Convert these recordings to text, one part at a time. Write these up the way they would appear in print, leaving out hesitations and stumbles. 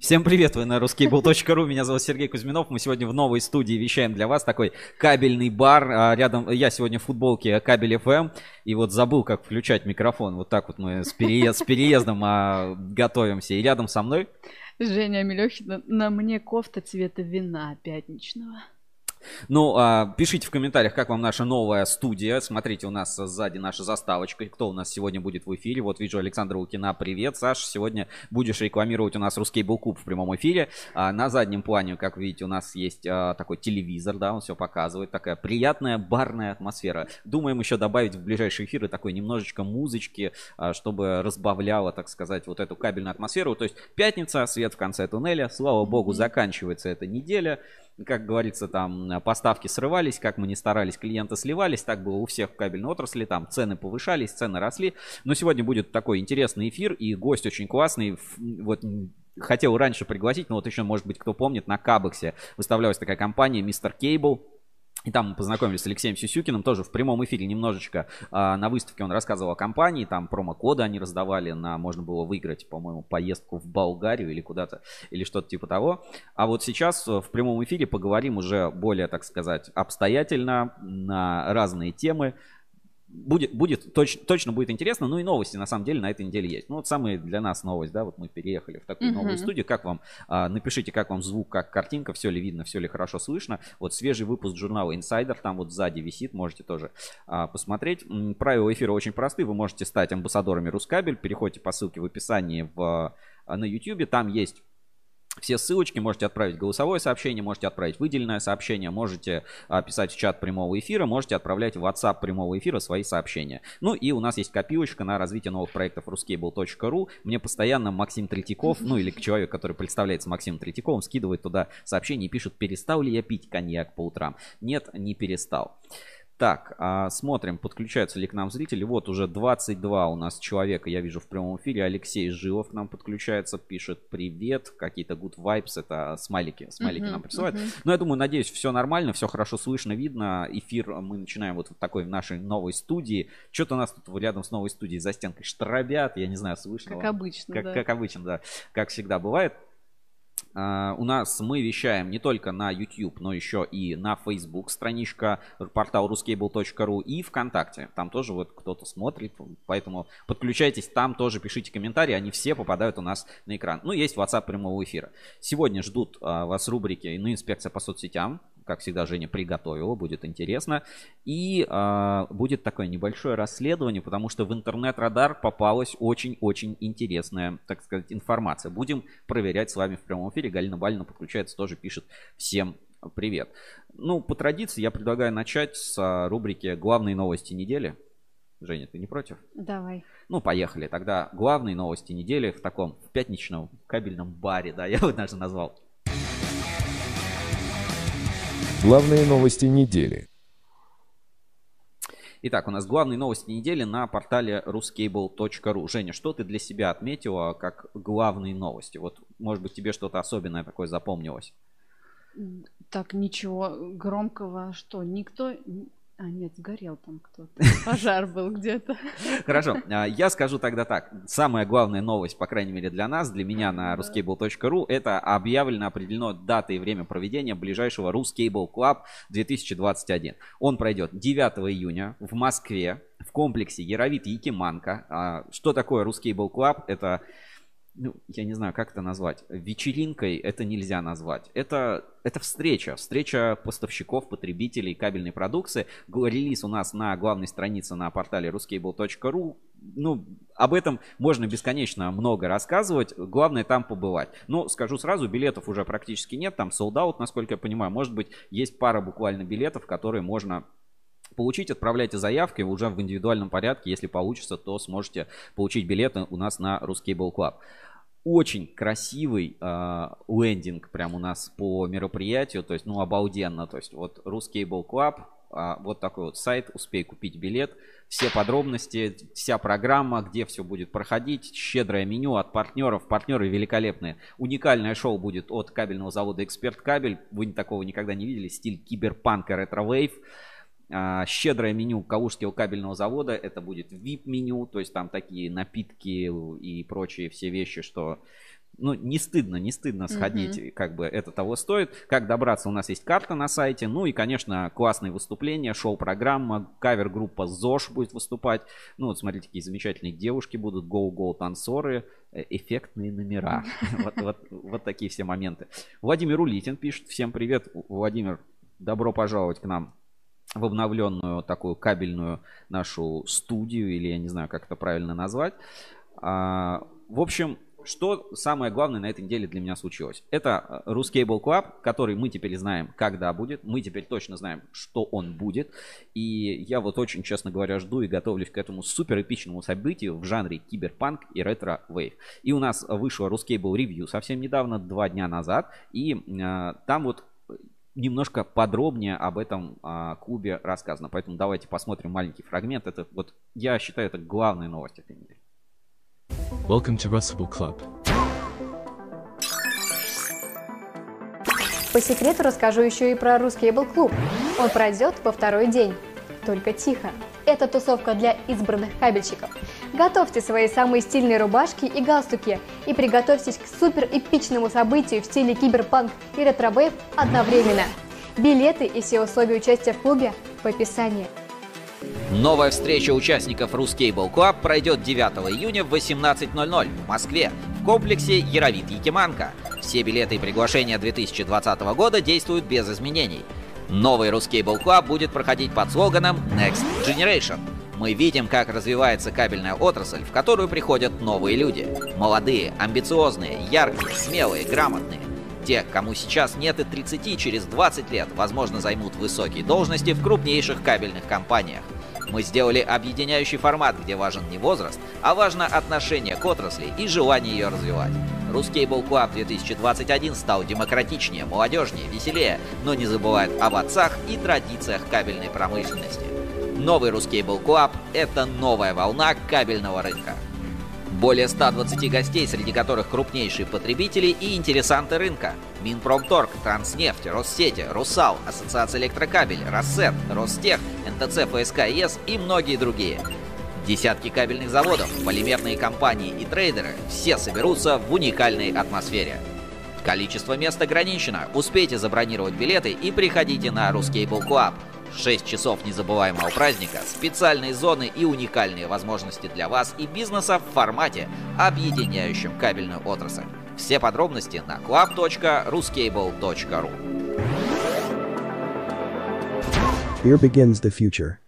Всем привет, вы на ruskable.ru, меня зовут Сергей Кузьминов, мы сегодня в новой студии вещаем для вас, такой кабельный бар, рядом, я сегодня в футболке Кабель FM, и вот забыл, как включать микрофон, вот так вот мы с переездом готовимся, и рядом со мной Женя Милёхина, на мне кофта цвета вина пятничного. Ну, пишите в комментариях, как вам наша новая студия. Смотрите, у нас сзади наша заставочка. Кто у нас сегодня будет в эфире? Вот вижу Александра Лукина. Привет, Саш. Сегодня будешь рекламировать у нас Ruskable Club в прямом эфире. На заднем плане, как видите, у нас есть такой телевизор, да, он все показывает. Такая приятная барная атмосфера. Думаем еще добавить в ближайшие эфиры такой немножечко музычки, чтобы разбавляло, так сказать, вот эту кабельную атмосферу. То есть пятница, свет в конце туннеля. Слава богу, заканчивается эта неделя. Как говорится, там поставки срывались, как мы не старались, клиенты сливались. Так было у всех в кабельной отрасли, там цены повышались, цены росли. Но сегодня будет такой интересный эфир, и гость очень классный. Вот хотел раньше пригласить, но вот еще, может быть, кто помнит, на Кабексе выставлялась такая компания Mr. Cable. И там мы познакомились с Алексеем Сюсюкиным, тоже в прямом эфире немножечко. На выставке он рассказывал о компании, там промокоды они раздавали, можно было выиграть, по-моему, поездку в Болгарию или куда-то, или что-то типа того. А вот сейчас в прямом эфире поговорим уже более, так сказать, обстоятельно на разные темы. Точно будет интересно, ну и новости на самом деле на этой неделе есть. Ну вот самая для нас новость, да, вот мы переехали в такую новую студию. Как вам, напишите, как вам звук, как картинка, все ли видно, все ли хорошо слышно. Вот свежий выпуск журнала Insider, там вот сзади висит, можете тоже посмотреть. Правила эфира очень простые, вы можете стать амбассадорами Рускабель, переходите по ссылке в описании на YouTube, там есть все ссылочки, можете отправить голосовое сообщение, можете отправить выделенное сообщение, можете писать в чат прямого эфира, можете отправлять в WhatsApp прямого эфира свои сообщения. Ну и у нас есть копилочка на развитие новых проектов ruskable.ru. Мне постоянно Максим Третьяков, ну или человек, который представляется Максимом Третьяковым, скидывает туда сообщение и пишет: перестал ли я пить коньяк по утрам? Нет, не перестал. Так, смотрим, подключаются ли к нам зрители. Вот уже 22 у нас человека, я вижу в прямом эфире. Алексей Жилов к нам подключается, пишет привет, какие-то good vibes, это смайлики нам присылают. Но я думаю, надеюсь, все нормально, все хорошо слышно, видно. Эфир мы начинаем вот в такой в нашей новой студии. Что-то у нас тут рядом с новой студией за стенкой штробят, я не знаю, слышно. Как обычно, да. Как обычно, да, как всегда бывает. У нас мы вещаем не только на YouTube, но еще и на Facebook, страничка, портал ruskable.ru и ВКонтакте. Там тоже вот кто-то смотрит, поэтому подключайтесь, там тоже пишите комментарии, они все попадают у нас на экран. Ну, есть WhatsApp прямого эфира. Сегодня ждут вас рубрики «Инспекция по соцсетям». Как всегда, Женя приготовила, будет интересно. И будет такое небольшое расследование, потому что в интернет-радар попалась очень-очень интересная, так сказать, информация. Будем проверять с вами в прямом эфире. Галина Балина подключается, тоже пишет: всем привет. Ну, по традиции я предлагаю начать с рубрики «Главные новости недели». Женя, ты не против? Давай. Ну, поехали. Тогда главные новости недели в таком в пятничном кабельном баре, да, я бы даже назвал. Главные новости недели. Итак, у нас главные новости недели на портале ruskable.ru. Женя, что ты для себя отметила как главные новости? Вот, может быть, тебе что-то особенное такое запомнилось? Так, ничего громкого, что никто... нет, сгорел там кто-то. Пожар был где-то. Хорошо, я скажу тогда так. Самая главная новость, по крайней мере для нас, для меня на ruskable.ru, это определено дата и время проведения ближайшего Ruskable Club 2021. Он пройдет 9 июня в Москве в комплексе Яровит-Якиманка. Что такое Ruskable Club? Это... Ну, я не знаю, как это назвать. Вечеринкой это нельзя назвать. Это встреча поставщиков, потребителей кабельной продукции. Релиз у нас на главной странице на портале ruskable.ru. Ну, об этом можно бесконечно много рассказывать. Главное там побывать. Но скажу сразу, билетов уже практически нет. Там sold out, насколько я понимаю. Может быть, есть пара буквально билетов, которые можно получить. Отправляйте заявки уже в индивидуальном порядке. Если получится, то сможете получить билеты у нас на Ruskable Club. Очень красивый лендинг прям у нас по мероприятию, то есть, ну, обалденно. То есть, вот Ruskable Club, вот такой вот сайт, успей купить билет. Все подробности, вся программа, где все будет проходить, щедрое меню от партнеров. Партнеры великолепные. Уникальное шоу будет от кабельного завода «Эксперт Кабель». Вы такого никогда не видели. Стиль киберпанка, ретро-вейв. Щедрое меню Калужского кабельного завода. Это будет VIP-меню, то есть там такие напитки и прочие все вещи, что ну, не стыдно сходить, как бы это того стоит. Как добраться, у нас есть карта на сайте. Ну и, конечно, классные выступления, шоу-программа, кавер-группа ЗОЖ будет выступать. Ну, вот смотрите, какие замечательные девушки будут, гоу-гоу танцоры, эффектные номера. Вот такие все моменты. Владимир Улитин пишет: всем привет, Владимир, добро пожаловать к нам в обновленную такую кабельную нашу студию, или я не знаю, как это правильно назвать. В общем, что самое главное на этой неделе для меня случилось? Это Ruscable Club, который мы теперь знаем, когда будет. Мы теперь точно знаем, что он будет. И я вот очень, честно говоря, жду и готовлюсь к этому супер эпичному событию в жанре киберпанк и ретро-вейв. И у нас вышло Ruscable Review совсем недавно, 2 дня назад. И там вот немножко подробнее об этом клубе рассказано. Поэтому давайте посмотрим маленький фрагмент. Это вот, я считаю, это главная новость этой недели. Welcome to Ruscable Club. По секрету расскажу еще и про Ruscable Club. Он пройдет во 2-й день. Только тихо. Это тусовка для избранных кабельщиков. Готовьте свои самые стильные рубашки и галстуки и приготовьтесь к супер эпичному событию в стиле киберпанк и ретро-вейв одновременно. Билеты и все условия участия в клубе в описании. Новая встреча участников Ruscable Club пройдет 9 июня в 18:00 в Москве в комплексе Яровит-Якиманка. Все билеты и приглашения 2020 года действуют без изменений. Новый Ruscable Club будет проходить под слоганом Next Generation. Мы видим, как развивается кабельная отрасль, в которую приходят новые люди. Молодые, амбициозные, яркие, смелые, грамотные. Те, кому сейчас нет и 30, через 20 лет, возможно, займут высокие должности в крупнейших кабельных компаниях. Мы сделали объединяющий формат, где важен не возраст, а важно отношение к отрасли и желание ее развивать. Ruscable Club 2021 стал демократичнее, молодежнее, веселее, но не забывает об отцах и традициях кабельной промышленности. Новый Ruscable Club – это новая волна кабельного рынка. Более 120 гостей, среди которых крупнейшие потребители и интересанты рынка. Минпромторг, Транснефть, Россети, Русал, Ассоциация Электрокабель, Россет, Ростех, НТЦ, ФСК ЕС и многие другие. Десятки кабельных заводов, полимерные компании и трейдеры – все соберутся в уникальной атмосфере. Количество мест ограничено, успейте забронировать билеты и приходите на Ruscable Club. 6 часов незабываемого праздника, специальные зоны и уникальные возможности для вас и бизнеса в формате, объединяющем кабельную отрасль. Все подробности на club.ruscable.ru. Here begins the future.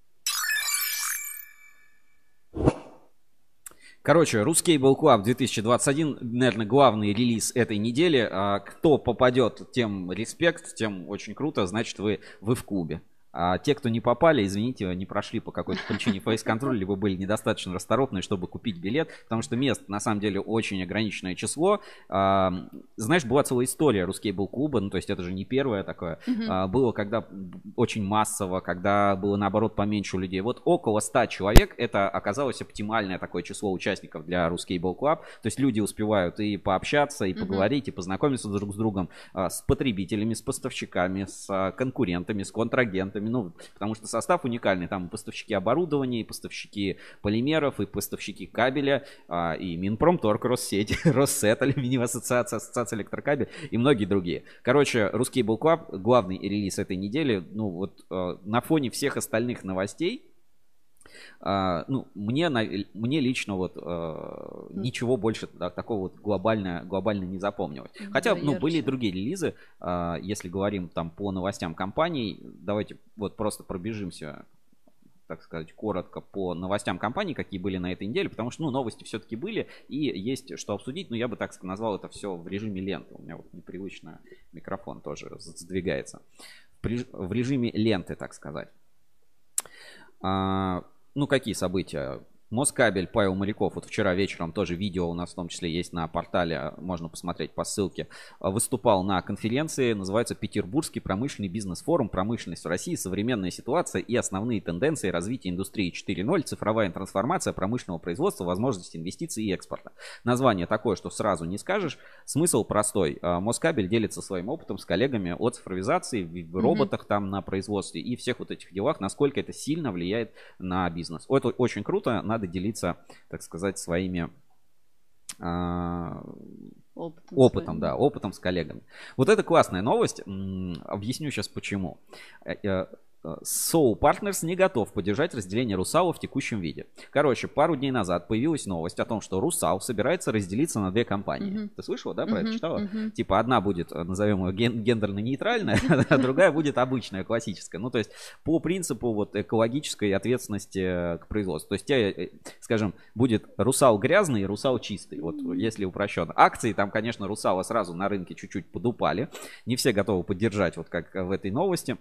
Короче, Ruscable Club 2021, наверное, главный релиз этой недели. Кто попадет, тем респект, тем очень круто, значит, вы в клубе. А те, кто не попали, извините, не прошли по какой-то причине фейс-контроль, либо были недостаточно расторопны, чтобы купить билет, потому что мест, на самом деле, очень ограниченное число. Знаешь, была целая история Ruscable клуба, ну, то есть это же не первое такое. Было, когда очень массово, когда было, наоборот, поменьше людей. Вот около 100 человек, это оказалось оптимальное такое число участников для Ruscable Club. То есть люди успевают и пообщаться, и поговорить, и познакомиться друг с другом, с потребителями, с поставщиками, с конкурентами, с контрагентами. Ну, потому что состав уникальный. Там и поставщики оборудования, и поставщики полимеров, и поставщики кабеля, и Минпромторг, Россеть, Россет, Алюминиевая ассоциация, Ассоциация Электрокабель и многие другие. Короче, Ruscable Club, главный релиз этой недели. Ну, вот на фоне всех остальных новостей, ну, мне лично вот ничего больше такого вот глобально не запомнилось. Хотя, ну, были и другие релизы, если говорим там по новостям компаний. Давайте вот просто пробежимся, так сказать, коротко по новостям компаний, какие были на этой неделе, потому что, ну, новости все-таки были и есть что обсудить, но я бы так назвал это все в режиме ленты. У меня вот непривычно микрофон тоже сдвигается. В режиме ленты, так сказать. Ну, какие события? Москабель, Павел Моряков, вот вчера вечером тоже видео у нас в том числе есть на портале, можно посмотреть по ссылке, выступал на конференции, называется «Петербургский промышленный бизнес-форум. Промышленность в России. Современная ситуация и основные тенденции развития индустрии 4.0. Цифровая трансформация промышленного производства, возможности инвестиций и экспорта». Название такое, что сразу не скажешь. Смысл простой. Москабель делится своим опытом с коллегами о цифровизации в роботах там на производстве и всех вот этих делах, насколько это сильно влияет на бизнес. Это очень круто. Надо делиться, так сказать, своими Опытом, опытом с коллегами. Вот это классная новость. Объясню сейчас почему. Soul Partners не готов поддержать разделение Русала в текущем виде. Короче, пару дней назад появилась новость о том, что Русал собирается разделиться на 2 компании. Ты слышала, да, про это читала? Типа одна будет, назовем ее гендерно-нейтральная, а другая будет обычная, классическая. Ну, то есть по принципу вот экологической ответственности к производству. То есть, скажем, будет Русал грязный и Русал чистый. Вот если упрощенно. Акции там, конечно, Русала сразу на рынке чуть-чуть подупали. Не все готовы поддержать, вот как в этой новости.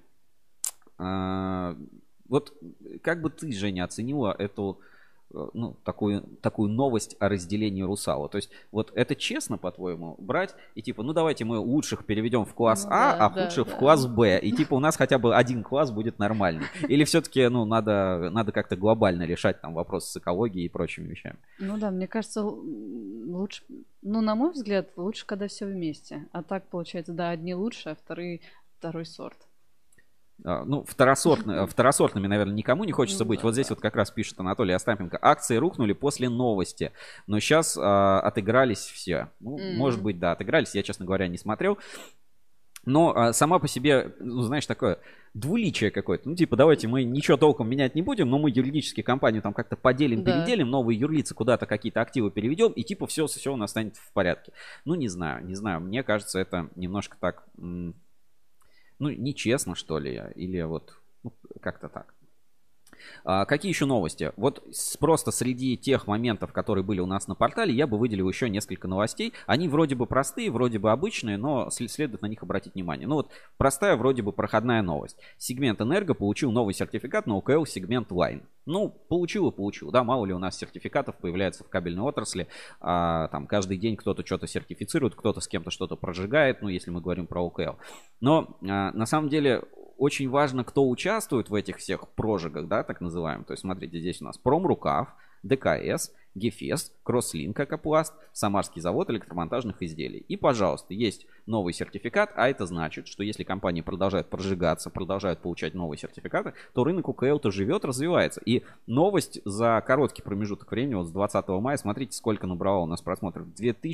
Вот как бы ты, Женя, оценила эту, ну, такую новость о разделении Русала? То есть вот это честно, по-твоему, брать и типа, ну давайте мы лучших переведем в класс А, худших в класс Б, и типа у нас хотя бы один класс будет нормальный? Или все-таки, ну, надо как-то глобально решать там вопросы с экологией и прочими вещами? Ну да, мне кажется, лучше, ну, на мой взгляд, лучше, когда все вместе. А так получается, да, одни лучше, а второй сорт. Ну, второсортными, наверное, никому не хочется быть. Вот здесь вот как раз пишет Анатолий Остапенко. Акции рухнули после новости, но сейчас отыгрались все. Ну, может быть, да, отыгрались. Я, честно говоря, не смотрел. Но сама по себе, ну, знаешь, такое двуличие какое-то. Ну, типа, давайте мы ничего толком менять не будем, но мы юридические компании там как-то поделим, переделим, новые юрлицы куда-то какие-то активы переведем, и типа все у нас станет в порядке. Ну, не знаю. Мне кажется, это немножко так... Ну, нечестно, что ли, или вот, ну, как-то так. Какие еще новости? Вот просто среди тех моментов, которые были у нас на портале, я бы выделил еще несколько новостей. Они вроде бы простые, вроде бы обычные, но следует на них обратить внимание. Ну вот простая, вроде бы проходная новость. Сегмент Энерго получил новый сертификат на ОКЛ сегмент Line. Ну, получил и получил, да, мало ли у нас сертификатов появляется в кабельной отрасли. Там каждый день кто-то что-то сертифицирует, кто-то с кем-то что-то прожигает, ну, если мы говорим про ОКЛ. Но на самом деле... Очень важно, кто участвует в этих всех прожигах, да, так называемых. То есть, смотрите, здесь у нас Промрукав, ДКС, Гефест, Кросслинк, Экопласт, Самарский завод электромонтажных изделий. И, пожалуйста, есть новый сертификат, а это значит, что если компании продолжают прожигаться, продолжают получать новые сертификаты, то рынок УКЛ-то живет, развивается. И новость за короткий промежуток времени, вот с 20 мая, смотрите, сколько набрала у нас просмотров.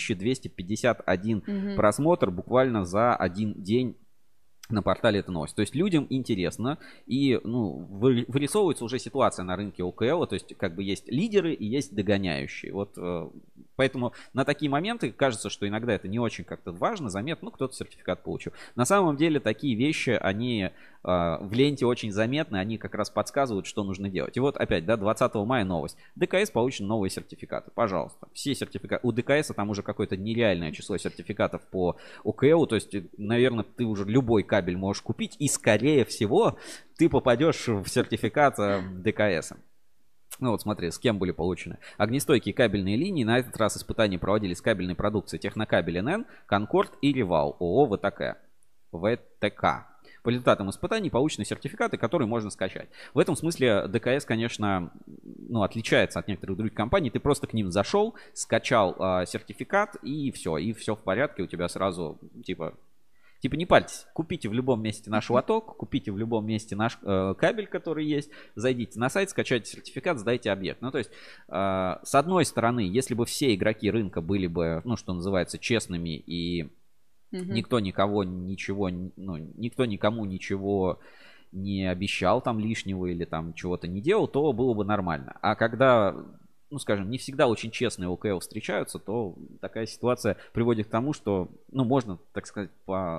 2251 просмотр буквально за один день. На портале эта новость. То есть людям интересно, и, ну, вырисовывается уже ситуация на рынке ОКЛ, то есть как бы есть лидеры и есть догоняющие. Вот поэтому на такие моменты кажется, что иногда это не очень как-то важно, заметно, ну, кто-то сертификат получил. На самом деле такие вещи, они в ленте очень заметны, они как раз подсказывают, что нужно делать. И вот опять, да, 20 мая новость. ДКС получен новые сертификаты. Пожалуйста. Все сертификаты. У ДКС там уже какое-то нереальное число сертификатов по ОКЛ, то есть, наверное, ты уже любой кабель можешь купить, и скорее всего ты попадешь в сертификат ДКС. Ну вот смотри, с кем были получены. Огнестойкие кабельные линии. На этот раз испытания проводились с кабельной продукцией Технокабель НН, Конкорд и Ревал ООО ВТК. По результатам испытаний получены сертификаты, которые можно скачать. В этом смысле ДКС, конечно, ну, отличается от некоторых других компаний. Ты просто к ним зашел, скачал сертификат, и все в порядке. У тебя сразу, типа не парьтесь, купите в любом месте наш лоток, купите в любом месте наш кабель, который есть, зайдите на сайт, скачайте сертификат, сдайте объект. Ну, то есть, с одной стороны, если бы все игроки рынка были бы, ну, что называется, честными и никто никому ничего не обещал там лишнего или там чего-то не делал, то было бы нормально. А когда, ну, скажем, не всегда очень честные ОКЛ встречаются, то такая ситуация приводит к тому, что, ну, можно, так сказать,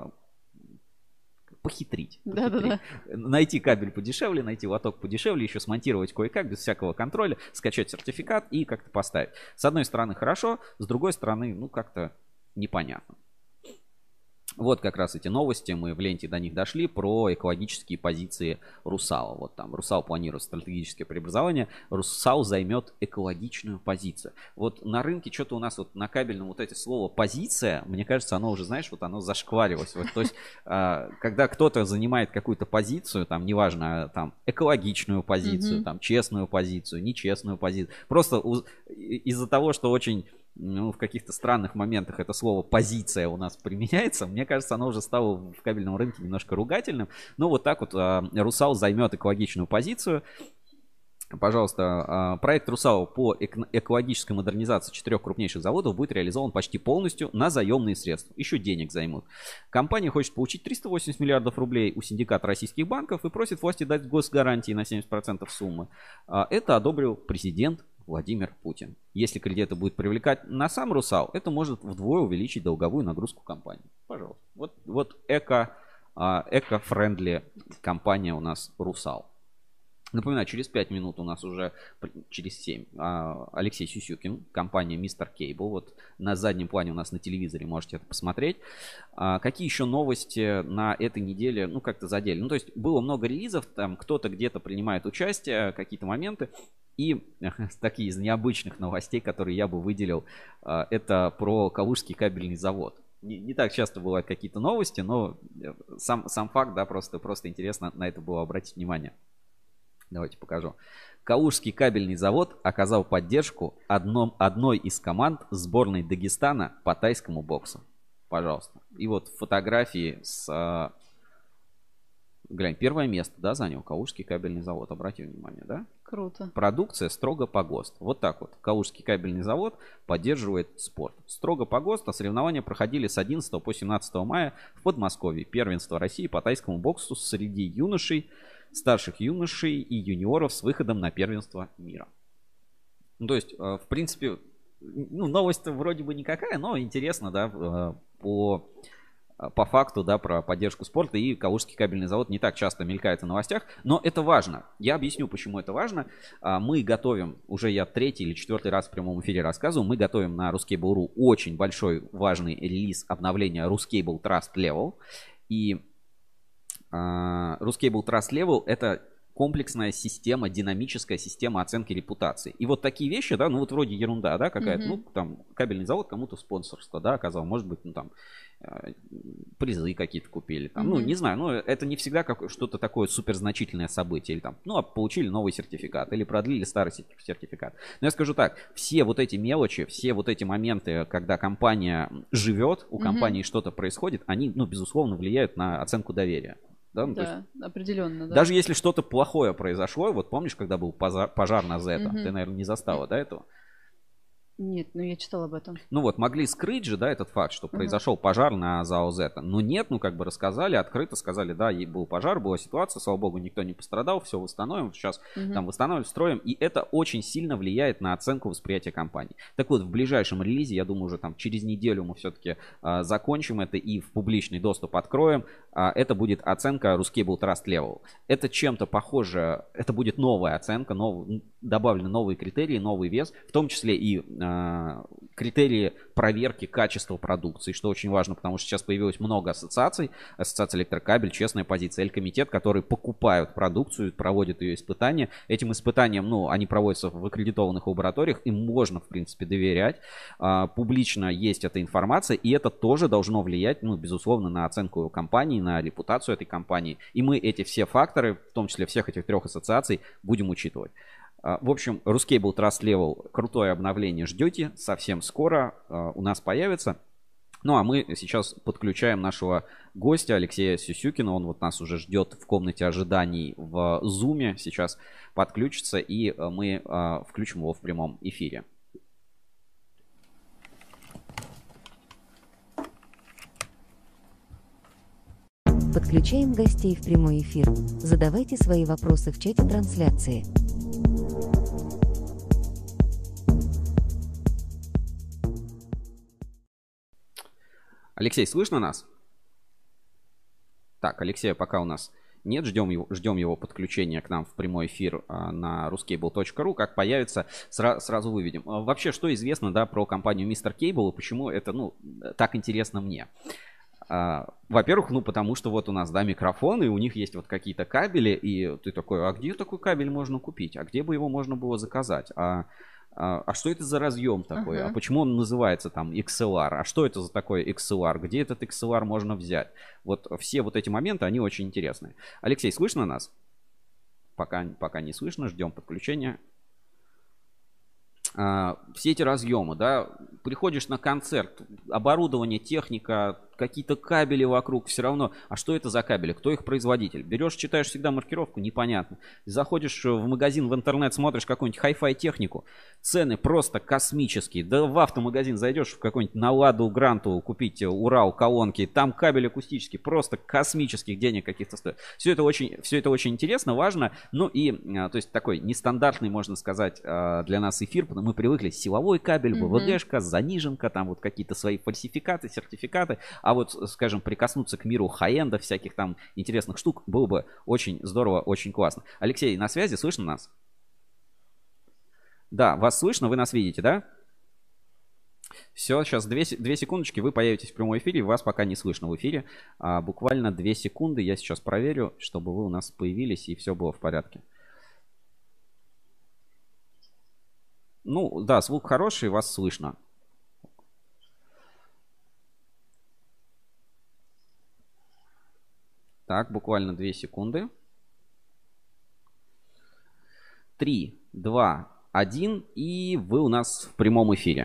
похитрить. Да. Найти кабель подешевле, найти лоток подешевле, еще смонтировать кое-как, без всякого контроля, скачать сертификат и как-то поставить. С одной стороны хорошо, с другой стороны, ну, как-то непонятно. Вот как раз эти новости, мы в ленте до них дошли, про экологические позиции Русала. Вот там Русал планирует стратегическое преобразование, Русал займет экологичную позицию. Вот на рынке что-то у нас вот на кабельном вот это слово позиция, мне кажется, оно уже, знаешь, вот оно зашкварилось. Вот, то есть, когда кто-то занимает какую-то позицию, там, неважно, там, экологичную позицию, там, честную позицию, нечестную позицию, просто из-за того, что очень... Ну, в каких-то странных моментах это слово позиция у нас применяется. Мне кажется, оно уже стало в кабельном рынке немножко ругательным. Но вот так вот Русал займет экологичную позицию. Пожалуйста, проект «Русал» по экологической модернизации 4 крупнейших заводов будет реализован почти полностью на заемные средства. Еще денег займут. Компания хочет получить 380 миллиардов рублей у синдиката российских банков и просит власти дать госгарантии на 70% суммы. Это одобрил президент Владимир Путин. Если кредиты будут привлекать на сам «Русал», это может вдвое увеличить долговую нагрузку компании. Пожалуйста. Вот эко-френдли компания у нас «Русал». Напоминаю, через 5 минут у нас уже, через 7, Алексей Сюсюкин, компания Mr. Cable. Вот на заднем плане у нас на телевизоре можете это посмотреть. Какие еще новости на этой неделе, ну, как-то задели? Ну, то есть было много релизов, там кто-то где-то принимает участие, какие-то моменты. И такие из необычных новостей, которые я бы выделил, это про Калужский кабельный завод. Не так часто бывают какие-то новости, но сам факт, да, просто интересно на это было обратить внимание. Давайте покажу. Калужский кабельный завод оказал поддержку одной из команд сборной Дагестана по тайскому боксу. Пожалуйста. И вот фотографии с... Глянь, первое место, да, занял Калужский кабельный завод. Обрати внимание, да? Круто. Продукция строго по ГОСТ. Вот так вот. Калужский кабельный завод поддерживает спорт. Строго по ГОСТ. А соревнования проходили с 11 по 17 мая в Подмосковье. Первенство России по тайскому боксу среди юношей, старших юношей и юниоров с выходом на первенство мира. Ну, то есть, в принципе, ну, новость-то вроде бы никакая, но интересно, да, по факту, да, про поддержку спорта. И Калужский кабельный завод не так часто мелькает в новостях, но это важно. Я объясню, почему это важно. Мы готовим, уже я 3-й или 4-й раз в прямом эфире рассказываю, мы готовим на Ruscable.ru очень большой, важный релиз обновления Ruscable Trust Level. И Ruscable Trust Level — это комплексная система, динамическая система оценки репутации. И вот такие вещи, да, ну вот вроде ерунда, да, какая-то, ну там кабельный завод кому-то спонсорство, да, оказал, может быть, ну там призы какие-то купили, там, ну не знаю, но это не всегда что-то такое суперзначительное событие, или там, ну получили новый сертификат, или продлили старый сертификат. Но я скажу так, все вот эти мелочи, все вот эти моменты, когда компания живет, у компании что-то происходит, они, ну, безусловно, влияют на оценку доверия. Да, ну, да, определенно, да. Даже если что-то плохое произошло, вот помнишь, когда был пожар на Зета, ты, наверное, не застала, да, этого? Нет, ну я читал об этом. Ну вот, могли скрыть же, да, этот факт, что произошел пожар на ЗАО Зета. Но нет, ну как бы рассказали, открыто сказали, да, был пожар, была ситуация, слава богу, никто не пострадал, все восстановим, сейчас там восстановим, строим. И это очень сильно влияет на оценку восприятия компании. Так вот, в ближайшем релизе, я думаю, уже там через неделю мы все-таки закончим это и в публичный доступ откроем. Это будет оценка Ruscable Trust Level. Это чем-то похоже, это будет новая оценка, добавлены новые критерии, новый вес, в том числе и критерии проверки качества продукции, что очень важно, потому что сейчас появилось много ассоциаций. Ассоциация Электрокабель, Честная позиция, Элькомитет, которые покупают продукцию, проводят ее испытания. Этим испытаниям, ну, они проводятся в аккредитованных лабораториях, им можно, в принципе, доверять. Публично есть эта информация, и это тоже должно влиять, ну, безусловно, на оценку компании, на репутацию этой компании. И мы эти все факторы, в том числе всех этих 3 ассоциаций, будем учитывать. В общем, Ruscable Trust Level, крутое обновление ждете, совсем скоро у нас появится. Ну а мы сейчас подключаем нашего гостя Алексея Сюсюкина, он вот нас уже ждет в комнате ожиданий в Zoom, сейчас подключится, и мы включим его в прямом эфире. Подключаем гостей в прямой эфир. Задавайте свои вопросы в чате трансляции. Алексей, слышно нас? Так, Алексея пока у нас нет, ждем его подключения к нам в прямой эфир на ruscable.ru. Как появится, сразу выведем. Вообще, что известно, да, про компанию Mr. Cable и почему это, ну, так интересно мне? Во-первых, ну, потому что вот у нас, да, микрофон, и у них есть вот какие-то кабели, и ты такой, а где такой кабель можно купить? А где бы его можно было заказать? А что это за разъем такой? А почему он называется там XLR? А что это за такой XLR? Где этот XLR можно взять? Вот все вот эти моменты, они очень интересные. Алексей, слышно нас? Пока не слышно, ждем подключения. Все эти разъемы, да, приходишь на концерт, оборудование, техника, какие-то кабели вокруг, все равно. А что это за кабели? Кто их производитель? Берешь, читаешь всегда маркировку, непонятно. Заходишь в магазин, в интернет, смотришь какую-нибудь хай-фай технику, цены просто космические. Да в автомагазин зайдешь, в какой-нибудь на Ладу Гранту купить Урал, колонки, там кабель акустический, просто космических денег каких-то стоит. Все это очень интересно, важно. Ну и, то есть такой нестандартный, можно сказать, для нас эфир, потому что мы привыкли силовой кабель, БВГшка, заниженка, там вот какие-то свои фальсификаты, сертификаты. А вот, скажем, прикоснуться к миру хай-энда, всяких там интересных штук, было бы очень здорово, очень классно. Алексей, на связи, слышно нас? Да, вас слышно, вы нас видите, да? Все, сейчас 2 секундочки, вы появитесь в прямом эфире, вас пока не слышно в эфире. Буквально 2 секунды, я сейчас проверю, чтобы вы у нас появились и все было в порядке. Ну, да, звук хороший, вас слышно. Так, буквально 2 секунды. 3, 2, 1, и вы у нас в прямом эфире.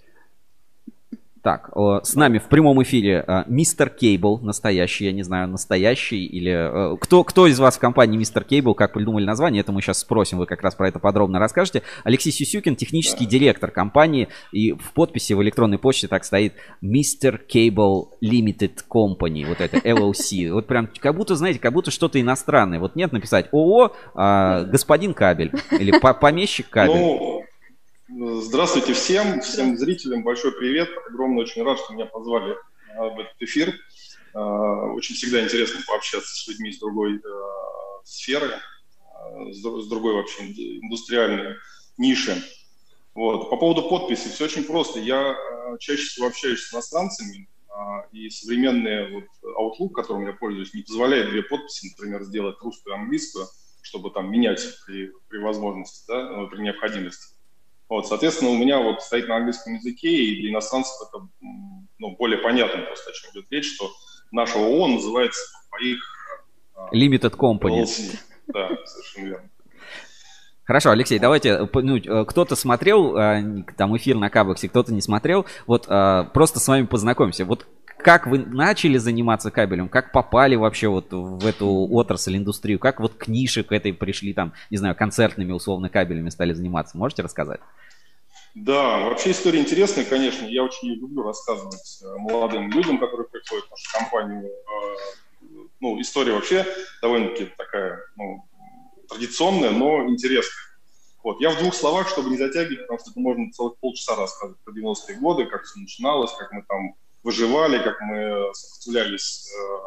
Так, с нами в прямом эфире мистер Кейбл, настоящий, я не знаю, настоящий или... Кто из вас в компании мистер Кейбл, как придумали название, это мы сейчас спросим, вы как раз про это подробно расскажете. Алексей Сюсюкин, технический директор компании, и в подписи в электронной почте так стоит Mr. Cable Limited Company, вот это LLC. Вот прям как будто, знаете, как будто что-то иностранное. Вот нет написать ООО господин кабель или помещик кабель. Здравствуйте всем зрителям, большой привет. Огромный, очень рад, что меня позвали в этот эфир. Очень всегда интересно пообщаться с людьми с другой сферы, с другой вообще индустриальной ниши. Вот. По поводу подписи, все очень просто. Я чаще всего общаюсь с иностранцами, и современный Outlook, которым я пользуюсь, не позволяет 2 подписи, например, сделать русскую и английскую, чтобы там менять при возможности, да, при необходимости. Вот, соответственно, у меня вот стоит на английском языке, и для иностранцев это более понятно просто, о чем идет речь, что наша ООО называется по их... Limited Company. LLC. Да, совершенно верно. Хорошо, Алексей, давайте, кто-то смотрел там эфир на Кабексе, кто-то не смотрел, вот просто с вами познакомимся. Вот как вы начали заниматься кабелем, как попали вообще вот в эту отрасль, индустрию, как вот к нише к этой пришли, там, не знаю, концертными условно кабелями стали заниматься, можете рассказать? Да, вообще история интересная, конечно, я очень люблю рассказывать молодым людям, которые приходят в нашу компанию. История вообще довольно-таки такая, традиционная, но интересная. Вот. Я в 2 словах, чтобы не затягивать, потому что это можно целых полчаса рассказывать про 90-е годы, как все начиналось, как мы там выживали, как мы сопротивлялись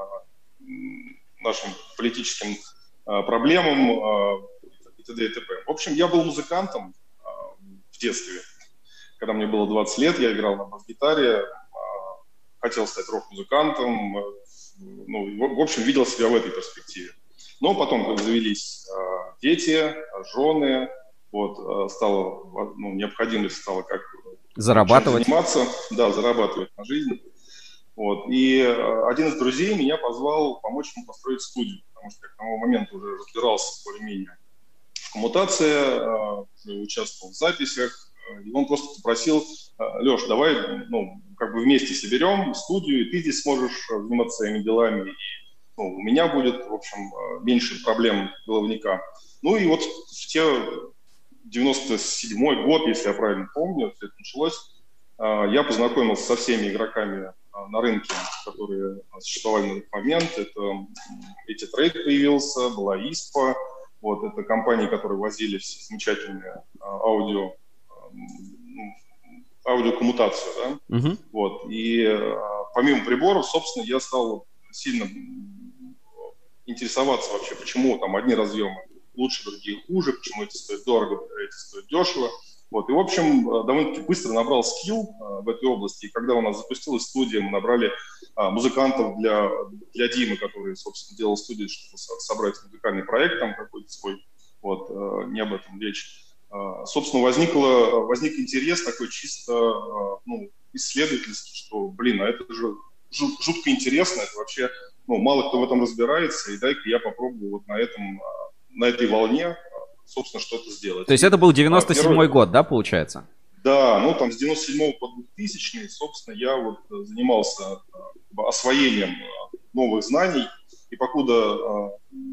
нашим политическим проблемам и т.д. и т.п. В общем, я был музыкантом в детстве. Когда мне было 20 лет, я играл на бас-гитаре, хотел стать рок-музыкантом, в общем, видел себя в этой перспективе. Но потом, когда завелись дети, жены, стала необходимость стала как зарабатывать. Заниматься, да, зарабатывать на жизнь. Вот. И один из друзей меня позвал помочь ему построить студию, потому что я к тому моменту уже разбирался более-менее в коммутации, участвовал в записях. И он просто попросил: Леш, давай вместе соберем студию, и ты здесь сможешь заниматься своими делами, и у меня будет, в общем, меньше проблем головника. Ну и вот в те 97-й год, если я правильно помню, это началось, я познакомился со всеми игроками на рынке, которые существовали на этот момент. Это ETTrade появился, была ISPA, это компании, которые возили все замечательные аудиокоммутацию, да? И помимо приборов, собственно, я стал сильно интересоваться вообще, почему там одни разъемы лучше, другие хуже, почему эти стоят дорого, эти стоят дешево. И, в общем, довольно-таки быстро набрал скилл в этой области. И когда у нас запустилась студия, мы набрали музыкантов для Димы, который, собственно, делал студию, чтобы собрать музыкальный проект там какой-то свой. Не об этом речь. Собственно, возник интерес такой чисто исследовательский, что, а это же жутко интересно, это вообще, мало кто в этом разбирается, и дай-ка я попробую на этой волне, собственно, что-то сделать. То есть это был 97-й год, да, получается? Да, ну там с 97 по 2000, собственно, я вот занимался освоением новых знаний, и покуда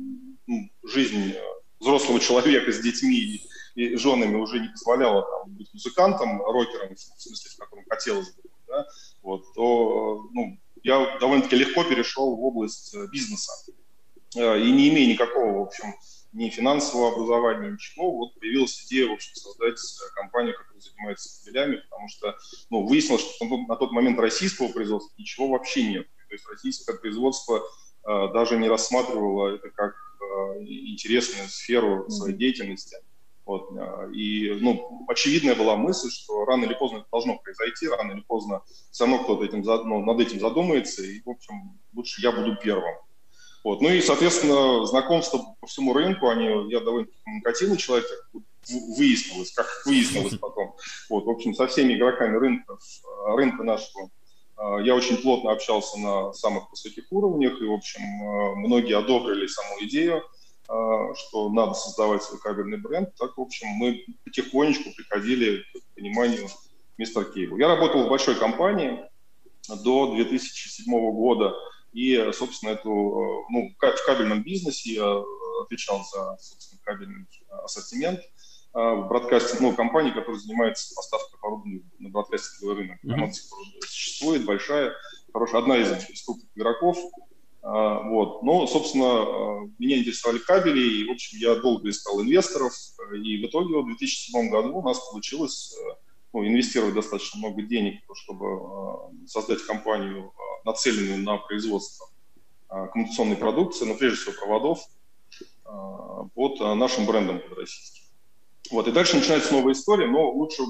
жизнь взрослого человека с детьми и женами уже не позволяла там, быть музыкантом, рокером, в смысле, в котором хотелось бы, да, вот, то я довольно-таки легко перешел в область бизнеса. И не имея никакого, в общем, ни финансового образования, ничего, вот появилась идея, в общем, создать компанию, которая занимается кабелями, потому что, выяснилось, что на тот момент российского производства ничего вообще нет. То есть российское производство даже не рассматривало это как интересную сферу своей деятельности. Вот. И, очевидная была мысль, что рано или поздно это должно произойти, рано или поздно все равно кто-то над этим задумается, и, в общем, лучше я буду первым. Вот. Ну и, соответственно, знакомства по всему рынку, я довольно коммуникативный человек, как выяснилось потом. Вот, в общем, со всеми игроками рынка нашего я очень плотно общался на самых высоких уровнях, и, в общем, многие одобрили саму идею, что надо создавать свой кабельный бренд. Так, в общем, мы потихонечку приходили к пониманию Mr. Cable. Я работал в большой компании до 2007 года, и, собственно, в кабельном бизнесе я отвечал за, собственно, кабельный ассортимент в бродкастинг, компании, которая занимается поставкой оборудования на бродкастинговый рынок. Она до сих пор существует, большая, хорошая, одна из крупных игроков. Вот. Но, собственно, меня интересовали кабели, и, в общем, я долго искал инвесторов, и в итоге в 2007 году у нас получилось инвестировать достаточно много денег, чтобы создать компанию, нацеленную на производство коммуникационной продукции, но прежде всего проводов, под нашим брендом, под российским. Вот. И дальше начинается новая история, но лучше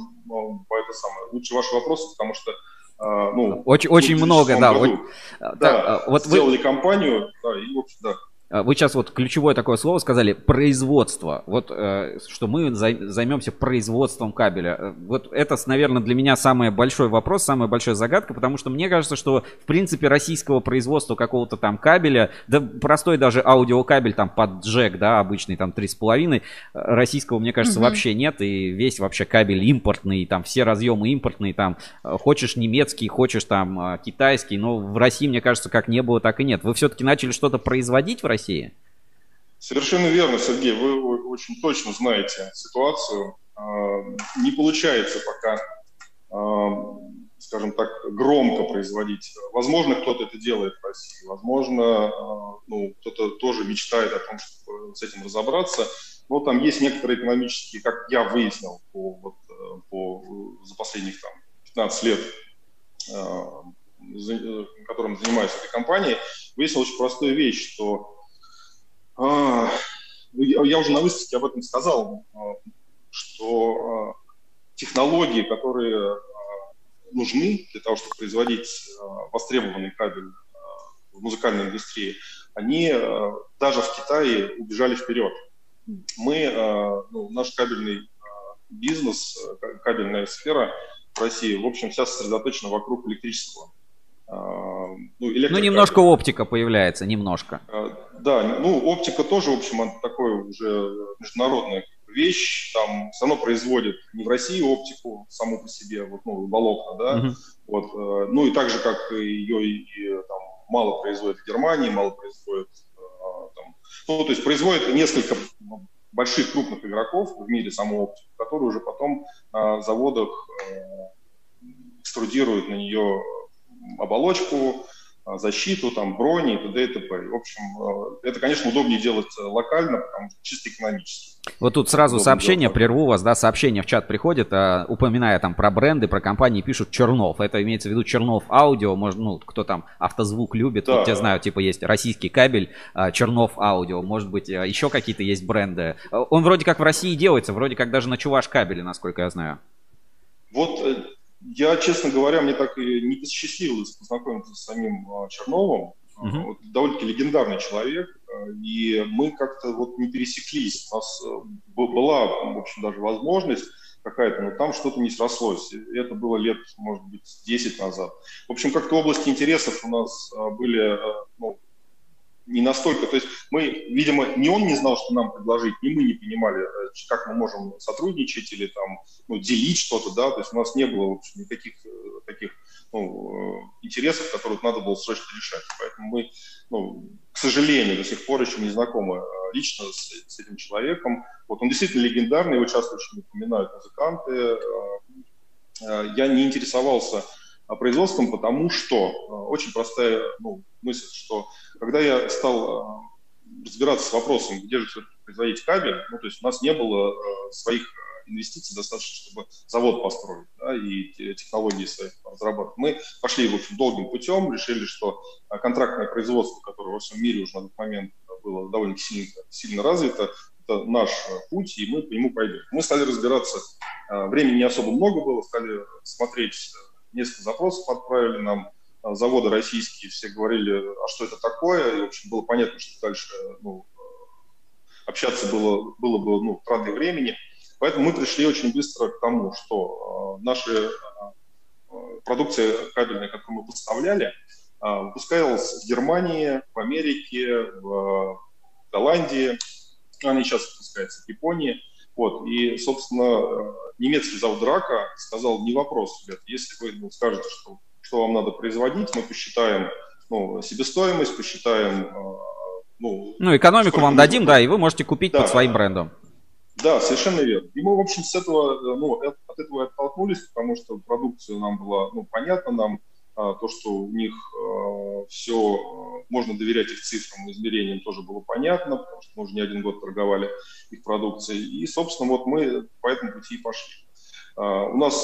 ваши вопросы, потому что очень много, да. Сделали компанию, да, и, в общем, да. Вы сейчас вот ключевое такое слово сказали — производство. Вот что мы займемся производством кабеля. Вот это, наверное, для меня самый большой вопрос, самая большая загадка, потому что мне кажется, что в принципе российского производства какого-то там кабеля, да простой даже аудиокабель там под джек, да, обычный там 3,5, российского, мне кажется, вообще нет. И весь вообще кабель импортный, там все разъемы импортные, там хочешь немецкий, хочешь там китайский, но в России, мне кажется, как не было, так и нет. Вы все-таки начали что-то производить в России? Совершенно верно, Сергей. Вы очень точно знаете ситуацию. Не получается пока, скажем так, громко производить. Возможно, кто-то это делает в России. Возможно, кто-то тоже мечтает о том, чтобы с этим разобраться. Но там есть некоторые экономические, как я выяснил за последних 15 лет, которым занимаюсь этой компанией, выяснил очень простую вещь, что я уже на выставке об этом сказал, что технологии, которые нужны для того, чтобы производить востребованный кабель в музыкальной индустрии, они даже в Китае убежали вперед. Наш кабельный бизнес, кабельная сфера в России, в общем, вся сосредоточена вокруг электрического. Немножко оптика появляется, немножко. Да, оптика тоже, в общем, такая уже международная вещь. Там все равно производят не в России оптику саму по себе, волокна, да. Вот, и так же, как ее мало производят в Германии, мало производят то есть производят несколько больших крупных игроков в мире саму оптику, которые уже потом на заводах экструдируют на нее оболочку, защиту, брони и т.д. и т.п. В общем, это, конечно, удобнее делать локально, потому что чисто экономически. Вот тут сразу сообщение, прерву вас, да, сообщение в чат приходит, упоминая про бренды, про компании, пишут Чернов. Это имеется в виду Чернов Аудио, может, кто там автозвук любит, да. Вот я знаю, есть российский кабель, Чернов Аудио, может быть, еще какие-то есть бренды. Он вроде как в России делается, вроде как даже на Чуваш кабеле, насколько я знаю. Я, честно говоря, мне так и не посчастливилось познакомиться с самим Черновым. Довольно-таки легендарный человек, и мы как-то не пересеклись. У нас была, в общем, даже возможность какая-то, но там что-то не срослось. И это было лет, может быть, 10 назад. В общем, как-то области интересов у нас были не настолько, то есть мы, видимо, ни он не знал, что нам предложить, ни мы не понимали, как мы можем сотрудничать или там, ну, делить что-то, да, то есть у нас не было, в общем, никаких таких, ну, интересов, которые надо было срочно решать. Поэтому мы, ну, к сожалению, до сих пор еще не знакомы лично с этим человеком. Вот он действительно легендарный, его часто очень упоминают музыканты. Я не интересовался производством, потому что очень простая, ну, мысль, что когда я стал разбираться с вопросом, где же все-таки производить кабель, ну, то есть у нас не было своих инвестиций достаточно, чтобы завод построить, да, и технологии свои разрабатывать. Мы пошли, в общем, долгим путем, решили, что контрактное производство, которое во всем мире уже на тот момент было довольно сильно развито, это наш путь, и мы по нему пойдем. Мы стали разбираться, времени не особо много было, стали смотреть, несколько запросов отправили нам, заводы российские, все говорили, а что это такое, и, в общем, было понятно, что дальше, ну, общаться было бы, ну, тратой времени. Поэтому мы пришли очень быстро к тому, что наша продукция кабельная, которую мы поставляли, выпускалась в Германии, в Америке, в Голландии, она сейчас выпускается в Японии. Вот. И, собственно, немецкий завод Драка сказал, не вопрос, ребят, если вы, ну, скажете, что вам надо производить, мы посчитаем, ну, себестоимость, посчитаем... Ну, экономику вам дадим, да, и вы можете купить под своим брендом. Да, совершенно верно. И мы, в общем, с этого, ну, от этого оттолкнулись, потому что продукция нам была, ну, понятна, нам то, что у них все, можно доверять их цифрам и измерениям, тоже было понятно, потому что мы уже не один год торговали их продукцией. И, собственно, вот мы по этому пути и пошли. У нас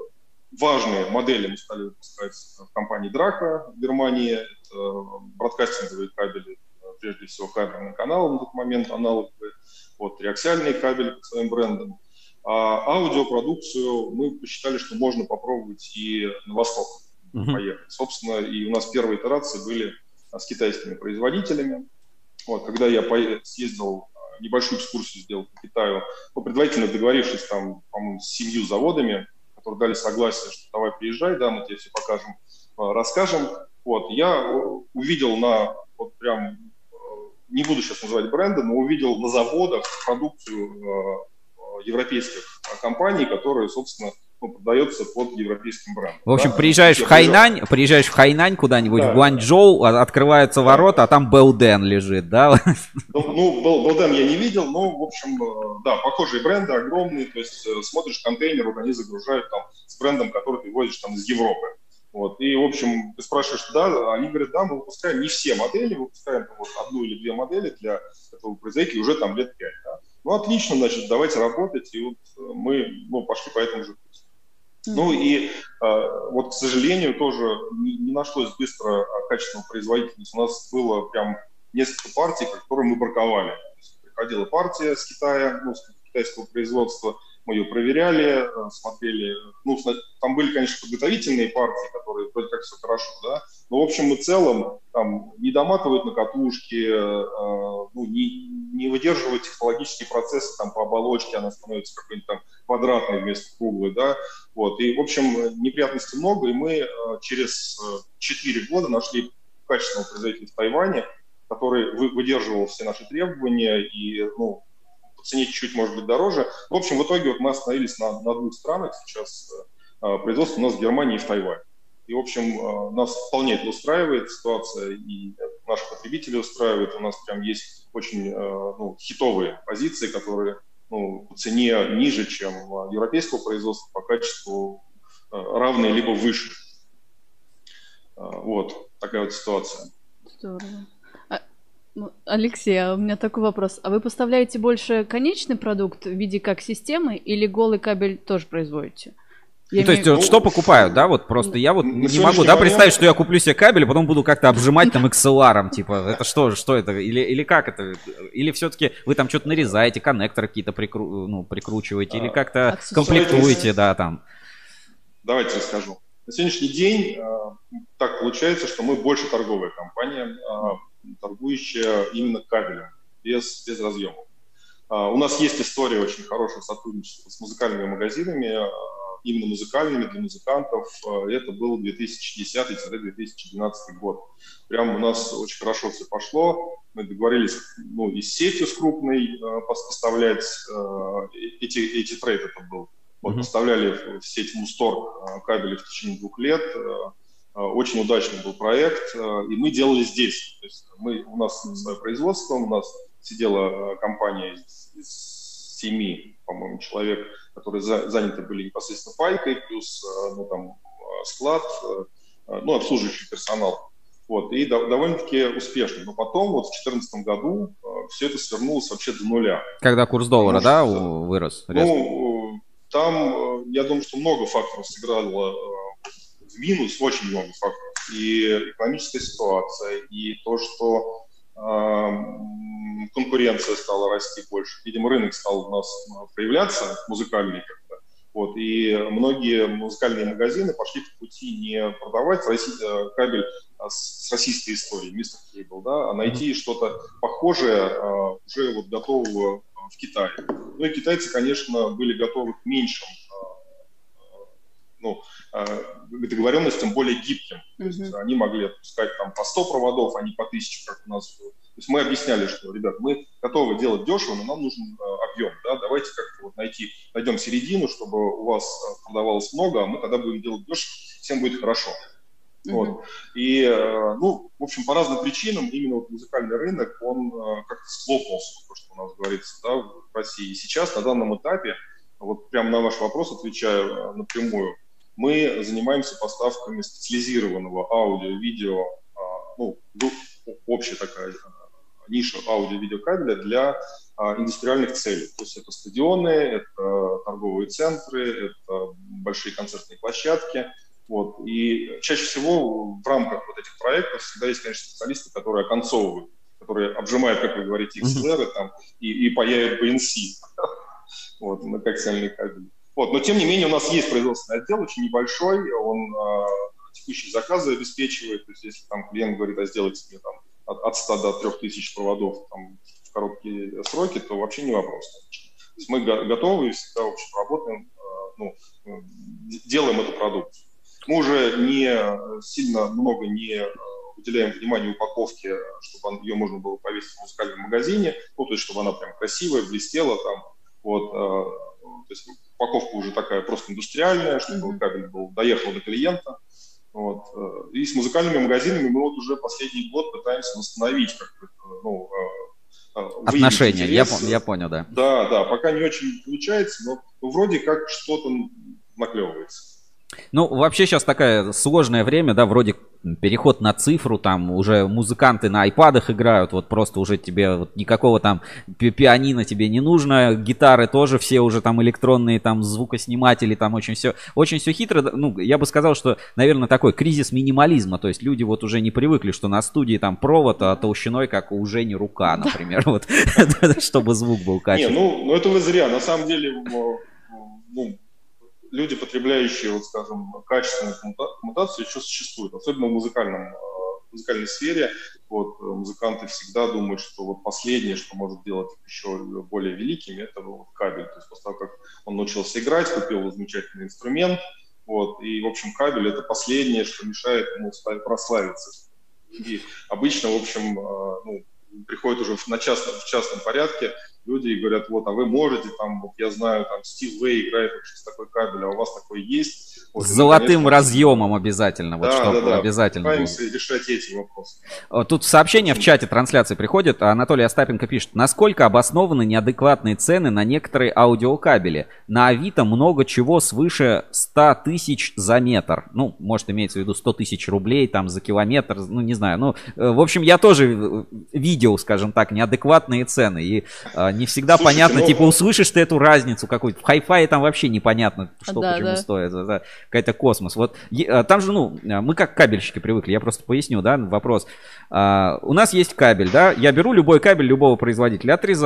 важные модели мы стали выпускать в компании Драка в Германии. Это бродкастинговые кабели, прежде всего кабельный канал на тот момент, аналоговые, вот, триаксиальные кабели под своим брендом. А аудиопродукцию мы посчитали, что можно попробовать и на восток поехать. Собственно, и у нас первые итерации были с китайскими производителями. Вот, когда я съездил, небольшую экскурсию сделал по Китаю, ну, предварительно договорившись там, по-моему, с 7 заводами, которые дали согласие, что давай приезжай, да, мы тебе все покажем, расскажем. Вот, я увидел вот прям, не буду сейчас называть бренды, но увидел на заводах продукцию европейских компаний, которые, собственно, ну, продается под европейским брендом. В общем, да? приезжаешь в Хайнань куда-нибудь, да, в Гуанчжоу, открываются ворота, а там Белден лежит, да? Ну, Белден я не видел, но, в общем, да, похожие бренды, огромные, то есть смотришь контейнер, вот они загружают там с брендом, который ты возишь там из Европы. Вот. И, в общем, ты спрашиваешь, да, они говорят, да, мы выпускаем не все модели, выпускаем вот одну или две модели для этого производителя уже там лет 5. Да? Ну, отлично, значит, давайте работать, и вот мы, ну, пошли по этому же пути. Ну и вот, к сожалению, тоже не нашлось быстро качественного производителя. У нас было прям несколько партий, которые мы браковали. Приходила партия с Китая, ну, с китайского производства, мы ее проверяли, смотрели. Ну, там были, конечно, подготовительные партии, которые вроде как все хорошо, да. Но, в общем и целом, там не доматывают на катушке, ну, не выдерживают технологические процессы там по оболочке, она становится какой-нибудь там квадратной вместо круглой, да. Вот. И, в общем, неприятностей много, и мы через 4 года нашли качественного производителя в Тайване, который выдерживал все наши требования и, ну, по цене чуть-чуть, может быть, дороже. В общем, в итоге вот мы остановились на 2 странах. Сейчас производство у нас в Германии и в Тайване. И, в общем, нас вполне это устраивает ситуация, и наших потребителей устраивает. У нас прям есть очень, ну, хитовые позиции, которые, ну, по цене ниже, чем европейского производства, по качеству равные либо выше. Вот такая вот ситуация. Здорово. Алексей, а у меня такой вопрос. А вы поставляете больше конечный продукт в виде как системы или голый кабель тоже производите? То есть, вот что покупают, да, вот просто я вот не могу, да, представить, что я куплю себе кабель, а потом буду как-то обжимать там XLR, типа, это что это, или как это, или все-таки вы там что-то нарезаете, коннекторы какие-то прикручиваете, или как-то комплектуете, да, там. Давайте расскажу. На сегодняшний день так получается, что мы больше торговая компания, торгующая именно кабелем, без разъемов. У нас есть история очень хорошего сотрудничества с музыкальными магазинами. именно музыкальными для музыкантов. Это был 2010-2012 год. Прямо у нас очень хорошо все пошло. Мы договорились и с сетью, с крупной, поставлять эти трейд это был. Вот, поставляли в сеть Мусторг кабели в течение 2 лет. Очень удачный был проект, и мы делали здесь. То есть у нас свое производство, у нас сидела компания из 7, по-моему, человек, которые заняты были непосредственно пайкой, плюс склад, обслуживающий персонал. Вот, и довольно-таки успешно. Но потом, в 2014 году, все это свернулось вообще до нуля. Когда курс доллара, вырос резко? Там, я думаю, что много факторов сыграло в минус, очень много факторов. И экономическая ситуация, и то, что конкуренция стала расти больше. Видимо, рынок стал у нас проявляться, музыкальный как-то. Вот, и многие музыкальные магазины пошли по пути не продавать кабель с российской историей, Mr. Cable, да, а найти что-то похожее уже готового в Китае. Ну и китайцы, конечно, были готовы к меньшим договоренностям, более гибким. То есть они могли отпускать там по 100 проводов, а не по 1000, как у нас было. То есть мы объясняли, что, ребят, мы готовы делать дешево, но нам нужен объем. Да? Давайте как-то найдем середину, чтобы у вас продавалось много, а мы тогда будем делать дешево, всем будет хорошо. Вот. И, в общем, по разным причинам именно музыкальный рынок, он как-то схлопнулся, то, что у нас говорится, да, в России. И сейчас, на данном этапе, прямо на ваш вопрос отвечаю напрямую, мы занимаемся поставками специализированного аудио-видео, общая такая ниша аудио-видеокабеля для индустриальных целей. То есть это стадионы, это торговые центры, это большие концертные площадки. Вот. И чаще всего в рамках этих проектов всегда есть, конечно, специалисты, которые оконцовывают, которые обжимают, как вы говорите, XLR и паяют BNC на коаксиальные кабели. Вот. Но, тем не менее, у нас есть производственный отдел, очень небольшой, он текущие заказы обеспечивает. То есть если там клиент говорит, сделайте мне там от 100 до 3000 проводов там, в короткие сроки, то вообще не вопрос. То есть мы готовы и всегда, в общем, работаем, делаем эту продукцию. Мы уже не сильно много не уделяем внимания упаковке, чтобы ее можно было повесить в музыкальном магазине, то есть чтобы она прям красивая, блестела там. То есть упаковка уже такая просто индустриальная, чтобы кабель доехал до клиента. Вот. И с музыкальными магазинами мы уже последний год пытаемся восстановить отношения, я понял, да. Да, пока не очень получается, но вроде как что-то наклевывается. Вообще сейчас такое сложное время, да, вроде переход на цифру, там уже музыканты на айпадах играют, просто уже тебе никакого там пианино тебе не нужно, гитары тоже все уже там электронные, там звукосниматели, там очень все хитро. Я бы сказал, что, наверное, такой кризис минимализма, то есть люди уже не привыкли, что на студии там провод толщиной, как у Жени рука, например, чтобы звук был качественный. Это вы зря, на самом деле, люди, потребляющие, скажем, качественную коммутацию, еще существуют, особенно в музыкальной сфере. Музыканты всегда думают, что последнее, что может делать их еще более великими, это кабель. То есть после того, как он научился играть, купил замечательный инструмент, и, в общем, кабель — это последнее, что мешает ему прославиться. И обычно, в общем, приходят уже в частном порядке люди и говорят, а вы можете, я знаю, Стив Вэй играет с такой кабель, а у вас такой есть. С золотым разъемом обязательно. Да, обязательно пытаемся решать эти вопросы. Тут сообщение в чате трансляции приходит. Анатолий Остапенко пишет: насколько обоснованы неадекватные цены на некоторые аудиокабели? На Авито много чего свыше 100 тысяч за метр. Может, имеется в виду 100 тысяч рублей там за километр, не знаю. В общем, я тоже видел, скажем так, неадекватные цены. И не всегда понятно, услышишь ты эту разницу какую-то. В хай-фае там вообще непонятно, что почему стоит. Это какая-то космос. Там же, мы как кабельщики привыкли, я просто поясню, да, вопрос. У нас есть кабель, да, я беру любой кабель любого производителя, отрезаю,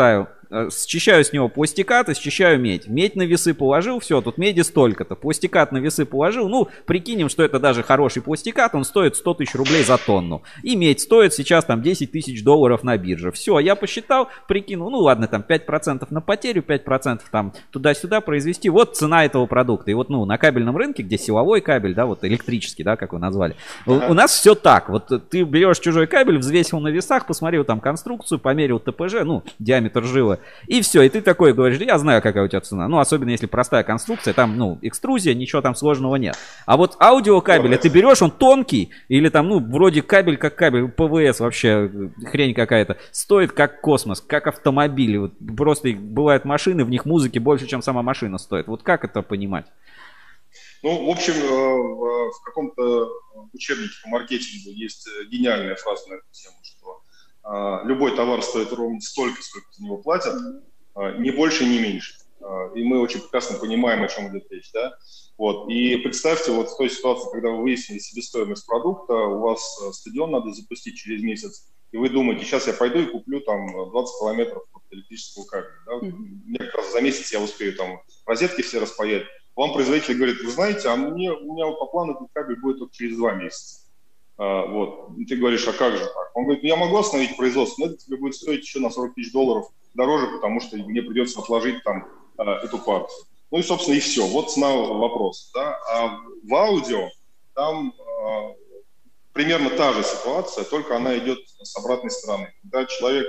счищаю с него пластикат и счищаю медь. Медь на весы положил, все, тут меди столько-то. Пластикат на весы положил, ну, прикинем, что это даже хороший пластикат, он стоит 100 тысяч рублей за тонну. И медь стоит сейчас там 10 тысяч долларов на бирже. Все, я посчитал, прикинул, ну ладно, там 5% на потерю, 5% там туда-сюда произвести. Вот цена этого продукта. И вот, ну, на кабельном рынке, где силовой кабель, да, вот электрический, да, как вы назвали, у нас все так. Вот ты берешь чужой кабель, взвесил на весах, посмотрел там конструкцию, померил ТПЖ, ну, диаметр жилы, и все. И ты такой говоришь, я знаю, какая у тебя цена. Ну, особенно если простая конструкция, там, ну, экструзия, ничего там сложного нет. А вот аудиокабель, ты берешь, он тонкий, или там, ну, вроде кабель как кабель, ПВС вообще, хрень какая-то, стоит как космос, как автомобиль. Вот просто бывают машины, в них музыки больше, чем сама машина стоит. Вот как это понимать? Ну, в общем, в каком-то учебнике по маркетингу есть гениальная фраза на эту тему, что любой товар стоит ровно столько, сколько за него платят, ни больше, ни меньше. И мы очень прекрасно понимаем, о чем идет речь, да? Вот. И представьте, вот в той ситуации, когда вы выяснили себестоимость продукта, у вас стадион надо запустить через месяц, и вы думаете, сейчас я пойду и куплю там 20 километров электрического кабеля. Да? Мне как раз за месяц я успею там розетки все распаять. Вам производитель говорит, вы знаете, у меня вот по плану этот кабель будет только через 2 месяца. Вот. И ты говоришь, а как же так? Он говорит, я могу остановить производство, но это тебе будет стоить еще на 40 тысяч долларов дороже, потому что мне придется отложить там эту партию. Ну и, собственно, и все. Вот цена вопроса. Да? А в аудио там примерно та же ситуация, только она идет с обратной стороны. Когда человек,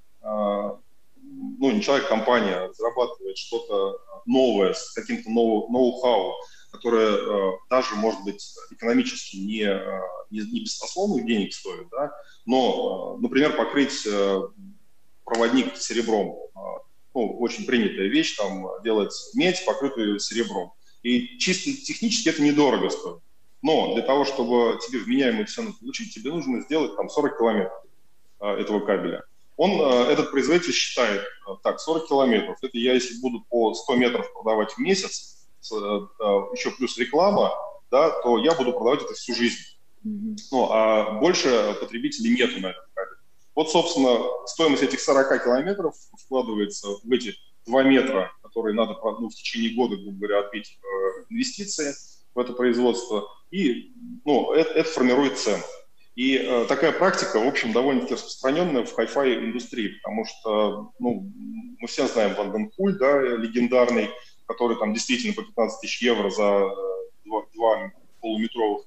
ну не человек, компания разрабатывает что-то новое, с каким-то ноу-хау, которое даже, может быть, экономически не баснословных денег стоит, да? Но, например, покрыть проводник серебром, ну, очень принятая вещь, там, делать медь, покрытую серебром. И чисто технически это недорого стоит. Но для того, чтобы тебе вменяемую цену получить, тебе нужно сделать там 40 километров этого кабеля. Этот производитель считает, так, 40 километров, это я, если буду по 100 метров продавать в месяц, еще плюс реклама, да, то я буду продавать это всю жизнь. Ну, а больше потребителей нету на этот кабель. Вот, собственно, стоимость этих 40 километров вкладывается в эти 2 метра, которые надо в течение года, грубо говоря, отбить инвестиции в это производство, и ну, это формирует цену. И такая практика, в общем, довольно-таки распространенная в хай-фай индустрии, потому что, ну, мы все знаем Ванденпуль, да, легендарный, который там действительно по 15 тысяч евро за 2 полуметровых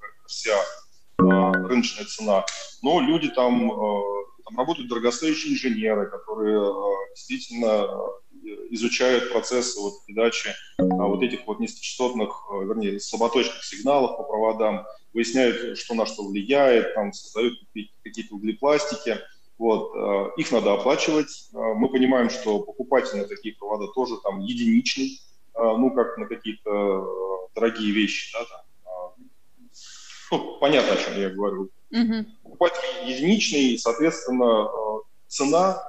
RCA рыночная цена. Но люди там работают дорогостоящие инженеры, которые действительно изучают процессы вот передачи вот этих вот низкочастотных, вернее, слаботочных сигналов по проводам, выясняют, что на что влияет, там создают какие-то углепластики. Вот. Их надо оплачивать. Мы понимаем, что покупатель на такие провода тоже там единичный, ну, как на какие-то дорогие вещи. Да, там. Ну, понятно, о чем я говорю. Покупатель единичный, и, соответственно, цена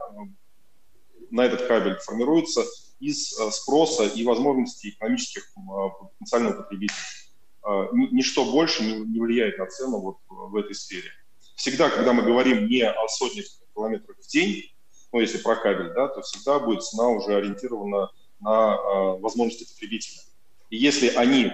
на этот кабель формируется из спроса и возможностей экономических потенциального потребителя. Ничто больше не влияет на цену вот в этой сфере. Всегда, когда мы говорим не о сотнях километрах в день, ну, если про кабель, да, то всегда будет цена уже ориентирована на возможности потребителя. И если они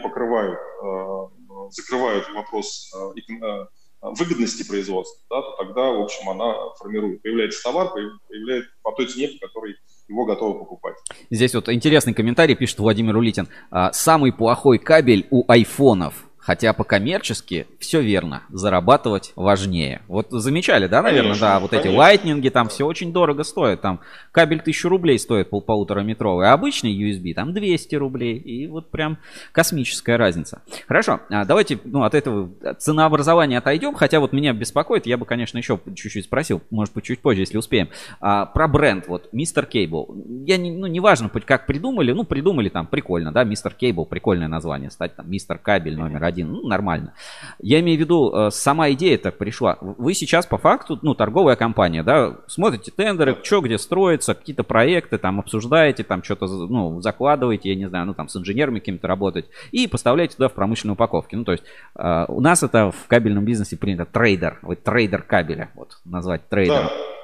закрывают вопрос выгодности производства, да, то тогда, в общем, она формирует. Появляется товар, появляется по той цене, по которой его готовы покупать. Здесь вот интересный комментарий пишет Владимир Улитин. Самый плохой кабель у айфонов. Хотя по-коммерчески все верно. Зарабатывать важнее. Вот замечали, да, наверное? Конечно, да, вот конечно. Эти лайтнинги, там все очень дорого стоит. Там кабель 1000 рублей стоит полутораметровый, а обычный USB там 200 рублей. И вот прям космическая разница. Хорошо, давайте от этого ценообразования отойдем. Хотя вот меня беспокоит, я бы, конечно, еще чуть-чуть спросил, может быть, чуть позже, если успеем. Про бренд, вот, Mr. Cable. Я не важно, как придумали, придумали там прикольно, да, Mr. Cable, прикольное название, стать там Mr. Кабель номер 1. Нормально. Я имею в виду, сама идея так пришла. Вы сейчас по факту, торговая компания, да, смотрите тендеры, что где строится, какие-то проекты, там обсуждаете, там что-то, закладываете, я не знаю, там с инженерами какими-то работать и поставляете туда в промышленной упаковке. То есть у нас это в кабельном бизнесе принято трейдер, вы трейдер кабеля, вот, назвать трейдером.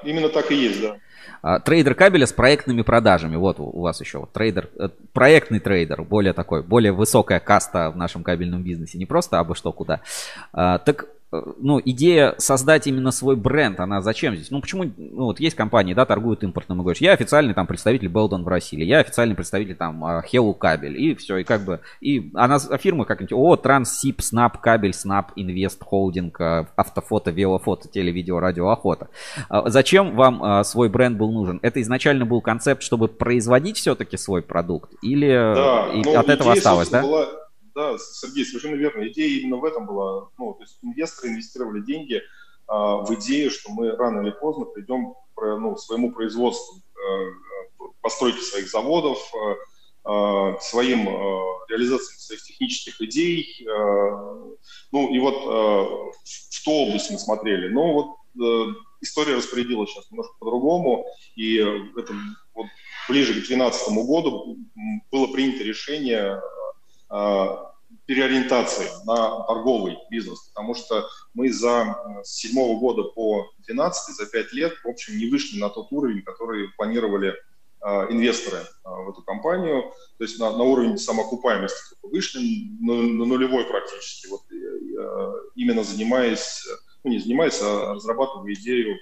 именно так и есть, да. Трейдер кабеля с проектными продажами. Вот у вас еще вот трейдер, проектный трейдер, более высокая каста в нашем кабельном бизнесе. Не просто абы что куда. Так, ну, идея создать именно свой бренд, она зачем здесь? Ну, почему, ну, вот есть компании, да, торгуют импортным, и говоришь, я официальный там представитель Белдон в России, или я официальный представитель там Hello Кабель, и все, и как бы, и она, фирма как-нибудь, Транссиб, Снап, Кабель, Снап, Инвест, Холдинг, Автофото, Велофото, Телевидео, Радио, Охота. Зачем вам свой бренд был нужен? Это изначально был концепт, чтобы производить все-таки свой продукт, или от этого осталось, да? Да, Сергей, совершенно верно. Идея именно в этом была. Ну, то есть инвесторы инвестировали деньги в идею, что мы рано или поздно придем к своему производству, постройке своих заводов, к своим реализациям своих технических идей. Ну и вот в ту область мы смотрели. Но вот история распорядилась сейчас немножко по-другому, и это вот ближе к 2012 году было принято решение переориентации на торговый бизнес, потому что мы с 2007 года по 2012, за 5 лет, в общем, не вышли на тот уровень, который планировали инвесторы в эту компанию, то есть на уровень самоокупаемости вышли на нулевой практически, вот, именно занимаясь, ну не занимаясь, а разрабатывая идею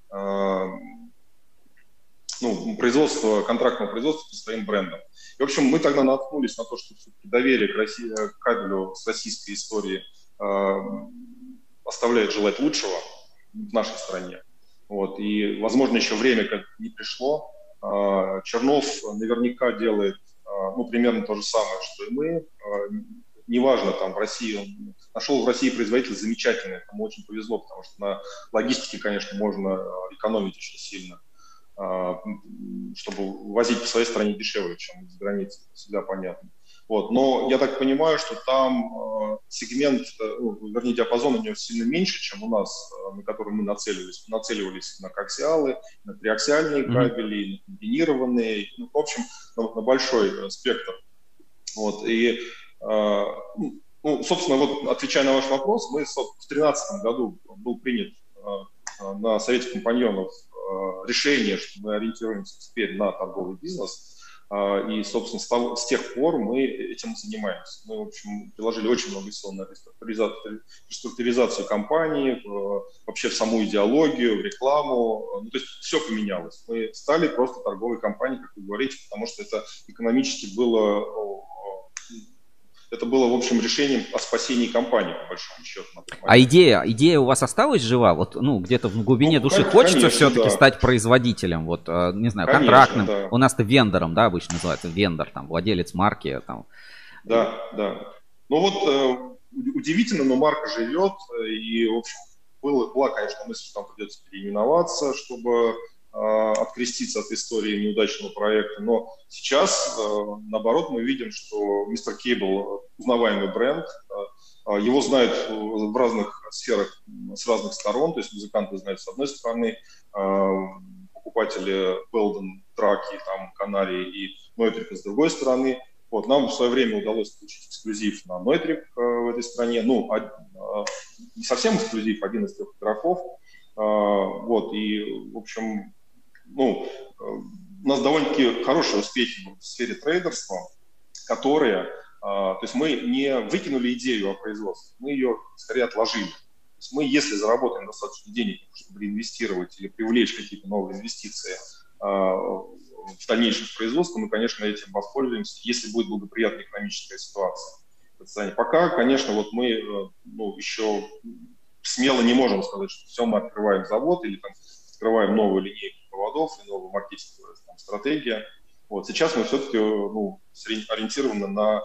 контрактного производства со своим брендом. И, в общем, мы тогда наткнулись на то, что доверие к кабелю с российской историей оставляет желать лучшего в нашей стране. Вот. И, возможно, еще время как не пришло. Чернов наверняка делает примерно то же самое, что и мы. Неважно, там в России, он нашел в России производитель замечательный, ему очень повезло, потому что на логистике, конечно, можно экономить очень сильно, чтобы возить по своей стране дешевле, чем за границей, это всегда понятно. Вот. Но я так понимаю, что там сегмент, диапазон у него сильно меньше, чем у нас, на который мы нацеливались. Мы нацеливались на коаксиалы, на триаксиальные кабели, на комбинированные, в общем, на большой спектр. Вот. И, собственно, вот отвечая на ваш вопрос, мы в 2013 году был принят на Совете компаньонов решение, что мы ориентируемся теперь на торговый бизнес, и, собственно, с тех пор мы этим занимаемся. Мы, в общем, приложили очень много сил на реструктуризацию компании, вообще в саму идеологию, в рекламу, то есть все поменялось. Мы стали просто торговой компанией, как вы говорите, потому что это экономически было... Это было, в общем, решением о спасении компании, по большому счету. А идея у вас осталась жива? Вот, где-то в глубине души хочется все-таки стать производителем, вот, не знаю, контрактным. Да. У нас-то вендором, да, обычно называется, вендор, там, владелец марки. Там. Да. Ну вот, удивительно, но марка живет, и, в общем, была, конечно, мысль, что там придется переименоваться, чтобы откреститься от истории неудачного проекта. Но сейчас, наоборот, мы видим, что Mr. Cable узнаваемый бренд, его знают в разных сферах с разных сторон, то есть музыканты знают с одной стороны, покупатели Belden, Траки, там, Канарии и Noitrek с другой стороны. Вот, нам в свое время удалось получить эксклюзив на Noitrek в этой стране, не совсем эксклюзив, один из 3 игроков. Вот, и, в общем, у нас довольно-таки хорошие успехи в сфере трейдерства, которые, то есть мы не выкинули идею о производстве, мы ее скорее отложили. То есть мы, если заработаем достаточно денег, чтобы инвестировать или привлечь какие-то новые инвестиции в дальнейшем производство, мы, конечно, этим воспользуемся, если будет благоприятная экономическая ситуация. Пока, конечно, вот мы еще смело не можем сказать, что все, мы открываем завод или там открываем новую линейку проводов и новую маркетинговую стратегию. Вот. Сейчас мы все-таки ориентированы на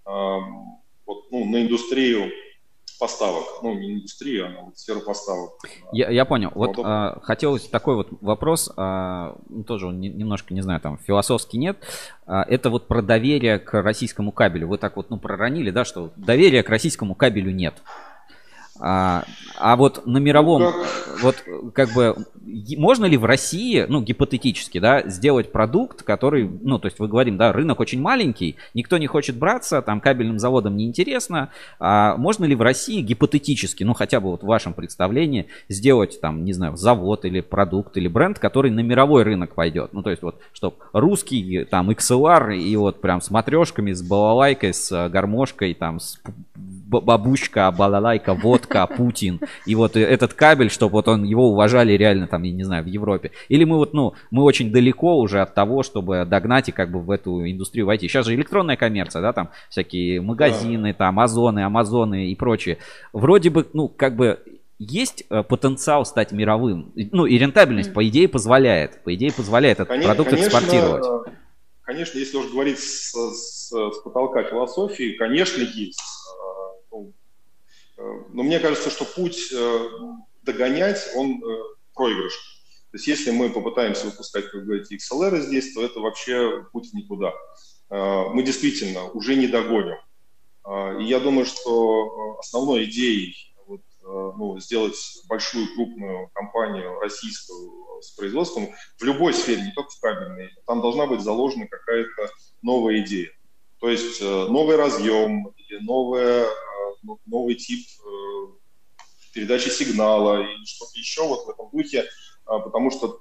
индустрию поставок. Не индустрию, а сферу поставок. Я понял. Вот хотелось такой вот вопрос, тоже немножко, не знаю, там философский нет. Это вот про доверие к российскому кабелю. Вы так вот проронили, да, что доверия к российскому кабелю нет. А вот на мировом, вот как бы можно ли в России, ну, гипотетически, да, сделать продукт, который, ну, то есть мы говорим, да, рынок очень маленький, никто не хочет браться, там кабельным заводам неинтересно, а можно ли в России гипотетически, ну, хотя бы вот в вашем представлении, сделать там, не знаю, завод или продукт или бренд, который на мировой рынок пойдет, ну, то есть вот, чтобы русский, там, XLR и вот прям с матрешками, с балалайкой, с гармошкой, там, с бабушка, балалайка, водка, Путин, и вот этот кабель, чтобы вот он, его уважали реально там, я не знаю, в Европе. Или мы вот, ну, мы очень далеко уже от того, чтобы догнать и как бы в эту индустрию войти. Сейчас же электронная коммерция, да, там всякие магазины, там, Озоны, Амазоны и прочее. Вроде бы, ну, как бы есть потенциал стать мировым. Ну, и рентабельность, по идее, позволяет. По идее, позволяет этот продукт экспортировать. Конечно, если уж говорить с потолка философии, конечно, есть. Но мне кажется, что путь догонять, он проигрышный. То есть если мы попытаемся выпускать, как вы говорите, XLR здесь, то это вообще путь в никуда. Мы действительно уже не догоним. И я думаю, что основной идеей сделать большую крупную компанию российскую с производством в любой сфере, не только в кабельной, там должна быть заложена какая-то новая идея. То есть новый разъем или новый тип передачи сигнала или что-то еще вот в этом духе, потому что...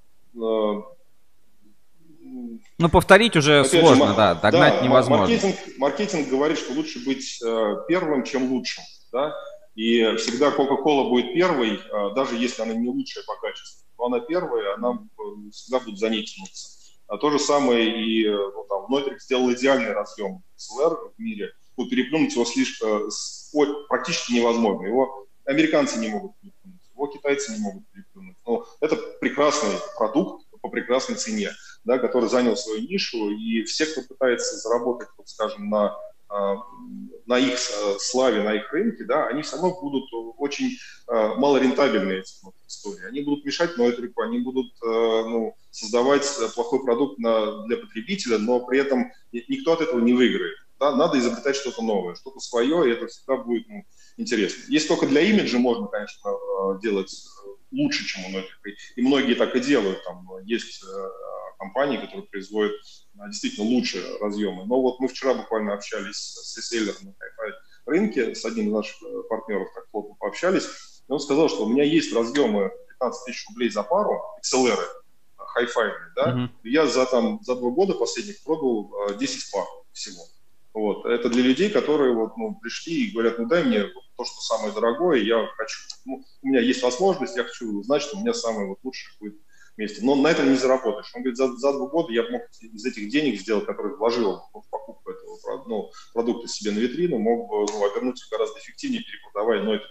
Ну, повторить уже сложно, да, догнать невозможно. Маркетинг говорит, что лучше быть первым, чем лучшим, да, и всегда Coca-Cola будет первой, даже если она не лучшая по качеству, но она первая, она всегда будет за ней тянуться. А то же самое и Noitrix сделал идеальный разъем XLR в мире, но переплюнуть его практически невозможно. Его американцы не могут переплюнуть, его китайцы не могут переплюнуть. Но это прекрасный продукт по прекрасной цене, да, который занял свою нишу, и все, кто пытается заработать, вот, скажем, на их славе, на их рынке, да, они все равно будут очень малорентабельные эти истории. Они будут мешать Noitrix, они будут создавать плохой продукт для потребителя, но при этом никто от этого не выиграет. Да? Надо изобретать что-то новое, что-то свое, и это всегда будет интересно. Если только для имиджа можно, конечно, делать лучше, чем у Noitrix, и многие так и делают. Там есть компании, которые производят действительно лучшие разъемы. Но вот мы вчера буквально общались с реселлером на Hi-Fi рынке, с одним из наших партнеров, так плотно пообщались, и он сказал, что у меня есть разъемы 15 тысяч рублей за пару, XLR, Hi-Fi, да, и я за 2 года последних продал 10 пар всего. Вот. Это для людей, которые пришли и говорят, дай мне то, что самое дорогое, я хочу. У меня есть возможность, я хочу знать, что у меня самое лучшее будет вместе. Но на этом не заработаешь. Он говорит, за 2 года я мог из этих денег сделать, которые вложил в покупку этого продукта себе на витрину, мог бы обернуть их гораздо эффективнее, перепродавая Noitrix.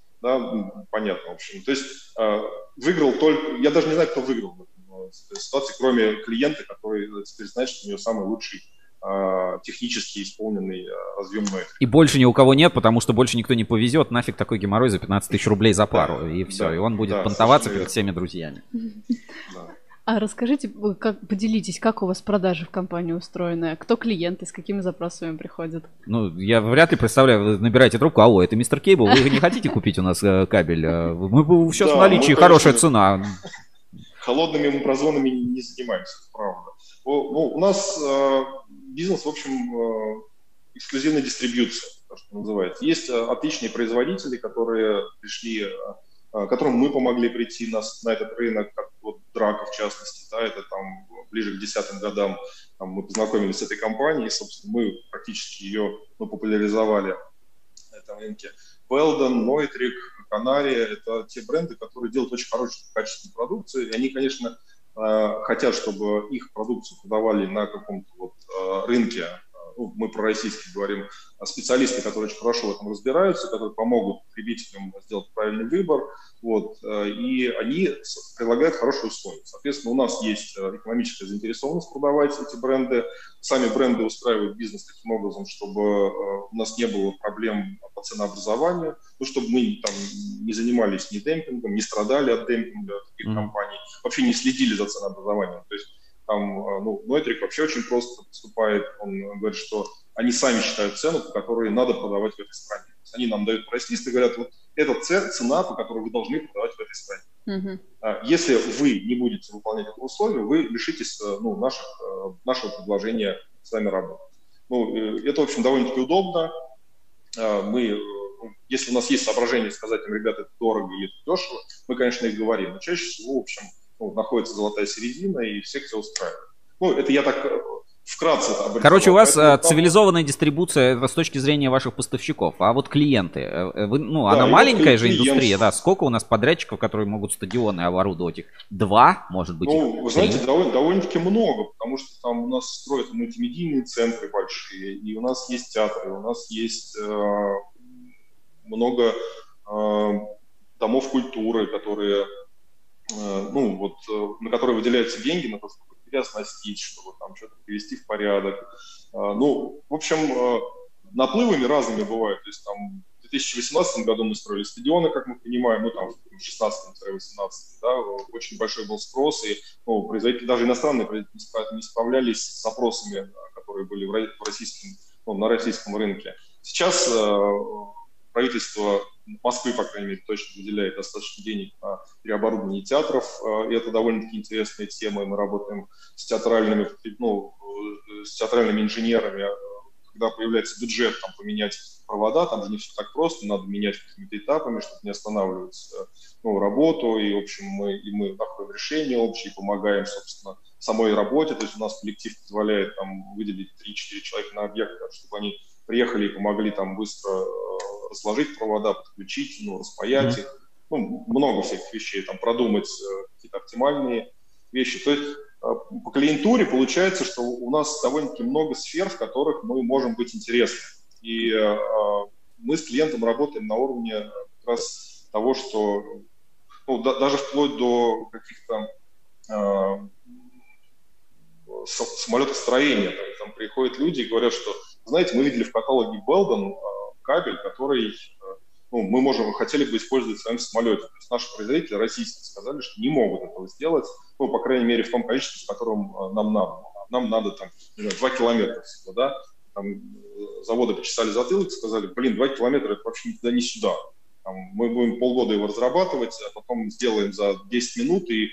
Да, понятно, в общем. То есть выиграл только... Я даже не знаю, кто выиграл в этой ситуации, кроме клиента, который теперь знает, что у него самый лучший технически исполненный разъем Noitrix. И больше ни у кого нет, потому что больше никто не повезет. Нафиг такой геморрой за 15 тысяч рублей за пару. И все. Да, и он будет понтоваться перед всеми друзьями. Да. А расскажите, поделитесь, как у вас продажи в компании устроены? Кто клиенты, с какими запросами приходят? Ну, я вряд ли представляю, вы набираете трубку, алло, это мистер Кейбл, вы не хотите купить у нас кабель? Мы сейчас в наличии, хорошая цена. Холодными прозвонами не занимаемся, правда. У нас бизнес, в общем, эксклюзивная дистрибьюция, то, что называется. Есть отличные производители, которые пришли, которым мы помогли прийти на этот рынок, как вот Драко в частности, да, это там ближе к 10-м годам мы познакомились с этой компанией, собственно, мы практически ее популяризовали на этом рынке. Weldon, Noitrix, Канария – это те бренды, которые делают очень хорошую качественную продукцию, и они, конечно, хотят, чтобы их продукцию продавали на каком-то рынке, мы про российский говорим, специалисты, которые очень хорошо в этом разбираются, которые помогут потребителям сделать правильный выбор, и они предлагают хорошие условия. Соответственно, у нас есть экономическая заинтересованность продавать эти бренды. Сами бренды устраивают бизнес таким образом, чтобы у нас не было проблем по ценообразованию, чтобы мы там не занимались ни демпингом, не страдали от демпинга таких компаний, вообще не следили за ценообразованием. То есть там, Noitrix вообще очень просто поступает. Он говорит, что они сами считают цену, по которой надо продавать в этой стране. То есть они нам дают прайс-лист и говорят, вот это цена, по которой вы должны продавать в этой стране. Если вы не будете выполнять это условие, вы лишитесь нашего предложения с вами работать. Это, в общем, довольно-таки удобно. Если у нас есть соображение сказать им, ребята, это дорого или это дешево, мы, конечно, их говорим. Но чаще всего, в общем, находится золотая середина, и всех все устраивает. Это я так вкратце обрисовал. Короче, у вас цивилизованная дистрибуция с точки зрения ваших поставщиков. А вот клиенты, она маленькая же индустрия, да? Сколько у нас подрядчиков, которые могут стадионы оборудовать их? 2, может быть, вы знаете, довольно-таки много, потому что там у нас строят мультимедийные центры большие, и у нас есть театры, у нас есть много домов культуры, которые, на которые выделяются деньги на то, чтобы переоснастить, чтобы там что-то привести в порядок. В общем, наплывами разными бывают. То есть там в 2018 году мы строили стадионы, как мы понимаем, в 2016-2018, да, очень большой был спрос, и производители, даже иностранные производители, не справлялись с запросами, которые были на российском рынке. Сейчас правительство Москвы, по крайней мере, точно выделяет достаточно денег на переоборудование театров. И это довольно-таки интересная тема. И мы работаем с театральными инженерами. Когда появляется бюджет поменять провода, там же не все так просто, надо менять какими-то этапами, чтобы не останавливать работу. И, в общем, мы находим решение общее, помогаем, собственно, самой работе. То есть у нас коллектив позволяет выделить 3-4 человека на объект, чтобы они приехали и помогли быстро разложить провода, подключить, распаять их. Много всяких вещей, продумать какие-то оптимальные вещи. То есть по клиентуре получается, что у нас довольно-таки много сфер, в которых мы можем быть интересны. И мы с клиентом работаем на уровне как раз того, что даже вплоть до каких-то самолетостроения. Там приходят люди и говорят, что, знаете, мы видели в каталоге Belden кабель, который мы хотели бы использовать в своем самолете. То есть наши производители российские сказали, что не могут этого сделать, по крайней мере, в том количестве, в котором нам надо. Нам надо 2 километра всего, да? Заводы почесали затылок и сказали, 2 километра, это вообще никуда не сюда. Мы будем полгода его разрабатывать, а потом сделаем за 10 минут, и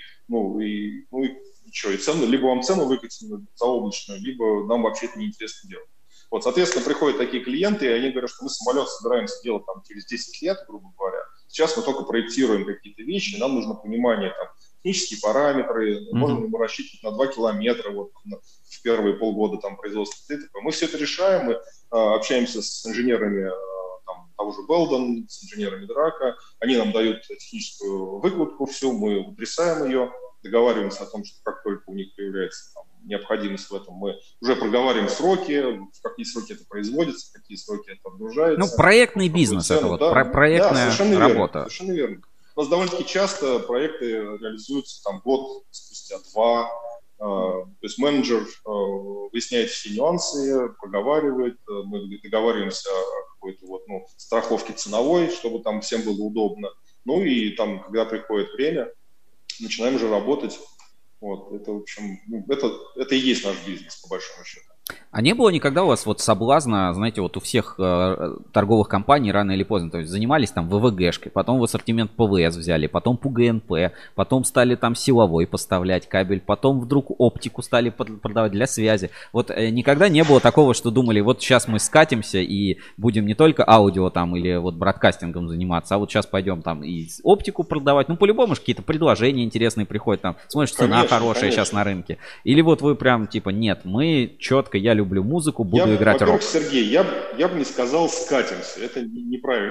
цену, либо вам цену выкатим заоблачную, либо нам вообще это неинтересно делать. Соответственно, приходят такие клиенты, и они говорят, что мы самолет собираемся делать через 10 лет, грубо говоря. Сейчас мы только проектируем какие-то вещи, нам нужно понимание, технические параметры, можем ли мы рассчитывать на 2 километра в первые полгода производства. Мы все это решаем, мы общаемся с инженерами того же Belden, с инженерами Драка, они нам дают техническую выкладку всю, мы утрясаем ее, договариваемся о том, что как только у них появляется необходимость в этом, мы уже проговариваем сроки, в какие сроки это производится, в какие сроки это отгружается. проектный бизнес, это проектная работа. Совершенно верно. У нас довольно-таки часто проекты реализуются год спустя 2. То есть менеджер выясняет все нюансы, проговаривает, мы договариваемся о какой-то страховке ценовой, чтобы всем было удобно. И когда приходит время, начинаем уже работать. Это, в общем, это и есть наш бизнес, по большому счету. А не было никогда у вас соблазна, знаете, у всех торговых компаний рано или поздно, то есть занимались ВВГшкой, потом в ассортимент ПВС взяли, потом ПГНП, потом стали силовой поставлять кабель, потом вдруг оптику стали продавать для связи. Никогда не было такого, что думали, сейчас мы скатимся и будем не только аудио или бродкастингом заниматься, а сейчас пойдем и оптику продавать. По-любому же какие-то предложения интересные приходят, смотришь, цена хорошая сейчас на рынке. Или вы прям нет, мы четко, я люблю музыку, буду играть рок. Сергей, я бы не сказал скатимся, это неправильно.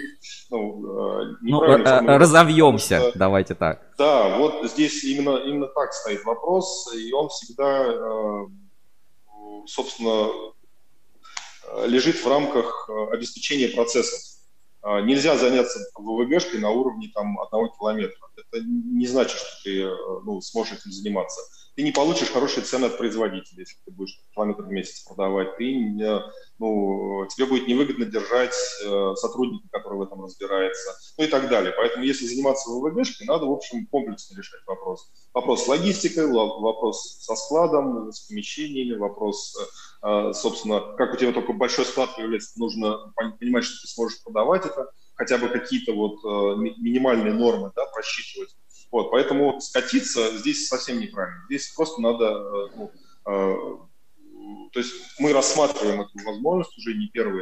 Разовьемся, давайте так. Да, здесь именно так стоит вопрос, и он всегда, собственно, лежит в рамках обеспечения процессов. Нельзя заняться ВВГшкой на уровне там 1 километра. Это не значит, что ты сможешь этим заниматься. Ты не получишь хорошие цены от производителя, если ты будешь километр в месяц продавать. Тебе будет невыгодно держать сотрудника, который в этом разбирается, и так далее. Поэтому, если заниматься ВВГшкой, надо, в общем, комплексно решать вопрос. Вопрос с логистикой, вопрос со складом, с помещениями, вопрос, собственно, как у тебя только большой склад появляется, нужно понимать, что ты сможешь продавать это, хотя бы какие-то минимальные нормы, да, просчитывать. Поэтому скатиться здесь совсем неправильно. Здесь просто надо, то есть мы рассматриваем эту возможность уже не первый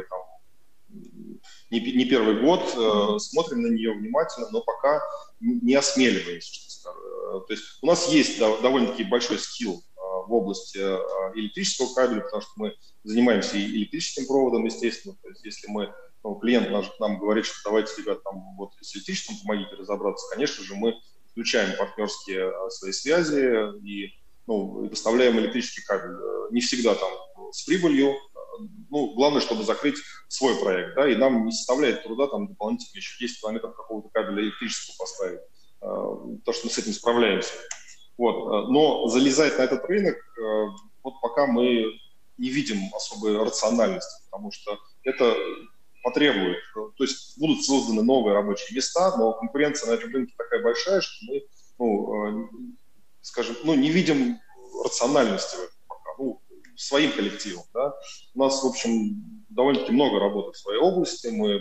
год, смотрим на нее внимательно, но пока не осмеливаемся. То есть у нас есть довольно-таки большой скилл в области электрического кабеля, потому что мы занимаемся и электрическим проводом, естественно. То есть если клиент нам говорит, что давайте, ребят, с электричеством помогите разобраться, конечно же, мы включаем партнерские свои связи и поставляем электрический кабель. Не всегда с прибылью. Главное, чтобы закрыть свой проект, да, и нам не составляет труда дополнительно еще 10 километров какого-то кабеля электрического поставить. То, что мы с этим справляемся. Но залезать на этот рынок, пока мы не видим особой рациональности, потому что это потребует, то есть будут созданы новые рабочие места, но конкуренция на этом рынке такая большая, что мы, не видим рациональности в этом пока, своим коллективом. Да? У нас, в общем, довольно-таки много работы в своей области, мы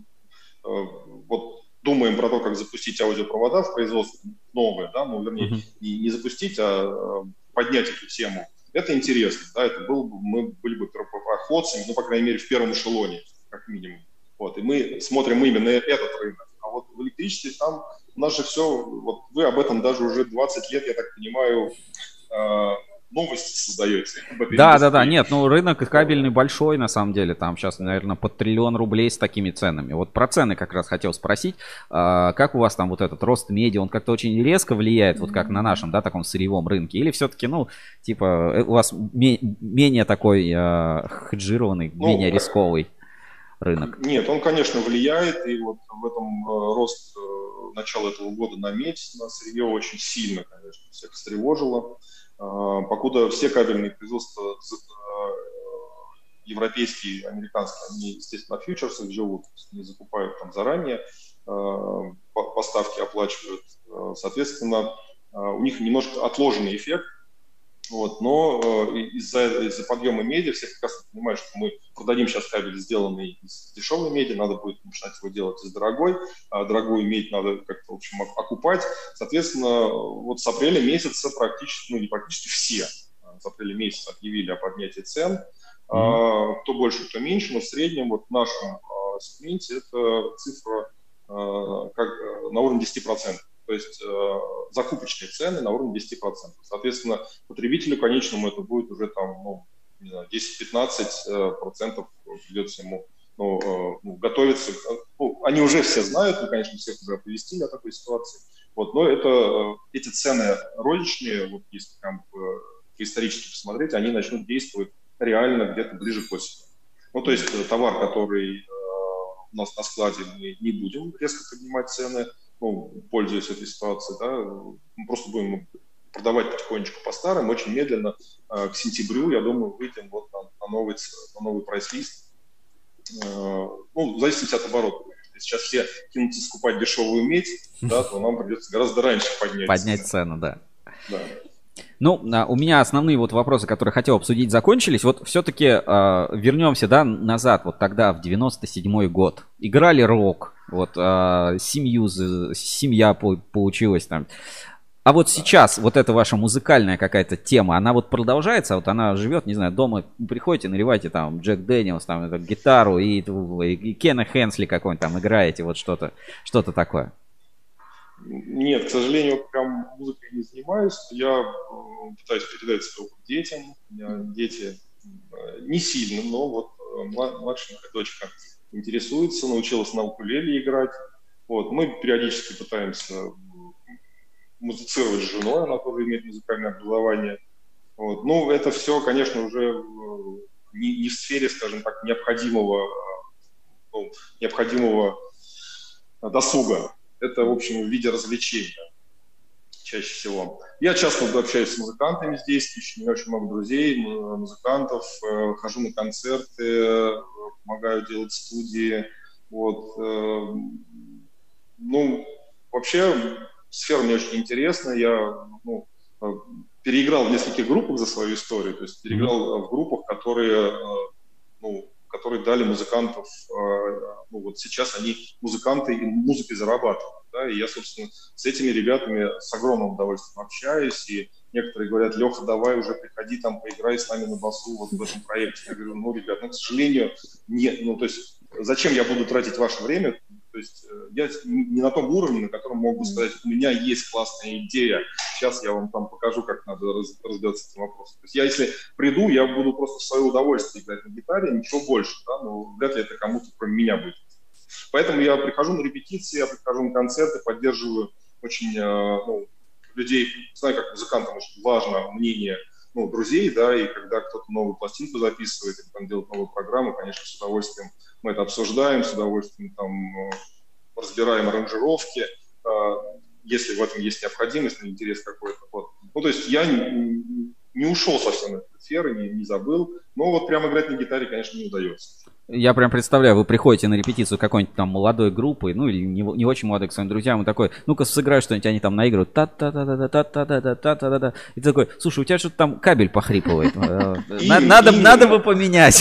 думаем про то, как запустить аудиопровода в производстве новые, да, вернее, не запустить, а поднять эту тему. Это интересно, да, мы были бы первопроходцами, по крайней мере, в первом эшелоне, как минимум. И мы смотрим именно этот рынок. А в электричестве там у нас же все, вы об этом даже уже 20 лет, я так понимаю, новости создаете. Да, нет, рынок кабельный большой, на самом деле, там сейчас, наверное, под 1 000 000 рублей с такими ценами. Про цены как раз хотел спросить, как у вас там этот рост меди, он как-то очень резко влияет, как на нашем, да, таком сырьевом рынке, или все-таки, у вас менее такой хеджированный, менее рисковый рынок? Нет, он, конечно, влияет, и в этом рост начала этого года на медь, на сырье очень сильно, конечно, всех встревожило. Покуда все кабельные производства европейские, американские, они, естественно, на фьючерсах живут, не закупают заранее, поставки оплачивают, соответственно, у них немножко отложенный эффект, но из-за подъема меди все прекрасно понимают, что мы продадим сейчас кабель, сделанный из дешевой меди, надо будет начинать его делать из дорогой, а дорогую медь надо как-то, в общем, окупать. Соответственно, с апреля месяца практически все с апреля месяца объявили о поднятии цен. Кто больше, кто меньше, но в среднем в нашем сегменте это цифра на уровне 10%. То есть закупочные цены на уровне 10%. Соответственно, потребителю конечному это будет уже 10-15% придется ему готовиться. Они уже все знают, мы, конечно, всех уже оповестили о такой ситуации. Но эти цены розничные, если исторически посмотреть, они начнут действовать реально где-то ближе к осени. То есть товар, который у нас на складе, мы не будем резко поднимать цены, пользуясь этой ситуацией, да, мы просто будем продавать потихонечку по старым, очень медленно. К сентябрю, я думаю, выйдем на новый прайс-лист. В зависимости от оборота. Если сейчас все кинутся скупать дешевую медь, да, то нам придется гораздо раньше поднять цену, да. Да. У меня основные вопросы, которые хотел обсудить, закончились. Все-таки вернемся, да, назад, тогда, в 97-й год. Играли рок, семья получилась там. А сейчас эта ваша музыкальная какая-то тема, она продолжается, она живет, не знаю, дома приходите, наливайте там Джек Дэниелс, гитару и Кена Хенсли какой-нибудь играете, что-то такое. Нет, к сожалению, прям музыкой не занимаюсь. Я пытаюсь передать свой опыт детям. У меня дети не сильно, но младшая дочка интересуется, научилась на укулеле играть. Мы периодически пытаемся музицировать с женой, она тоже имеет музыкальное образование. Это все, конечно, уже не в сфере, скажем так, необходимого необходимого досуга. Это, в общем, в виде развлечения чаще всего. Я часто общаюсь с музыкантами здесь, у меня очень много друзей, музыкантов, хожу на концерты, помогаю делать студии. Вообще, сфера мне очень интересна. Я переиграл в нескольких группах за свою историю, то есть переиграл в группах, которые дали музыкантов, сейчас они музыканты и музыкой зарабатывают, да, и я, собственно, с этими ребятами с огромным удовольствием общаюсь, и некоторые говорят: Леха, давай уже приходи там, поиграй с нами на басу вот в этом проекте. Я говорю: ребят, к сожалению, нет, то есть зачем я буду тратить ваше время? То есть я не на том уровне, на котором могу сказать: у меня есть классная идея, сейчас я вам там покажу, как надо разбираться с этим вопросом. То есть я, если приду, я буду просто в свое удовольствие играть на гитаре, ничего больше, да, но вряд ли это кому-то кроме меня будет. Поэтому я прихожу на репетиции, я прихожу на концерты, поддерживаю очень людей, знаю, как музыкантам очень важно мнение друзей, да, и когда кто-то новую пластинку записывает, или там делает новую программу, конечно, с удовольствием мы это обсуждаем, с удовольствием там разбираем аранжировки, если в этом есть необходимость, интерес какой-то. То есть я не ушел совсем от этой сферы, не забыл, но прям играть на гитаре, конечно, не удается. Я прям представляю, вы приходите на репетицию какой-нибудь там молодой группы, или не очень молодой, к своим друзьям, и такой: ну-ка сыграй что-нибудь, они там наигрывают, та-та-та-та-та-та-та-та-та-та-та. И ты такой: слушай, у тебя что-то там кабель похрипывает, надо бы поменять.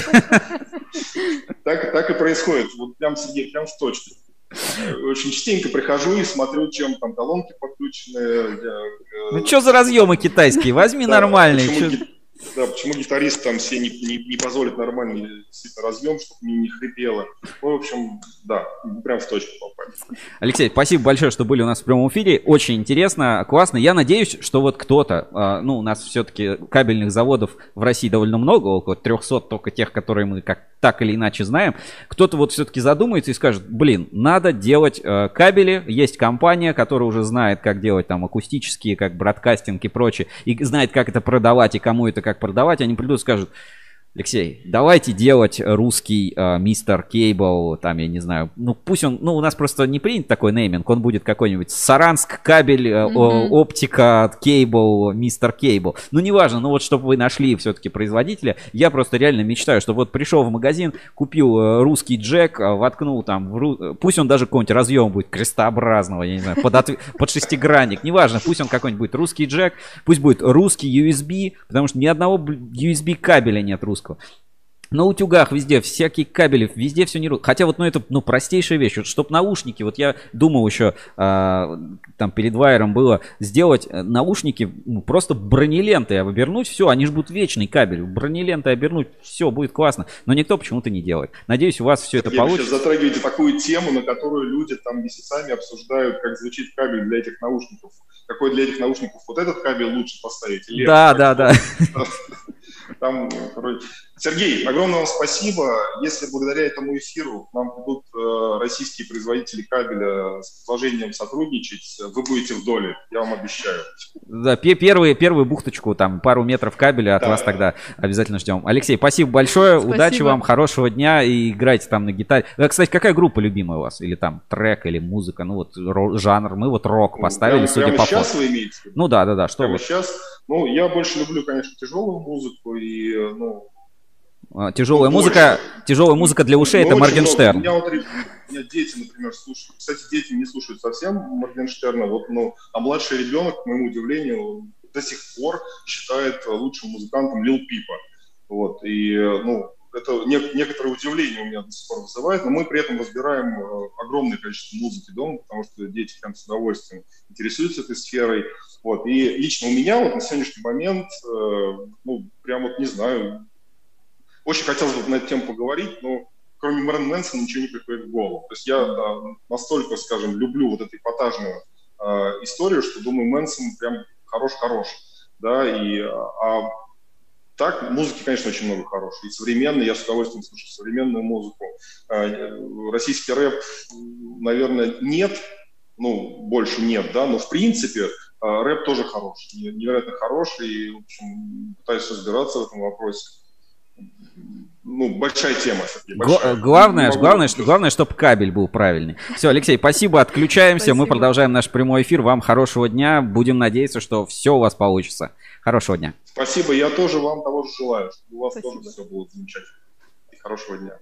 Так и происходит, вот прям в точке. Очень частенько прихожу и смотрю, чем там колонки подключены. Ну что за разъемы китайские? Возьми нормальные. Почему гитарист там себе не позволит нормальный действительно разъем, чтобы не хрипело. В общем, да, прям в точку попали. Алексей, спасибо большое, что были у нас в прямом эфире. Очень интересно, классно. Я надеюсь, что вот кто-то, у нас все-таки кабельных заводов в России довольно много, около 300, только тех, которые мы так или иначе знаем. Кто-то вот все-таки задумается и скажет: блин, надо делать кабели. Есть компания, которая уже знает, как делать там акустические, как бродкастинг и прочее, и знает, как это продавать и кому это как продавать. Они придут и скажут: Алексей, давайте делать русский мистер Кейбл, там, я не знаю, пусть он, у нас просто не принят такой нейминг, он будет какой-нибудь Саранск, кабель, оптика, Кейбл, мистер Кейбл. Неважно, вот чтобы вы нашли все-таки производителя. Я просто реально мечтаю, что вот пришел в магазин, купил русский джек, воткнул там, пусть он даже какой-нибудь разъем будет крестообразного, я не знаю, под шестигранник, неважно, пусть он какой-нибудь будет русский джек, пусть будет русский USB, потому что ни одного USB кабеля нет русского. На утюгах везде, всякие кабели, везде все не... Хотя вот, это, простейшая вещь. Вот, чтоб наушники, вот я думал еще, там перед Вайером было сделать наушники просто бронелентой обернуть, все, они же будут вечный кабель, бронелентой обернуть, все, будет классно. Но никто почему-то не делает. Надеюсь, у вас все это получится. Вы сейчас затрагиваете такую тему, на которую люди там месяцами обсуждают, как звучит кабель для этих наушников. Какой для этих наушников вот этот кабель лучше поставить? Или да. Там, Сергей, огромное вам спасибо. Если благодаря этому эфиру к нам придут российские производители кабеля с предложением сотрудничать, вы будете в доле, я вам обещаю. Да, первую бухточку, там, пару метров кабеля от вас тогда обязательно ждем. Алексей, спасибо большое, удачи вам, хорошего дня и играйте там на гитаре. Кстати, какая группа любимая у вас? Или там трек, или музыка? Жанр. Мы вот рок поставили, судя по сейчас вы имеете? Да. Что вы? Сейчас? Я больше люблю, конечно, тяжелую музыку и, Тяжелая музыка для ушей — это Моргенштерн. У меня дети, например, слушают. Кстати, дети не слушают совсем Моргенштерна. А младший ребенок, к моему удивлению, до сих пор считает лучшим музыкантом Лил Пипа. И, это некоторое удивление у меня до сих пор вызывает, но мы при этом разбираем огромное количество музыки дома, потому что дети прям с удовольствием интересуются этой сферой. И лично у меня на сегодняшний момент, прям не знаю, очень хотелось бы на эту тему поговорить, но кроме Мэрилина Мэнсона ничего не приходит в голову. То есть я настолько, скажем, люблю вот эту эпатажную историю, что думаю, Мэнсон прям хорош. Да, так, музыки, конечно, очень много хорошей. И современной, я с удовольствием слушаю современную музыку. Российский рэп, наверное, нет, больше нет, да, но в принципе рэп тоже хороший, невероятно хороший, и, в общем, пытаюсь разбираться в этом вопросе. большая тема. Большая. Главное, чтобы кабель был правильный. Все, Алексей, спасибо, отключаемся. Спасибо. Мы продолжаем наш прямой эфир. Вам хорошего дня. Будем надеяться, что все у вас получится. Хорошего дня. Спасибо, я тоже вам того же желаю, чтобы у вас Спасибо. тоже все было замечательно. И хорошего дня.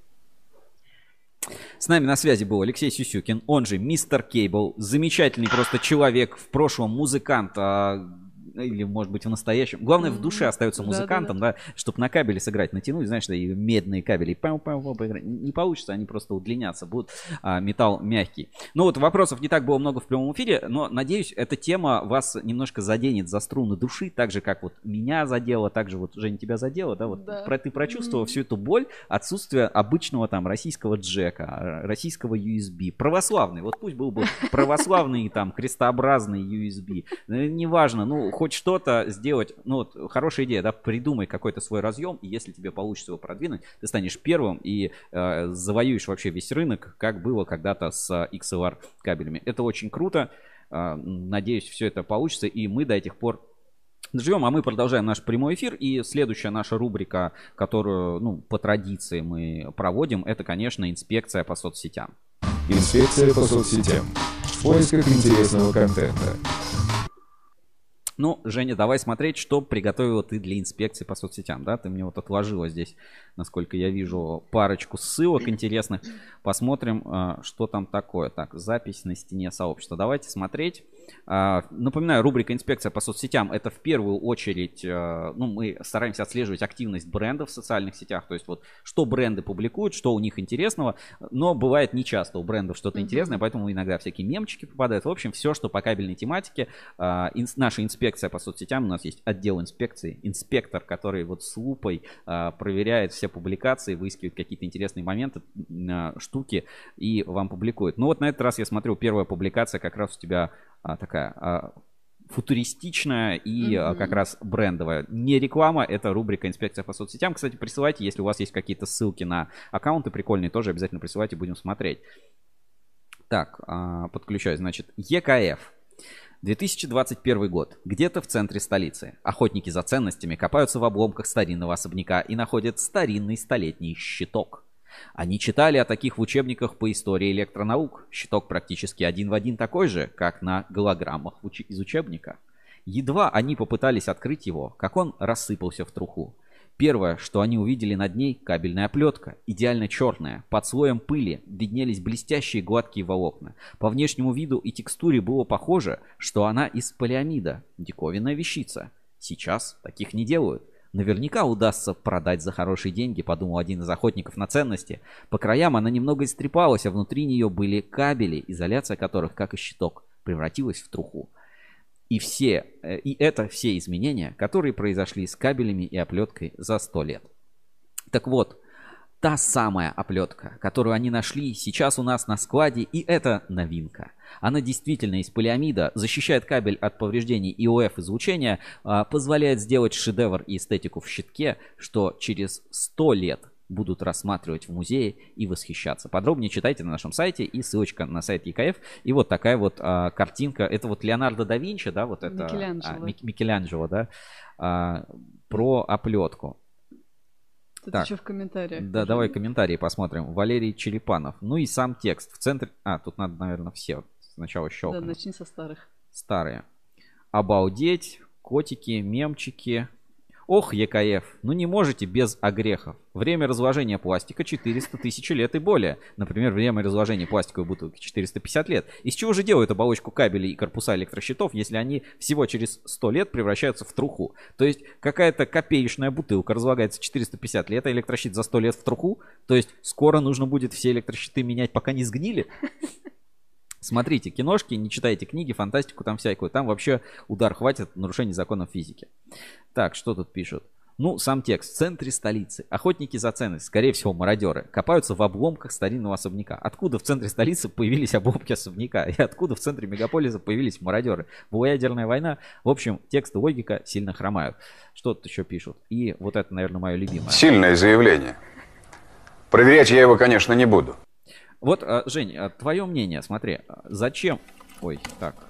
С нами на связи был Алексей Сюсюкин, он же Мистер Кейбл. Замечательный просто человек, в прошлом музыкант, или, может быть, в настоящем. Главное, в душе остается музыкантом, да, чтобы на кабеле сыграть, натянуть, знаешь, да, и медные кабели. Поиграть. Не получится, они просто удлинятся, будут металл мягкий. Ну вот, вопросов не так было много в прямом эфире, но, надеюсь, эта тема вас немножко заденет за струны души, так же, как вот меня задела, так же вот, Женя, тебя задела, да, вот ты прочувствовал всю эту боль, отсутствие обычного там российского джека, российского USB, православный, вот пусть был бы православный там крестообразный USB, неважно, ну, хоть что-то сделать, ну вот хорошая идея, да, придумай какой-то свой разъем, и если тебе получится его продвинуть, ты станешь первым и завоюешь вообще весь рынок, как было когда-то с XLR кабелями. Это очень круто, надеюсь, все это получится, и мы до этих пор живем, а мы продолжаем наш прямой эфир, и следующая наша рубрика, которую, ну, по традиции мы проводим, это, конечно, инспекция по соцсетям. Инспекция по соцсетям. В поисках интересного контента. Ну, Женя, давай смотреть, что приготовила ты для инспекции по соцсетям, да? Ты мне вот отложила здесь, насколько я вижу, парочку ссылок интересных. Посмотрим, что там такое. Так, запись на стене сообщества. Давайте смотреть. Напоминаю, рубрика «Инспекция по соцсетям» — это в первую очередь, ну, мы стараемся отслеживать активность брендов в социальных сетях, то есть вот что бренды публикуют, что у них интересного, но бывает нечасто у брендов что-то интересное, поэтому иногда всякие мемчики попадают. В общем, все, что по кабельной тематике. Наша инспекция по соцсетям, у нас есть отдел инспекции, инспектор, который вот с лупой проверяет все публикации, выискивает какие-то интересные моменты, штуки и вам публикует. Ну вот на этот раз я смотрю, первая публикация как раз у тебя такая футуристичная и как раз брендовая. Не реклама, это рубрика «Инспекция по соцсетям». Кстати, присылайте, если у вас есть какие-то ссылки на аккаунты прикольные, тоже обязательно присылайте, будем смотреть. Так, подключаюсь. Значит, ЕКФ. 2021 год. Где-то в центре столицы. Охотники за ценностями копаются в обломках старинного особняка и находят старинный столетний щиток. Они читали о таких в учебниках по истории электронаук. Щиток практически один в один такой же, как на голограммах из учебника. Едва они попытались открыть его, как он рассыпался в труху. Первое, что они увидели над ней — кабельная оплетка, идеально черная. Под слоем пыли виднелись блестящие гладкие волокна. По внешнему виду и текстуре было похоже, что она из полиамида. Диковинная вещица. Сейчас таких не делают. Наверняка удастся продать за хорошие деньги, подумал один из охотников на ценности. По краям она немного истрепалась, а внутри нее были кабели, изоляция которых, как и щиток, превратилась в труху. И это все изменения, которые произошли с кабелями и оплеткой за 100 лет. Так вот, та самая оплетка, которую они нашли, сейчас у нас на складе, и это новинка. Она действительно из полиамида, защищает кабель от повреждений ИОФ-излучения, позволяет сделать шедевр и эстетику в щитке, что через 100 лет будут рассматривать в музее и восхищаться. Подробнее читайте на нашем сайте, и ссылочка на сайт ЕКФ. И вот такая вот картинка. Это вот Леонардо да Винчи, да, вот это Микеланджело, да, про оплетку. Тут так, еще в комментариях. Да, давай комментарии посмотрим. Валерий Черепанов. Ну и сам текст. В центре... тут надо, наверное, все сначала щелкнуть. Да, начни со старых. Старые. Обалдеть. Котики, мемчики. Ох, ЕКФ, ну не можете без огрехов. Время разложения пластика 400 тысяч лет и более. Например, время разложения пластиковой бутылки 450 лет. Из чего же делают оболочку кабелей и корпуса электрощитов, если они всего через 100 лет превращаются в труху? То есть какая-то копеечная бутылка разлагается 450 лет, а электрощит за 100 лет в труху? То есть скоро нужно будет все электрощиты менять, пока не сгнили? Смотрите киношки, не читайте книги, фантастику там всякую. Там вообще удар хватит, нарушение законов физики. Так, что тут пишут? Ну, сам текст. В центре столицы. Охотники за ценность, скорее всего, мародеры, копаются в обломках старинного особняка. Откуда в центре столицы появились обломки особняка? И откуда в центре мегаполиса появились мародеры? Была ядерная война. В общем, текст и логика сильно хромают. Что тут еще пишут? И вот это, наверное, мое любимое. Сильное заявление. Проверять я его, конечно, не буду. Вот, Жень, твое мнение, смотри, зачем... Ой, так,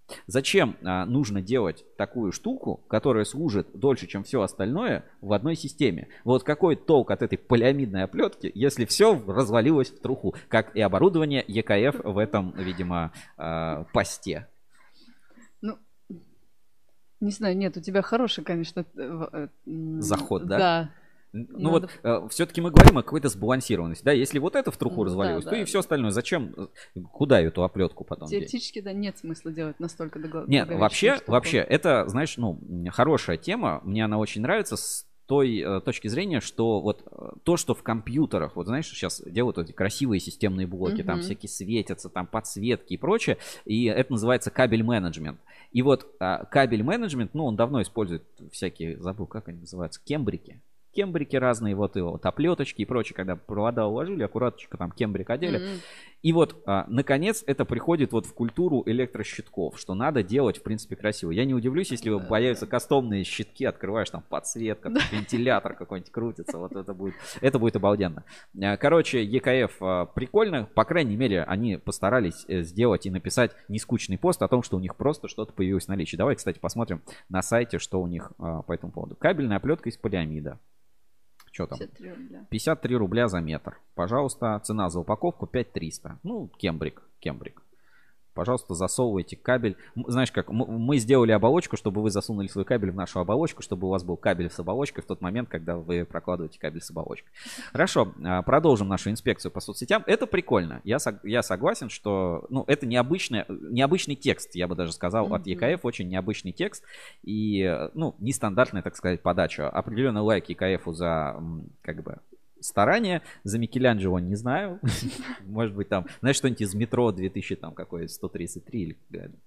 Зачем нужно делать такую штуку, которая служит дольше, чем все остальное, в одной системе? Вот какой толк от этой полиамидной оплетки, если все развалилось в труху, как и оборудование ЕКФ в этом, видимо, посте? Ну, не знаю, нет, у тебя хороший, конечно, заход, да? Да. Ну надо... вот, все-таки мы говорим о какой-то сбалансированности, да? Если вот это в труху развалилось, да, то да. и все остальное. Зачем? Куда эту оплетку потом Теоретически, да, нет смысла делать настолько Нет, вообще, это, знаешь, ну, хорошая тема. Мне она очень нравится с той точки зрения, что вот то, что в компьютерах, вот знаешь, сейчас делают эти красивые системные блоки, там всякие светятся, там подсветки и прочее, и это называется кабель-менеджмент. И вот кабель-менеджмент, ну, он давно использует всякие, забыл, как они называются, кембрики разные, вот и вот оплеточки и прочее, когда провода уложили, аккуратненько там кембрик одели. И вот, наконец, это приходит вот в культуру электрощитков, что надо делать, в принципе, красиво. Я не удивлюсь, если появятся кастомные щитки, открываешь, там подсветка, вентилятор какой-нибудь крутится, вот это будет обалденно. Короче, ЕКФ прикольно, по крайней мере, они постарались сделать и написать нескучный пост о том, что у них просто что-то появилось в наличии. Давай, кстати, посмотрим на сайте, что у них по этому поводу. Кабельная оплетка из полиамида. Что там? 53 рубля. 53 рубля за метр. Пожалуйста, цена за упаковку 5300. Ну, кембрик. Пожалуйста, засовывайте кабель. Знаешь как, мы сделали оболочку, чтобы вы засунули свой кабель в нашу оболочку, чтобы у вас был кабель с оболочкой в тот момент, когда вы прокладываете кабель с оболочкой. Хорошо, продолжим нашу инспекцию по соцсетям. Это прикольно. Я согласен, что это необычный текст, я бы даже сказал, от ЕКФ. Очень необычный текст и нестандартная, так сказать, подача. Определенный лайк ЕКФу за старания. За Микеланджело не знаю. Может быть, там, знаешь, что-нибудь из метро 2000, там, какой 133 или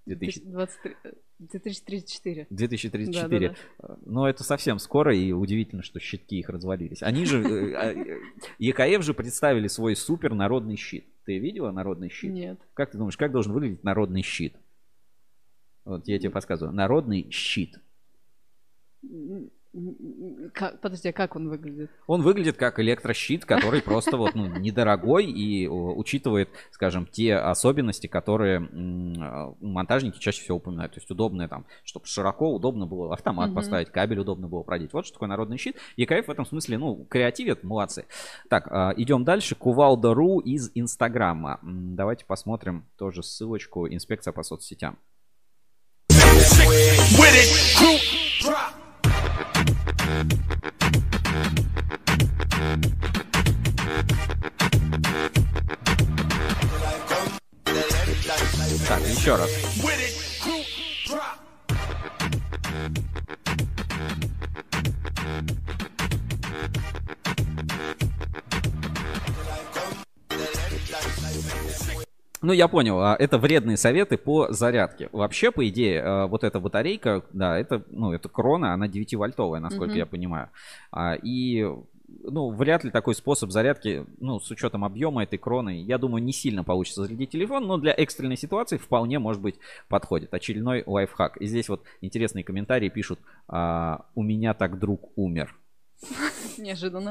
2034. 2034. Да. Но это совсем скоро, и удивительно, что щитки их развалились. Они же, ЕКФ же представили свой супер народный щит. Ты видела народный щит? Нет. Как ты думаешь, как должен выглядеть народный щит? Вот я тебе подсказываю. Народный щит. Подожди, а как он выглядит? Он выглядит как электрощит, который просто недорогой и учитывает, скажем, те особенности, которые монтажники чаще всего упоминают. То есть удобное там, чтобы широко, удобно было автомат поставить, кабель удобно было продеть. Вот что такое народный щит. ЕКФ в этом смысле, креативит, молодцы. Так, идем дальше. Кувалда.ру из Инстаграма. Давайте посмотрим тоже ссылочку. Инспекция по соцсетям. Так, еще раз. Я понял, это вредные советы по зарядке. Вообще, по идее, вот эта батарейка, да, это крона, она 9-вольтовая, насколько я понимаю. И вряд ли такой способ зарядки, с учетом объема этой кроны, я думаю, не сильно получится зарядить телефон, но для экстренной ситуации вполне, может быть, подходит. Очередной лайфхак. И здесь вот интересные комментарии пишут: у меня так друг умер. Неожиданно.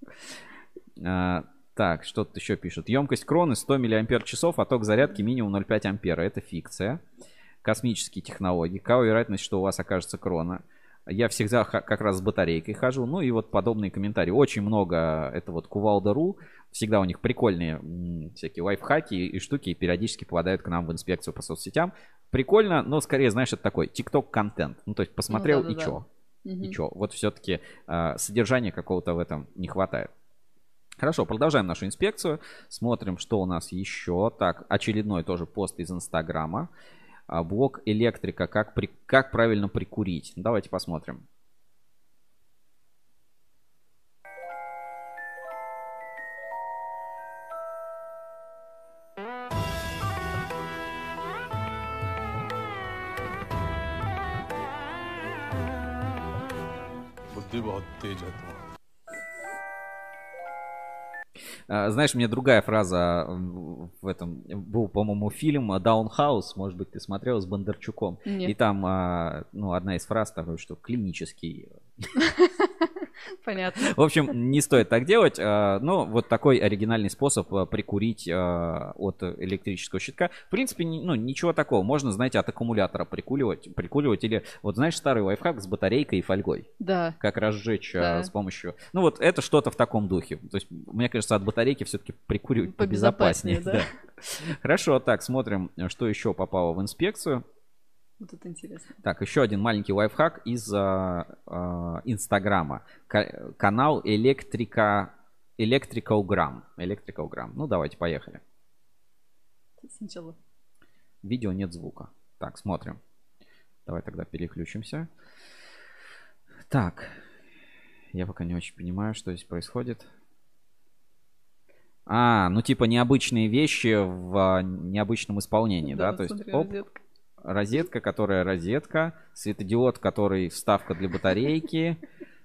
Так, что тут еще пишут. Емкость кроны 100 мАч, а ток зарядки минимум 0,5 ампера. Это фикция. Космические технологии. Какова вероятность, что у вас окажется крона? Я всегда как раз с батарейкой хожу. И вот подобные комментарии. Очень много. Это вот Кувалда.ру. Всегда у них прикольные всякие лайфхаки и штуки. И периодически попадают к нам в инспекцию по соцсетям. Прикольно, но скорее, знаешь, это такой TikTok-контент. То есть посмотрел и чё? И чё? Вот все-таки содержания какого-то в этом не хватает. Хорошо, продолжаем нашу инспекцию. Смотрим, что у нас еще. Так, очередной тоже пост из Инстаграма. Блок электрика. Как правильно прикурить? Давайте посмотрим. Знаешь, мне другая фраза в этом был, по-моему, фильм «Даунхаус», может быть, ты смотрел, с Бондарчуком. Нет. И там, одна из фраз такой, что клинический. Понятно. В общем, не стоит так делать. Но вот такой оригинальный способ прикурить от электрического щитка. В принципе, ничего такого. Можно, знаете, от аккумулятора прикуривать. Или, вот знаешь, старый лайфхак с батарейкой и фольгой. Да. Как разжечь с помощью... Ну вот это что-то в таком духе. То есть, мне кажется, от батарейки все-таки прикуривать побезопаснее. Да. Хорошо, так, смотрим, что еще попало в инспекцию. Вот это интересно. Так, еще один маленький лайфхак из Инстаграма. Канал Electricalgram. Ну, давайте, поехали. Сначала. Видео нет звука. Так, смотрим. Давай тогда переключимся. Так. Я пока не очень понимаю, что здесь происходит. Ну типа необычные вещи в необычном исполнении, да? То есть, розетка, которая розетка, светодиод, который вставка для батарейки,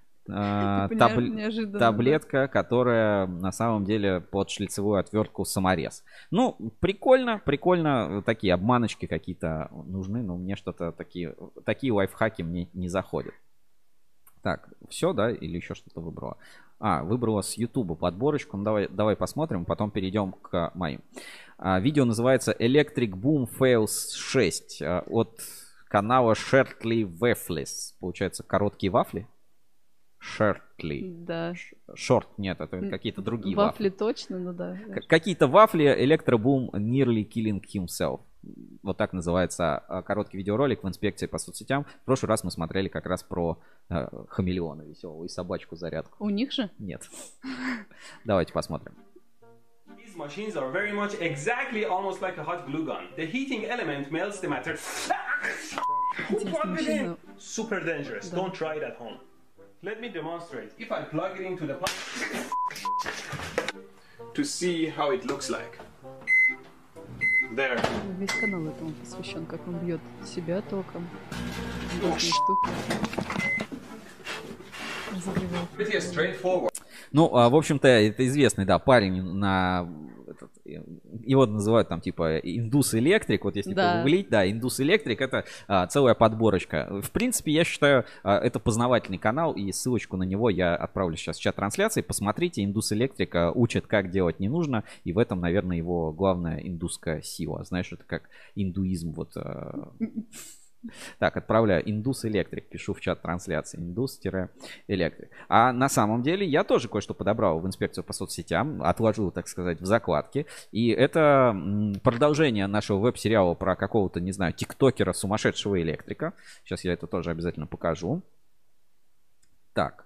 таблетка, которая на самом деле под шлицевую отвертку саморез. Ну, прикольно, такие обманочки какие-то нужны, но мне что-то такие лайфхаки мне не заходят. Так, все, да, или еще что-то выбрала? Выбрала с YouTube подборочку. Ну, давай посмотрим, потом перейдем к моим. Видео называется Electric Boom Fails 6 от канала Shortly Waffles. Получается, короткие вафли? Shortly. Да. Short, нет, это какие-то другие вафли. Вафли точно, ну да. Какие-то вафли Electro Boom Nearly Killing Himself. Вот так называется короткий видеоролик в инспекции по соцсетям. В прошлый раз мы смотрели как раз про хамелеона веселого и собачку-зарядку. У них же? Нет. Давайте посмотрим. These machines are very much exactly almost like a hot glue gun. The heating element melts the matter. Super dangerous. Don't try it at home. Let me demonstrate. If I plug it into the pipe to see how it looks like. There. Весь канал этому посвящен, как он бьет себя током. Штуки. Ну, в общем-то, это известный, да, парень его называют там типа Индус Электрик, вот если погуглить, да, Индус Электрик, это целая подборочка. В принципе, я считаю, это познавательный канал, и ссылочку на него я отправлю сейчас в чат трансляции. Посмотрите, Индус Электрик учит, как делать не нужно, и в этом, наверное, его главная индусская сила. Знаешь, это как индуизм, вот... Так, отправляю Индус Электрик, пишу в чат трансляции, Индус-Электрик. А на самом деле я тоже кое-что подобрал в инспекцию по соцсетям, отложил, так сказать, в закладки. И это продолжение нашего веб-сериала про какого-то, не знаю, тиктокера, сумасшедшего электрика. Сейчас я это тоже обязательно покажу. Так,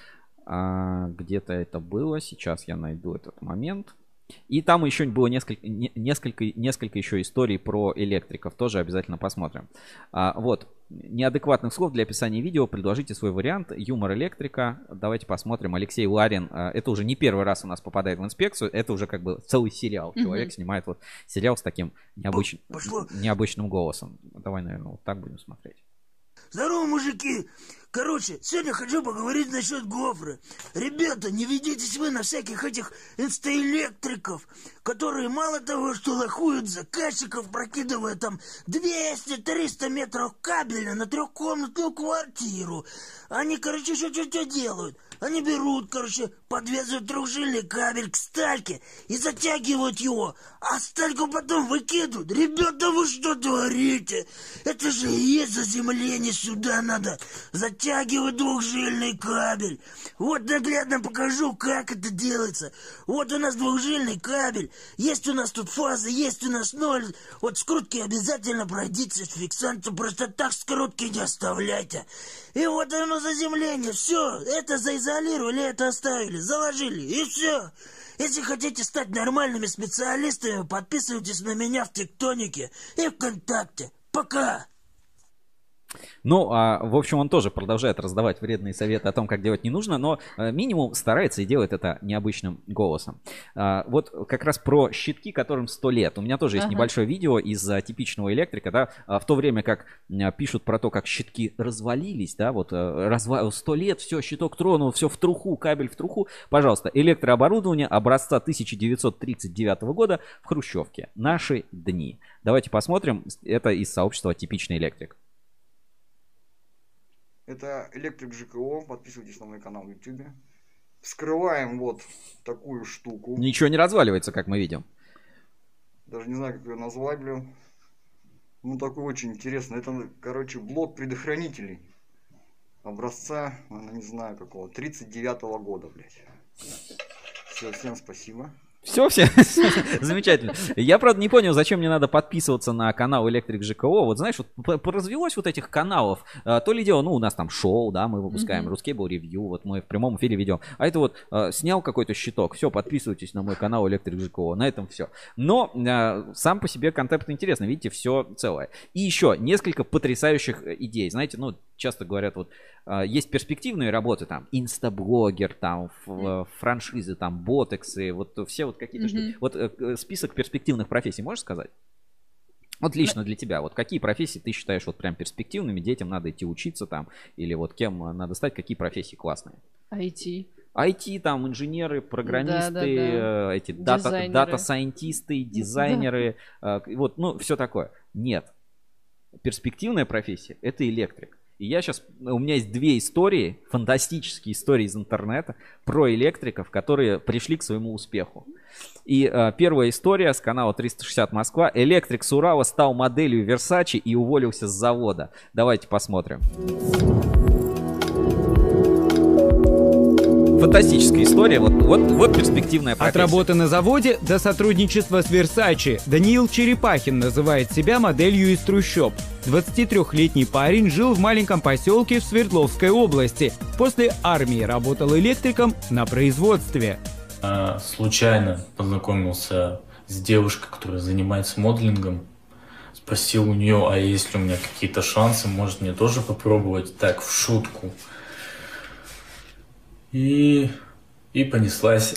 где-то это было, сейчас я найду этот момент. И там еще было несколько еще историй про электриков. Тоже обязательно посмотрим. Вот. Неадекватных слов для описания видео. Предложите свой вариант. Юмор электрика. Давайте посмотрим. Алексей Ларин. Это уже не первый раз у нас попадает в инспекцию. Это уже как бы целый сериал. Человек снимает вот сериал с таким необычным голосом. Давай, наверное, вот так будем смотреть. Здорово, мужики! Короче, сегодня хочу поговорить насчет гофры. Ребята, не ведитесь вы на всяких этих инстаэлектриков, которые мало того, что лохуют заказчиков, прокидывая там 200-300 метров кабеля на трехкомнатную квартиру. Они, короче, что делают? Они берут, подвязывают трехжильный кабель к стальке и затягивают его, а стальку потом выкидывают. Ребята, вы что творите? Это же и есть заземление, сюда надо затягивать двухжильный кабель. Вот наглядно покажу, как это делается. Вот у нас двухжильный кабель, есть у нас тут фазы, есть у нас ноль. Вот скрутки обязательно пройдите с фиксантом, просто так скрутки не оставляйте. И вот оно заземление, все, это заизолировали, это оставили, заложили, и все. Если хотите стать нормальными специалистами, подписывайтесь на меня в ТикТонике и ВКонтакте. Пока! Ну, в общем, он тоже продолжает раздавать вредные советы о том, как делать не нужно, но минимум старается и делает это необычным голосом. Вот как раз про щитки, которым 100 лет. У меня тоже есть небольшое видео из типичного электрика, да, в то время как пишут про то, как щитки развалились, да, вот 100 лет, все, щиток тронул, все в труху, кабель в труху. Пожалуйста, электрооборудование образца 1939 года в хрущевке. Наши дни. Давайте посмотрим, это из сообщества «Типичный электрик». Это Электрик ЖКО. Подписывайтесь на мой канал в YouTube. Вскрываем вот такую штуку. Ничего не разваливается, как мы видим. Даже не знаю, как ее назвать, блин. Ну, такой очень интересный. Это, короче, блок предохранителей. Образца, не знаю какого, 39-го года, блядь. Все, всем спасибо. Все, замечательно. Я, правда, не понял, зачем мне надо подписываться на канал Электрик ЖКО. Вот знаешь, вот поразвелось вот этих каналов. То ли дело, ну, у нас там шоу, да, мы выпускаем, Ruscable ревью, вот мы в прямом эфире ведем. А это вот снял какой-то щиток, все, подписывайтесь на мой канал Электрик ЖКО. На этом все. Но сам по себе концепт интересный, видите, все целое. И еще несколько потрясающих идей. Знаете, ну, часто говорят, вот есть перспективные работы, там, инстаблогер, там, франшизы, там, ботексы, вот все вот какие-то штуки. Вот список перспективных профессий можешь сказать? Вот лично для тебя, вот какие профессии ты считаешь вот прям перспективными, детям надо идти учиться там, или вот кем надо стать, какие профессии классные? IT, там, инженеры, программисты, эти дата-сайентисты, дизайнеры, вот, ну, все такое. Нет. Перспективная профессия — это электрик. И я сейчас, у меня есть две истории, фантастические истории из интернета про электриков, которые пришли к своему успеху. И первая история с канала 360 Москва. Электрик с Урала стал моделью Versace и уволился с завода. Давайте посмотрим. Фантастическая история, вот перспективная профессия. От работы на заводе до сотрудничества с Versace Даниил Черепахин называет себя моделью из трущоб. 23-летний парень жил в маленьком поселке в Свердловской области. После армии работал электриком на производстве. Случайно познакомился с девушкой, которая занимается моделингом. Спросил у нее, а есть ли у меня какие-то шансы, может мне тоже попробовать, так, в шутку. И понеслась.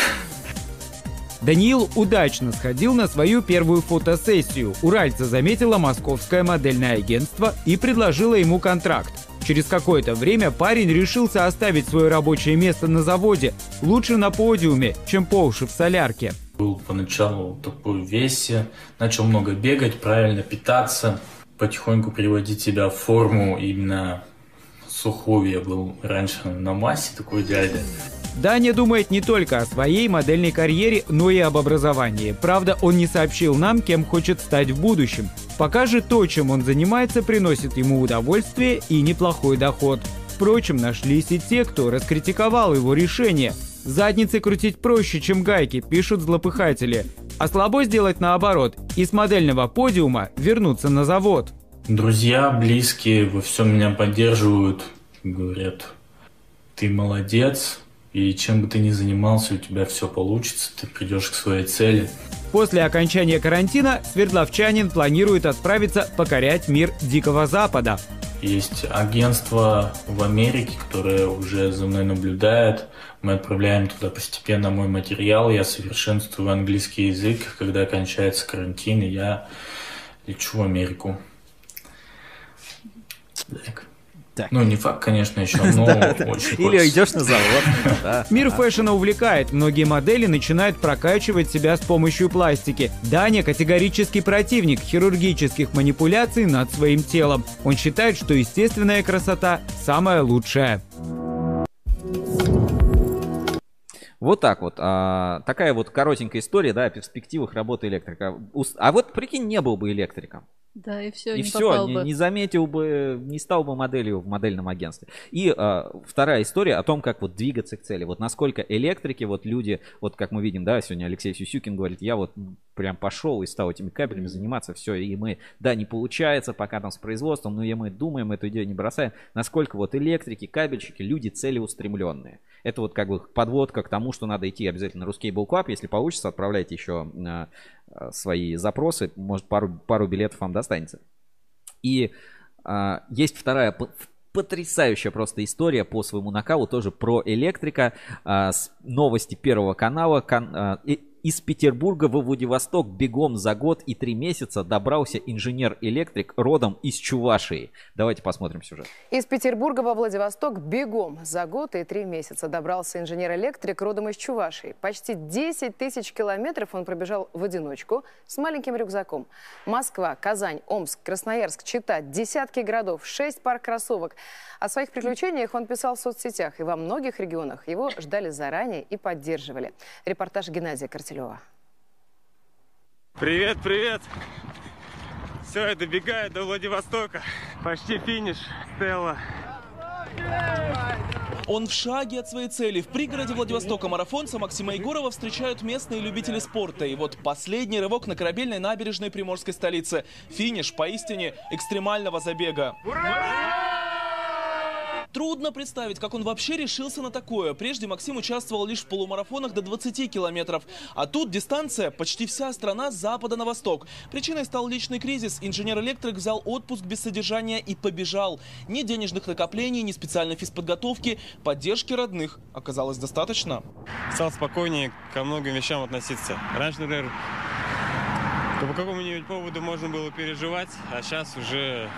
Даниил удачно сходил на свою первую фотосессию. Уральца заметило московское модельное агентство и предложило ему контракт. Через какое-то время парень решился оставить свое рабочее место на заводе. Лучше на подиуме, чем по уши в солярке. Был поначалу в такой весе, начал много бегать, правильно питаться, потихоньку приводить себя в форму именно сухую. Я был раньше на массе, такой дядя. Даня думает не только о своей модельной карьере, но и об образовании. Правда, он не сообщил нам, кем хочет стать в будущем. Пока же то, чем он занимается, приносит ему удовольствие и неплохой доход. Впрочем, нашлись и те, кто раскритиковал его решение. Задницы крутить проще, чем гайки, пишут злопыхатели. А слабо сделать наоборот и с модельного подиума вернуться на завод. Друзья, близкие во всем меня поддерживают. Говорят, ты молодец. И чем бы ты ни занимался, у тебя все получится, ты придешь к своей цели. После окончания карантина свердловчанин планирует отправиться покорять мир Дикого Запада. Есть агентство в Америке, которое уже за мной наблюдает. Мы отправляем туда постепенно мой материал. Я совершенствую английский язык. Когда кончается карантин, я лечу в Америку. Так. Ну, не факт, конечно, еще, но очень Или идешь на завод. Мир фэшена увлекает. Многие модели начинают прокачивать себя с помощью пластики. Даня категорический противник хирургических манипуляций над своим телом. Он считает, что естественная красота самая лучшая. Вот так вот. Такая вот коротенькая история, да, о перспективах работы электрика. А вот, прикинь, не был бы электриком. Да, и все, и все, не заметил бы, не стал бы моделью в модельном агентстве. И вторая история о том, как вот двигаться к цели. Вот насколько электрики, вот люди, вот как мы видим, да, сегодня Алексей Сюсюкин говорит, я вот прям пошел и стал этими кабелями заниматься, все, и мы, да, не получается пока там с производством, но и мы думаем, эту идею не бросаем. Насколько вот электрики, кабельщики, люди целеустремленные. Это вот как бы подводка к тому, что надо идти обязательно на Ruscable Club. Если получится, отправляйте еще свои запросы, может пару билетов вам достанется. И есть вторая потрясающая просто история по своему накалу, тоже про электрика, с новости Первого канала. Из Петербурга во Владивосток бегом за год и 3 месяца добрался инженер-электрик родом из Чувашии. Давайте посмотрим сюжет. Из Петербурга во Владивосток бегом за год и 3 месяца добрался инженер-электрик родом из Чувашии. Почти 10 тысяч километров он пробежал в одиночку с маленьким рюкзаком. Москва, Казань, Омск, Красноярск, Чита, десятки городов, 6 пар кроссовок. О своих приключениях он писал в соцсетях, и во многих регионах его ждали заранее и поддерживали. Репортаж Геннадия Картелева. Привет, привет! Все, я добегаю до Владивостока. Почти финиш, Стелла. Он в шаге от своей цели. В пригороде Владивостока марафонца Максима Егорова встречают местные любители спорта. И вот последний рывок на корабельной набережной приморской столицы. Финиш поистине экстремального забега. Трудно представить, как он вообще решился на такое. Прежде Максим участвовал лишь в полумарафонах до 20 километров. А тут дистанция почти вся страна с запада на восток. Причиной стал личный кризис. Инженер-электрик взял отпуск без содержания и побежал. Ни денежных накоплений, ни специальной физподготовки. Поддержки родных оказалось достаточно. Стал спокойнее ко многим вещам относиться. Раньше, например, по какому-нибудь поводу можно было переживать, а сейчас уже...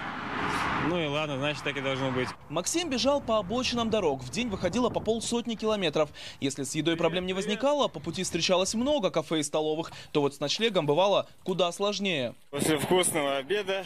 Ну и ладно, значит, так и должно быть. Максим бежал по обочинам дорог. В день выходило по 50 километров. Если с едой проблем не возникало, по пути встречалось много кафе и столовых, то вот с ночлегом бывало куда сложнее. После вкусного обеда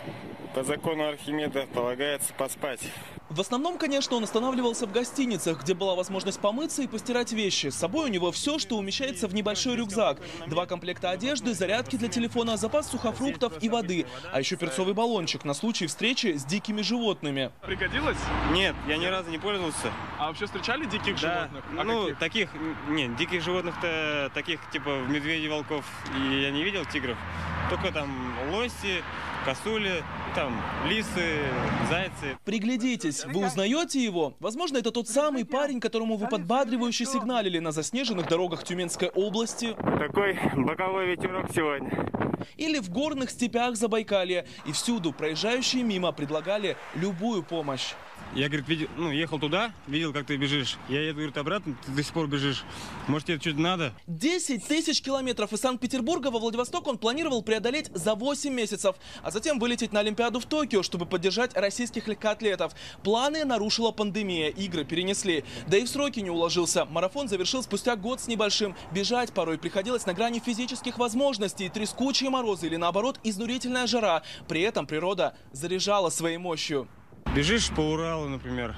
по закону Архимеда полагается поспать. В основном, конечно, он останавливался в гостиницах, где была возможность помыться и постирать вещи. С собой у него все, что умещается в небольшой рюкзак. 2 комплекта одежды, зарядки для телефона, запас сухофруктов и воды. А еще перцовый баллончик на случай встречи с дикими животными. Пригодилось? Нет, я ни разу не пользовался. А вообще встречали диких животных? Ну, таких, нет, диких животных-то, таких типа медведей, волков, и я не видел, тигров. Только там лоси, косули, там лисы, зайцы. Приглядитесь, вы узнаете его? Возможно, это тот самый парень, которому вы подбадривающе сигналили на заснеженных дорогах Тюменской области. Такой боковой ветерок сегодня. Или в горных степях Забайкалья. И всюду проезжающие мимо предлагали любую помощь. Я, говорит, ехал туда, видел, как ты бежишь. Я еду, говорит, обратно, ты до сих пор бежишь. Может, тебе что-то надо? 10 тысяч километров из Санкт-Петербурга во Владивосток он планировал преодолеть за 8 месяцев, а затем вылететь на Олимпиаду в Токио, чтобы поддержать российских легкоатлетов. Планы нарушила пандемия, игры перенесли. Да и в сроки не уложился. Марафон завершил спустя год с небольшим. Бежать порой приходилось на грани физических возможностей, трескучие морозы или, наоборот, изнурительная жара. При этом природа заряжала своей мощью. Бежишь по Уралу, например,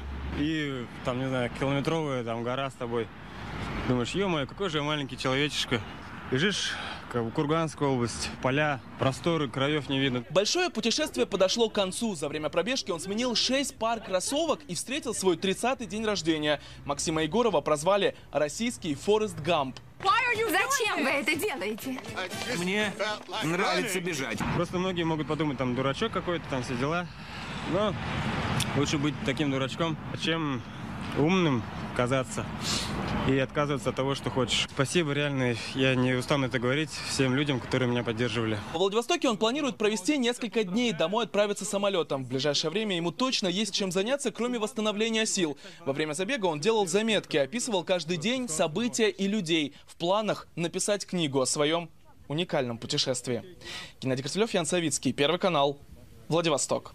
и там, не знаю, километровая там гора с тобой. Думаешь, ё-моё, какой же я маленький человечишка. Бежишь в Курганскую область, поля, просторы, краев не видно. Большое путешествие подошло к концу. За время пробежки он сменил 6 пар кроссовок и встретил свой 30-й день рождения. Максима Егорова прозвали «Российский Форест Гамп». Зачем вы это делаете? Мне нравится бежать. Просто многие могут подумать, там, дурачок какой-то, там все дела. Но лучше быть таким дурачком, чем умным казаться и отказываться от того, что хочешь. Спасибо, реально, я не устану это говорить всем людям, которые меня поддерживали. В Владивостоке он планирует провести несколько дней, домой отправиться самолетом. В ближайшее время ему точно есть чем заняться, кроме восстановления сил. Во время забега он делал заметки, описывал каждый день, события и людей. В планах написать книгу о своем уникальном путешествии. Геннадий Картелев, Ян Савицкий, Первый канал, Владивосток.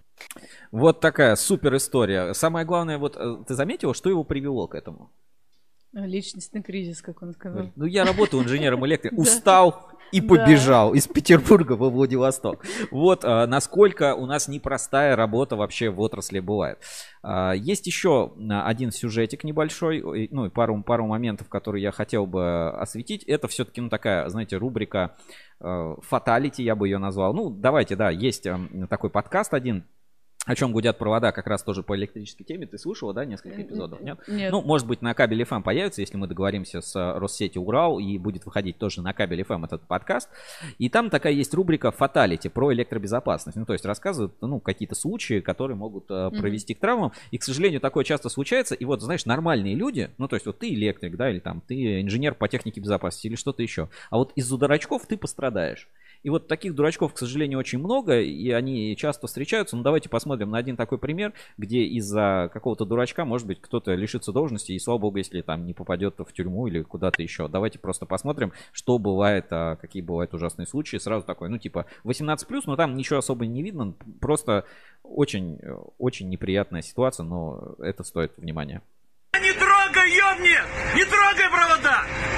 Вот такая супер история. Самое главное, вот ты заметила, что его привело к этому? Личностный кризис, как он сказал. Ну, я работаю инженером-электриком, устал и побежал из Петербурга во Владивосток. Вот насколько у нас непростая работа вообще в отрасли бывает. Есть еще один сюжетик небольшой, ну и пару моментов, которые я хотел бы осветить. Это все-таки, ну, такая, знаете, рубрика «Фаталити», я бы ее назвал. Ну, давайте, да, есть такой подкаст один, о чем гудят провода, как раз тоже по электрической теме. Ты слышала, да, несколько эпизодов? Нет? Нет. Ну, может быть, на Кабель FM появится, если мы договоримся с Россетью Урал, и будет выходить тоже на Кабель FM этот подкаст. И там такая есть рубрика «Фаталити» про электробезопасность. Ну, то есть рассказывают, ну, какие-то случаи, которые могут привести к травмам. И, к сожалению, такое часто случается. И вот, знаешь, нормальные люди, ну, то есть вот ты электрик, да, или там ты инженер по технике безопасности или что-то еще. А вот из-за дурачков ты пострадаешь. И вот таких дурачков, к сожалению, очень много, и они часто встречаются. Но давайте посмотрим на один такой пример, где из-за какого-то дурачка, может быть, кто-то лишится должности, и слава богу, если там не попадет в тюрьму или куда-то еще. Давайте просто посмотрим, что бывает, какие бывают ужасные случаи. Сразу такой, ну типа 18+, но там ничего особо не видно, просто очень, очень неприятная ситуация, но это стоит внимания. Не трогай, ёбни! Не трогай провода!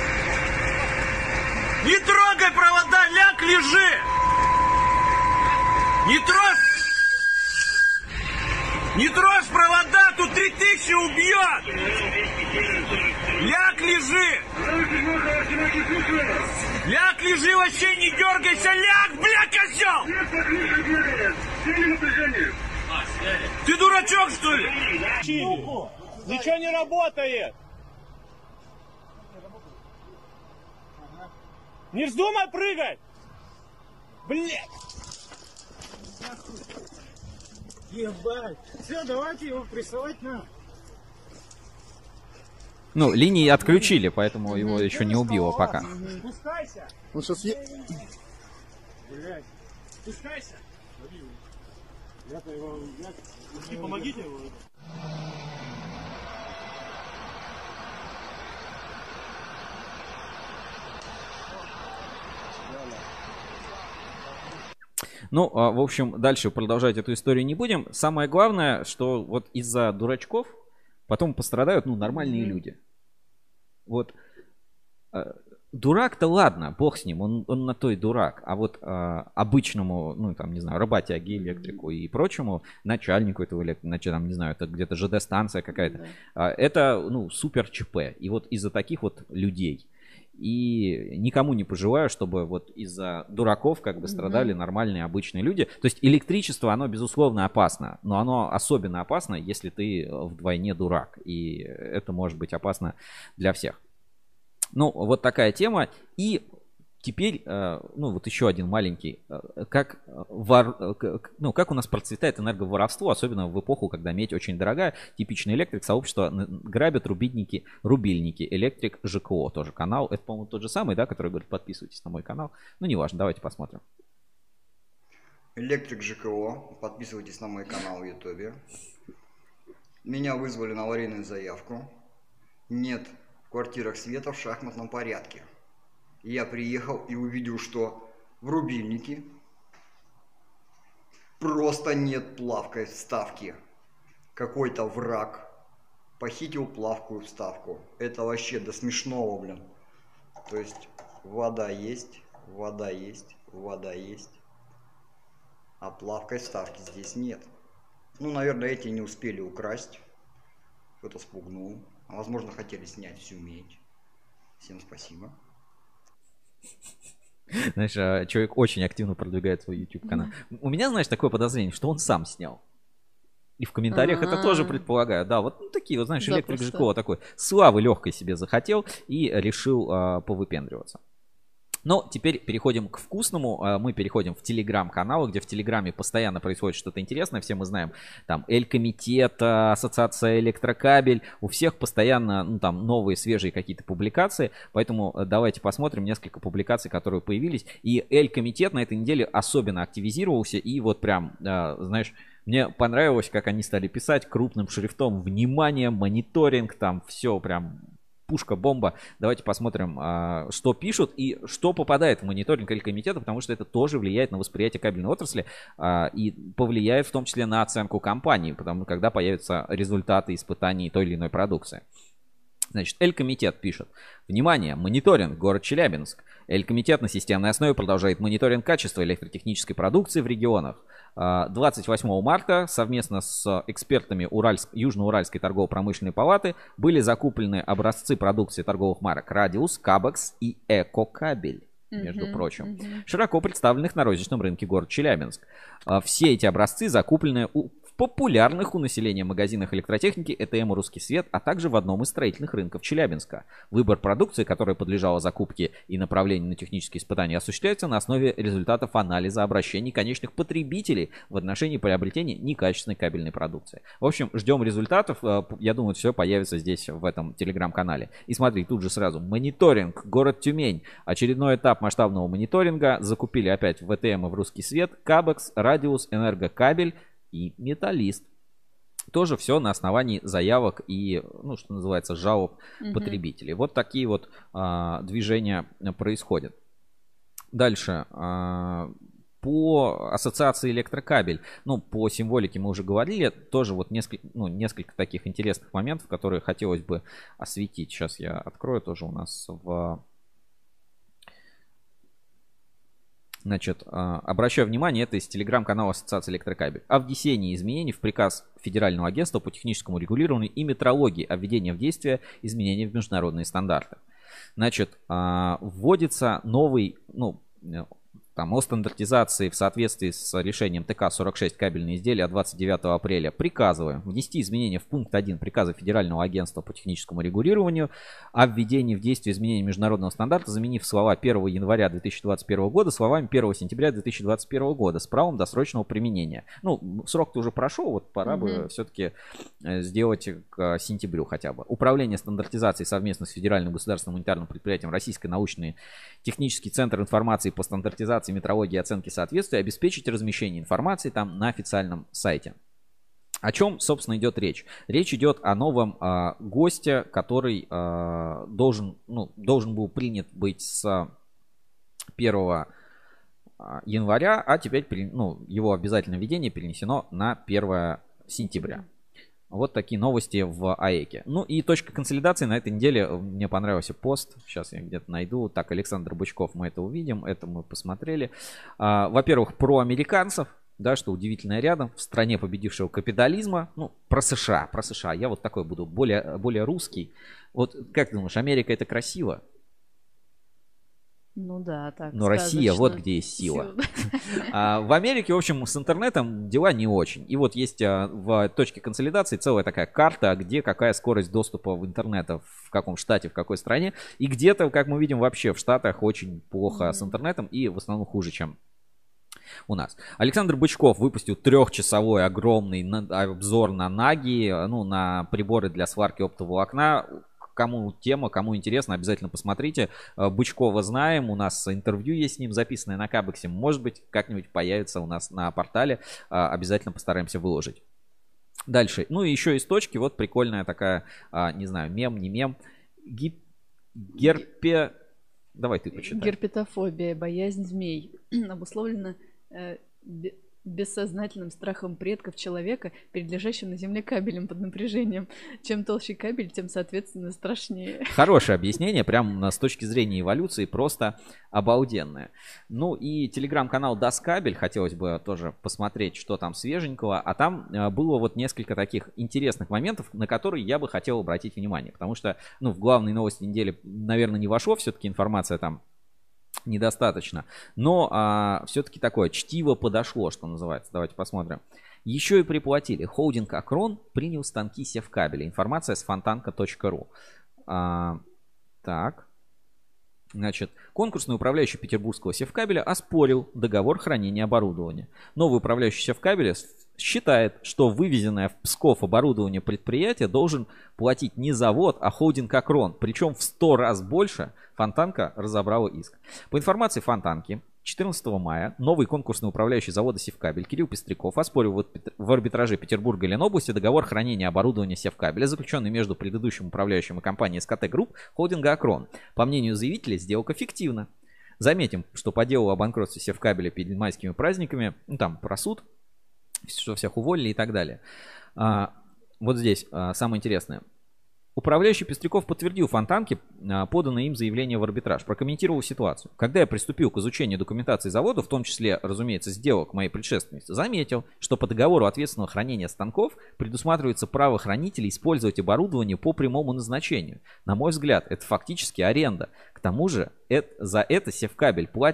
Не трогай провода, ляг, лежи! Не трожь! Не трожь провода, тут 3000 убьет! Ляг, лежи! Ляг, лежи, вообще не дергайся, ляг, бля, козел! Ты дурачок, что ли? Ничего не работает! Не вздумай прыгать! Блядь! Ебать! Все, давайте его прессовать на. Ну, линии отключили, поэтому его еще не убило пока. Спускайся! Он сейчас Блядь! Спускайся! Помогите его. Ну, в общем, дальше продолжать эту историю не будем. Самое главное, что вот из-за дурачков потом пострадают, ну, нормальные люди. Вот дурак-то ладно, бог с ним, он на то и дурак. А вот обычному, ну, там, не знаю, работяге, электрику и прочему, начальнику этого электрика, там, не знаю, это где-то ЖД-станция какая-то, это, ну, супер ЧП. И вот из-за таких вот людей. И никому не пожелаю, чтобы вот из-за дураков как бы страдали нормальные обычные люди. То есть электричество, оно безусловно опасно, но оно особенно опасно, если ты вдвойне дурак. И это может быть опасно для всех. Ну, вот такая тема. И теперь, ну, вот еще один маленький. Как у нас процветает энерговоровство, особенно в эпоху, когда медь очень дорогая. Типичный электрик, сообщество грабят рубильники, электрик ЖКО, тоже канал. Это, по-моему, тот же самый, да, который говорит, подписывайтесь на мой канал. Ну, неважно, давайте посмотрим. Электрик ЖКО, подписывайтесь на мой канал в Ютубе. Меня вызвали на аварийную заявку. Нет в квартирах света в шахматном порядке. Я приехал и увидел, что в рубильнике просто нет плавкой вставки. Какой-то враг похитил плавкую вставку. Это вообще до смешного, блин. То есть вода есть, вода есть, вода есть. А плавкой вставки здесь нет. Ну, наверное, эти не успели украсть. Кто-то спугнул. А возможно, хотели снять всю медь. Всем спасибо. Знаешь, человек очень активно продвигает свой YouTube канал. У меня, знаешь, такое подозрение, что он сам снял. И в комментариях это тоже предполагаю. Да, вот такие, вот знаешь, электрик ЖКО такой славы легкой себе захотел и решил повыпендриваться. Но теперь переходим к вкусному. Мы переходим в телеграм-канал, где в телеграме постоянно происходит что-то интересное. Все мы знаем, там Эль-Комитет, Ассоциация Электрокабель. У всех постоянно, ну, там новые, свежие какие-то публикации. Поэтому давайте посмотрим несколько публикаций, которые появились. И Эль-Комитет на этой неделе особенно активизировался. И вот прям, знаешь, мне понравилось, как они стали писать крупным шрифтом. Внимание, мониторинг, там все прям... Пушка-бомба. Давайте посмотрим, что пишут и что попадает в мониторинг Эль-Комитета, потому что это тоже влияет на восприятие кабельной отрасли и повлияет в том числе на оценку компании, потому что когда появятся результаты испытаний той или иной продукции. Значит, Эль-Комитет пишет. Внимание, мониторинг, город Челябинск. Эль-Комитет на системной основе продолжает мониторинг качества электротехнической продукции в регионах. 28 марта совместно с экспертами Южно-Уральской торгово-промышленной палаты были закуплены образцы продукции торговых марок Радиус, Кабекс и Экокабель, между прочим, широко представленных на розничном рынке город Челябинск. Все эти образцы закуплены в популярных у населения магазинах электротехники ЭТМ «Русский свет», а также в одном из строительных рынков Челябинска. Выбор продукции, которая подлежала закупке и направлению на технические испытания, осуществляется на основе результатов анализа обращений конечных потребителей в отношении приобретения некачественной кабельной продукции. В общем, ждем результатов. Я думаю, все появится здесь, в этом телеграм-канале. И смотри, тут же сразу мониторинг, город Тюмень. Очередной этап масштабного мониторинга. Закупили опять в ВТМ и в «Русский свет», Кабекс, Радиус, Энергокабель и Металлист. Тоже все на основании заявок и, ну, что называется, жалоб потребителей. Вот такие вот движения происходят. Дальше. По ассоциации электрокабель, ну, по символике мы уже говорили, тоже вот несколько таких интересных моментов, которые хотелось бы осветить. Сейчас я открою тоже у нас в... Значит, обращаю внимание, это из телеграм-канала Ассоциации электрокабель. О внесении изменений в приказ Федерального агентства по техническому регулированию и метрологии о введении в действие изменений в международные стандарты. Значит, вводится новый, ну, там, о стандартизации в соответствии с решением ТК-46 кабельные изделия от 29 апреля приказываем внести изменения в пункт 1 приказа Федерального агентства по техническому регулированию о введении в действие изменений международного стандарта, заменив слова 1 января 2021 года словами 1 сентября 2021 года с правом досрочного применения. Ну, срок-то уже прошел, вот пора бы все-таки сделать к сентябрю хотя бы. Управление стандартизацией совместно с Федеральным государственным унитарным предприятием Российский научный технический центр информации по стандартизации, метрологии и оценки соответствия обеспечить размещение информации там на официальном сайте. О чем, собственно, идет речь? Речь идет о новом госте, который должен был принят быть с 1 января, а теперь его обязательное введение перенесено на 1 сентября. Вот такие новости в АЭКе. Ну и точка консолидации на этой неделе. Мне понравился пост. Сейчас я где-то найду. Так, Александр Бычков, мы это увидим. Это мы посмотрели. Во-первых, про американцев. Да, что удивительно рядом. В стране победившего капитализма. Ну, про США. Я вот такой буду. Более русский. Вот как ты думаешь, Америка это красиво? Ну да, так. Но Россия, вот где есть сила. В Америке, в общем, с интернетом дела не очень. И вот есть в точке консолидации целая такая карта, где какая скорость доступа в интернет, в каком штате, в какой стране. И где-то, как мы видим, вообще в Штатах очень плохо с интернетом и в основном хуже, чем у нас. Александр Бычков выпустил 3-часовой огромный обзор на Наги, ну, на приборы для сварки оптоволокна. Кому тема, кому интересно, обязательно посмотрите. Бычкова знаем, у нас интервью есть с ним записанное на Кабексе. Может быть, как-нибудь появится у нас на портале. Обязательно постараемся выложить. Дальше. Ну и еще из точки. Вот прикольная такая, не знаю, мем, не мем. Давай ты почитай. Герпетофобия, боязнь змей, обусловлена бессознательным страхом предков человека перед лежащим на земле кабелем под напряжением. Чем толще кабель, тем, соответственно, страшнее. Хорошее объяснение, прям с точки зрения эволюции, просто обалденное. Ну и телеграм-канал Даскабель, хотелось бы тоже посмотреть, что там свеженького. А там было вот несколько таких интересных моментов, на которые я бы хотел обратить внимание. Потому что, ну, в главные новости недели, наверное, не вошло, все-таки информация там недостаточно. Но все-таки такое чтиво подошло, что называется. Давайте посмотрим. Еще и приплатили. Холдинг Акрон принял станки Севкабеля. Информация с фонтанка.ру. Так. Значит, конкурсный управляющий петербургского Севкабеля оспорил договор хранения оборудования. Новый управляющий Севкабеля считает, что вывезенное в Псков оборудование предприятия должен платить не завод, а холдинг Акрон. Причем в 100 раз больше. Фонтанка разобрала иск. По информации Фонтанки, 14 мая новый конкурсный управляющий завода Севкабель Кирилл Пестряков оспорил в арбитраже Петербурга и Ленобласти договор хранения оборудования Севкабеля, заключенный между предыдущим управляющим и компанией СКТ Групп холдинга Акрон. По мнению заявителя, сделка фиктивна. Заметим, что по делу о банкротстве Севкабеля перед майскими праздниками, ну там про суд, что всех уволили и так далее. Вот здесь самое интересное. Управляющий Пестряков подтвердил Фонтанке поданное им заявление в арбитраж, прокомментировал ситуацию. Когда я приступил к изучению документации завода, в том числе, разумеется, сделок моей предшественницы, заметил, что по договору ответственного хранения станков предусматривается право хранителей использовать оборудование по прямому назначению. На мой взгляд, это фактически аренда. К тому же за это Севкабель платит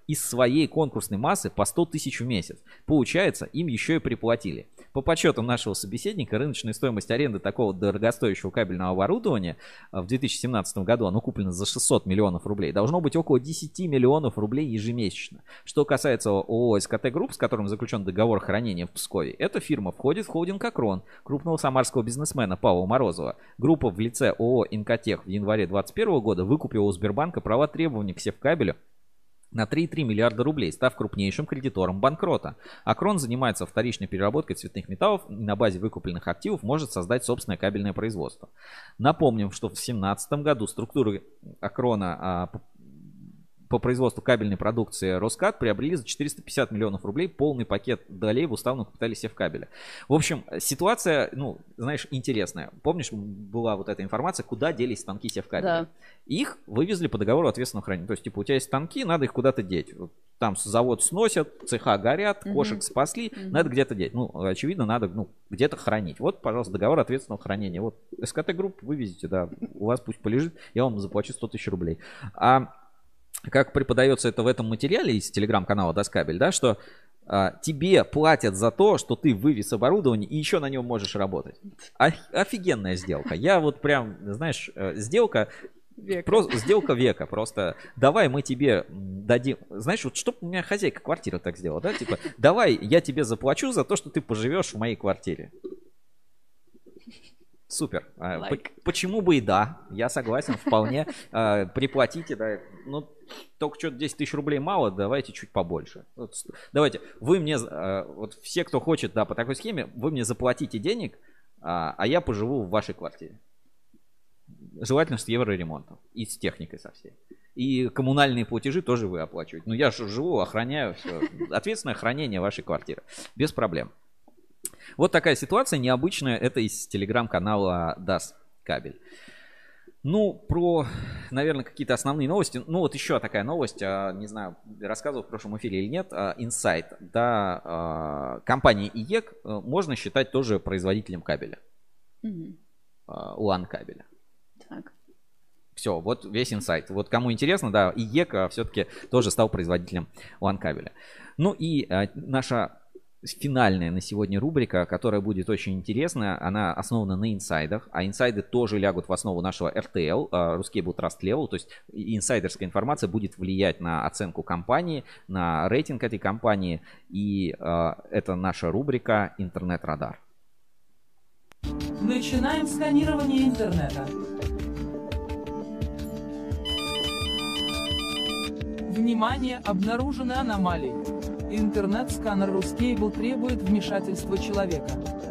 из своей конкурсной массы по 100 тысяч в месяц. Получается, им еще и приплатили. По подсчетам нашего собеседника, рыночная стоимость аренды такого дорогостоящего кабельного оборудования в 2017 году, оно куплено за 600 миллионов рублей, должно быть около 10 миллионов рублей ежемесячно. Что касается ООО «СКТ Групп», с которым заключен договор хранения в Пскове, эта фирма входит в холдинг «Акрон» крупного самарского бизнесмена Павла Морозова. Группа в лице ООО «Инкотех» в январе 2021 года выкупила у Сбербанка права требования к севкабелю на 3,3 миллиарда рублей, став крупнейшим кредитором банкрота. Акрон занимается вторичной переработкой цветных металлов и на базе выкупленных активов может создать собственное кабельное производство. Напомним, что в 2017 году структуры Акрона по производству кабельной продукции Роскат приобрели за 450 миллионов рублей полный пакет долей в уставном капитале Севкабеля. В общем, ситуация, ну, знаешь, интересная. Помнишь, была вот эта информация, куда делись станки Севкабеля? Да. Их вывезли по договору ответственного хранения. То есть, типа, у тебя есть станки, надо их куда-то деть. Там завод сносят, цеха горят, кошек спасли, надо где-то деть. Ну, очевидно, надо где-то хранить. Вот, пожалуйста, договор ответственного хранения. Вот, СКТ Групп вывезите, да, у вас пусть полежит, я вам заплачу 100 тысяч рублей. А как преподается это в этом материале из телеграм-канала Доскабель, да, что тебе платят за то, что ты вывез оборудование и еще на нем можешь работать. Офигенная сделка. Я вот прям, знаешь, сделка века. Просто давай мы тебе дадим. Знаешь, вот чтоб у меня хозяйка квартиры так сделала, да, типа, давай я тебе заплачу за то, что ты поживешь в моей квартире. Супер. Почему бы и да, я согласен, вполне. Приплатите, да. Ну, только что-то 10 тысяч рублей мало, давайте чуть побольше. Вот, давайте, вы мне, вот все, кто хочет, да, по такой схеме, вы мне заплатите денег, а я поживу в вашей квартире. Желательно с евроремонтом и с техникой со всей. И коммунальные платежи тоже вы оплачиваете. Ну, я же живу, охраняю все. Ответственное хранение вашей квартиры. Без проблем. Вот такая ситуация необычная. Это из телеграм-канала Доскабель. Ну, про, наверное, какие-то основные новости. Ну, вот еще такая новость. Не знаю, рассказывал в прошлом эфире или нет. Инсайт. Да, компания ИЕК можно считать тоже производителем кабеля. УАН кабеля. Так. Все, вот весь инсайт. Вот кому интересно, да, ИЕК все-таки тоже стал производителем УАН кабеля. Ну и наша финальная на сегодня рубрика, которая будет очень интересная, она основана на инсайдах, а инсайды тоже лягут в основу нашего RTL, Ruscable Trust Level, то есть инсайдерская информация будет влиять на оценку компании, на рейтинг этой компании, и это наша рубрика «Интернет-радар». Начинаем сканирование интернета. Внимание, обнаружены аномалии. Интернет-сканер Ruscable требует вмешательства человека.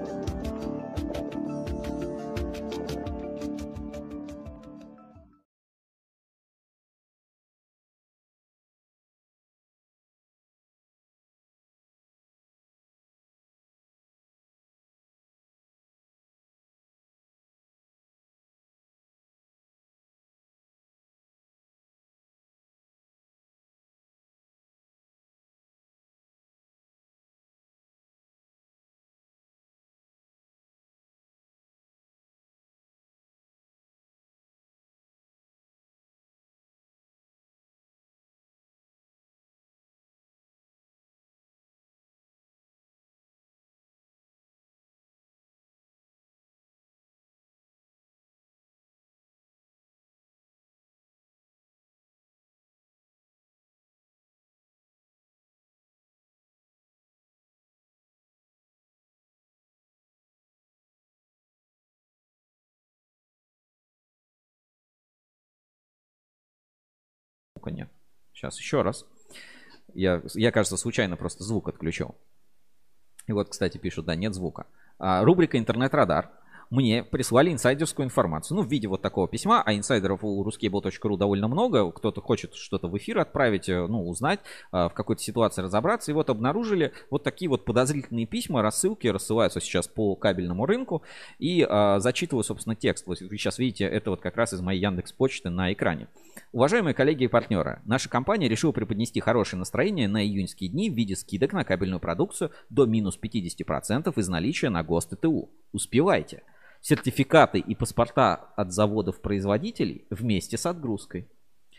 Нет. Сейчас еще раз. Я, кажется, случайно просто звук отключил. И вот, кстати, пишут, да, нет звука. Рубрика «Интернет-радар». Мне прислали инсайдерскую информацию. Ну, в виде вот такого письма, а инсайдеров у ruscable.ru довольно много. Кто-то хочет что-то в эфир отправить, ну, узнать, в какой-то ситуации разобраться. И вот обнаружили вот такие вот подозрительные письма, рассылки рассылаются сейчас по кабельному рынку. И зачитываю, собственно, текст. Вот вы сейчас видите, это вот как раз из моей Яндекс.Почты на экране. Уважаемые коллеги и партнеры, наша компания решила преподнести хорошее настроение на июньские дни в виде скидок на кабельную продукцию до минус 50% из наличия на ГОСТ и ТУ. Успевайте! Сертификаты и паспорта от заводов-производителей вместе с отгрузкой.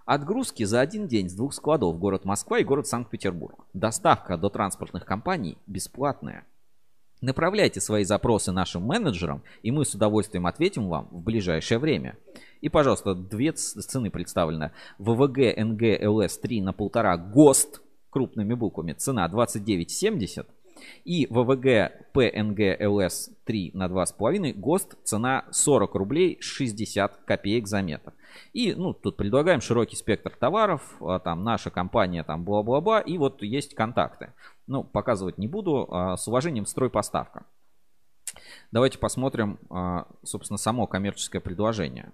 Отгрузки за один день с 2 складов: город Москва и город Санкт-Петербург. Доставка до транспортных компаний бесплатная. Направляйте свои запросы нашим менеджерам, и мы с удовольствием ответим вам в ближайшее время. И, пожалуйста, две цены представлены. ВВГ НГ ЛС 3 на 1,5 ГОСТ крупными буквами. Цена 29,70. И ВВГ ПНГ ЛС 3 на 2,5 ГОСТ. Цена 40 рублей 60 копеек за метр. И, ну, тут предлагаем широкий спектр товаров. Там наша компания, там бла-бла-бла. И вот есть контакты. Ну, показывать не буду. С уважением, Стройпоставка. Давайте посмотрим, собственно, само коммерческое предложение.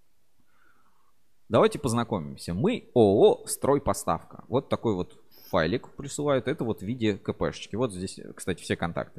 Давайте познакомимся. Мы ООО «Стройпоставка». Вот такой вот файлик присылают. Это вот в виде КПшечки. Вот здесь, кстати, все контакты.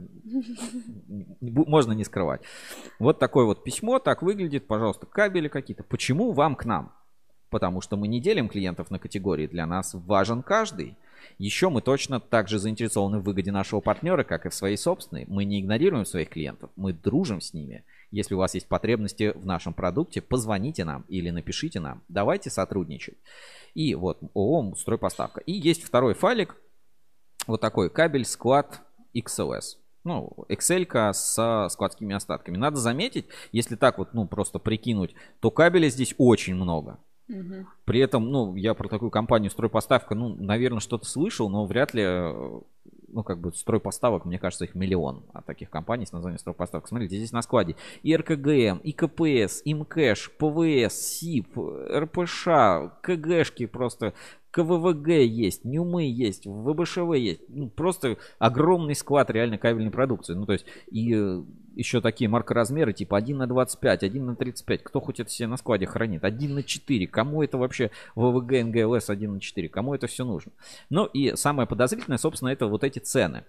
Можно не скрывать. Вот такое вот письмо. Так выглядит. Пожалуйста, кабели какие-то. Почему вам к нам? Потому что мы не делим клиентов на категории. Для нас важен каждый. Еще мы точно так же заинтересованы в выгоде нашего партнера, как и в своей собственной. Мы не игнорируем своих клиентов. Мы дружим с ними. Если у вас есть потребности в нашем продукте, позвоните нам или напишите нам. Давайте сотрудничать. И вот ООО «Стройпоставка». И есть второй файлик. Вот такой кабель склад XLS. Ну, Excel-ка с складскими остатками. Надо заметить, если так вот, ну, просто прикинуть, то кабеля здесь очень много. При этом, ну, я про такую компанию «Стройпоставка», ну, наверное, что-то слышал, но вряд ли, ну, как бы, стройпоставок, мне кажется, их миллион. А таких компаний с названием «Стройпоставка». Смотрите, здесь на складе и РКГМ, и КПС, и МКЭШ, ПВС, СИП, РПШ, КГшки просто, КВВГ есть, НЮМы есть, ВБШВ есть. Ну, просто огромный склад реально кабельной продукции. Ну, то есть, и еще такие маркоразмеры, типа 1 на 25, 1 на 35. Кто хоть это себе на складе хранит? 1 на 4. Кому это вообще ВВГ НГЛС 1 на 4? Кому это все нужно? Ну, и самое подозрительное, собственно, это вот эти цены.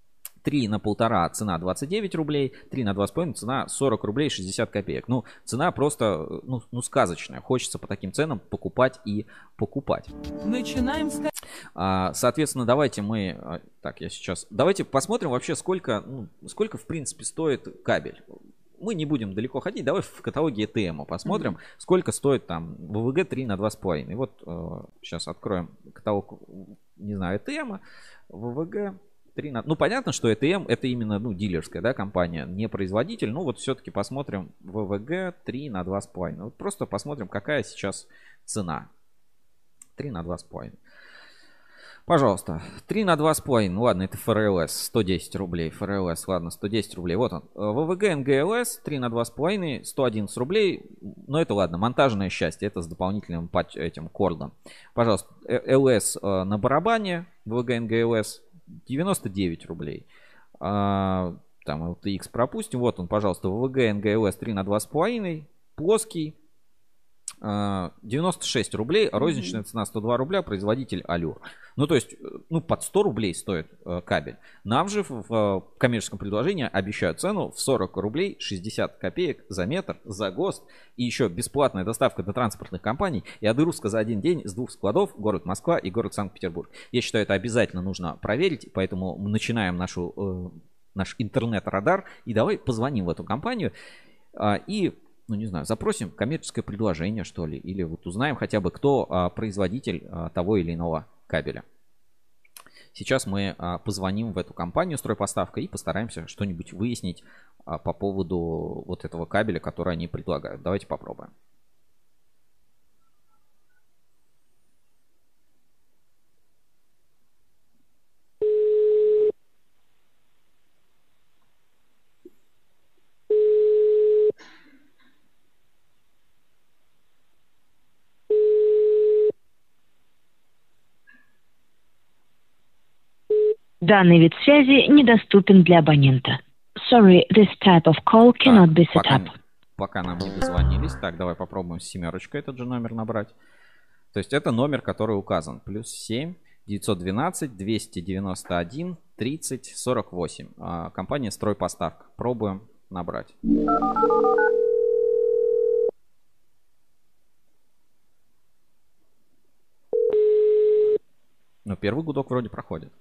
3 на 1,5 цена 29 рублей, 3 на 2,5 цена 40 рублей 60 копеек. Ну, цена просто, ну, сказочная. Хочется по таким ценам покупать и покупать. Начинаем с... Соответственно, давайте мы... Так, я сейчас... Давайте посмотрим вообще, сколько в принципе стоит кабель. Мы не будем далеко ходить. Давай в каталоге ETM посмотрим, сколько стоит там ВВГ 3 на 2,5. И вот сейчас откроем каталог, не знаю, ETM, ВВГ... Ну, понятно, что ETM это именно, ну, дилерская, да, компания, не производитель. Ну, вот все-таки посмотрим ВВГ 3 на 2,5. Вот просто посмотрим, какая сейчас цена. 3 на 2,5. Пожалуйста, 3 на 2,5. Ладно, это ФРЛС, 110 рублей. ФРЛС, ладно, 110 рублей. Вот он. ВВГ НГЛС 3 на 2,5, 111 рублей. Но это ладно, монтажное счастье. Это с дополнительным этим кордом. Пожалуйста, ЛС на барабане. ВВГ НГЛС 99 рублей. Там LTX пропустим. Вот он, пожалуйста, ВВГ НГЛС 3 на 2,5. Плоский. 96 рублей. Розничная цена 102 рубля. Производитель Алюр. Ну, то есть, ну, под 100 рублей стоит кабель. Нам же в коммерческом предложении обещают цену в 40 рублей 60 копеек за метр, за ГОСТ. И еще бесплатная доставка до транспортных компаний. И отгрузка за один день с 2 складов. Город Москва и город Санкт-Петербург. Я считаю, это обязательно нужно проверить. Поэтому мы начинаем наш интернет-радар. И давай позвоним в эту компанию. И... ну, не знаю, запросим коммерческое предложение, что ли, или вот узнаем хотя бы, кто производитель того или иного кабеля. Сейчас мы позвоним в эту компанию «Стройпоставка» и постараемся что-нибудь выяснить по поводу вот этого кабеля, который они предлагают. Давайте попробуем. Данный вид связи недоступен для абонента. Sorry, this type of call cannot be set up. Пока нам не дозвонились. Так, давай попробуем с семерочкой этот же номер набрать. То есть это номер, который указан. +7 912 291 30 48. Компания «Стройпоставка». Пробуем набрать. Ну, первый гудок вроде проходит.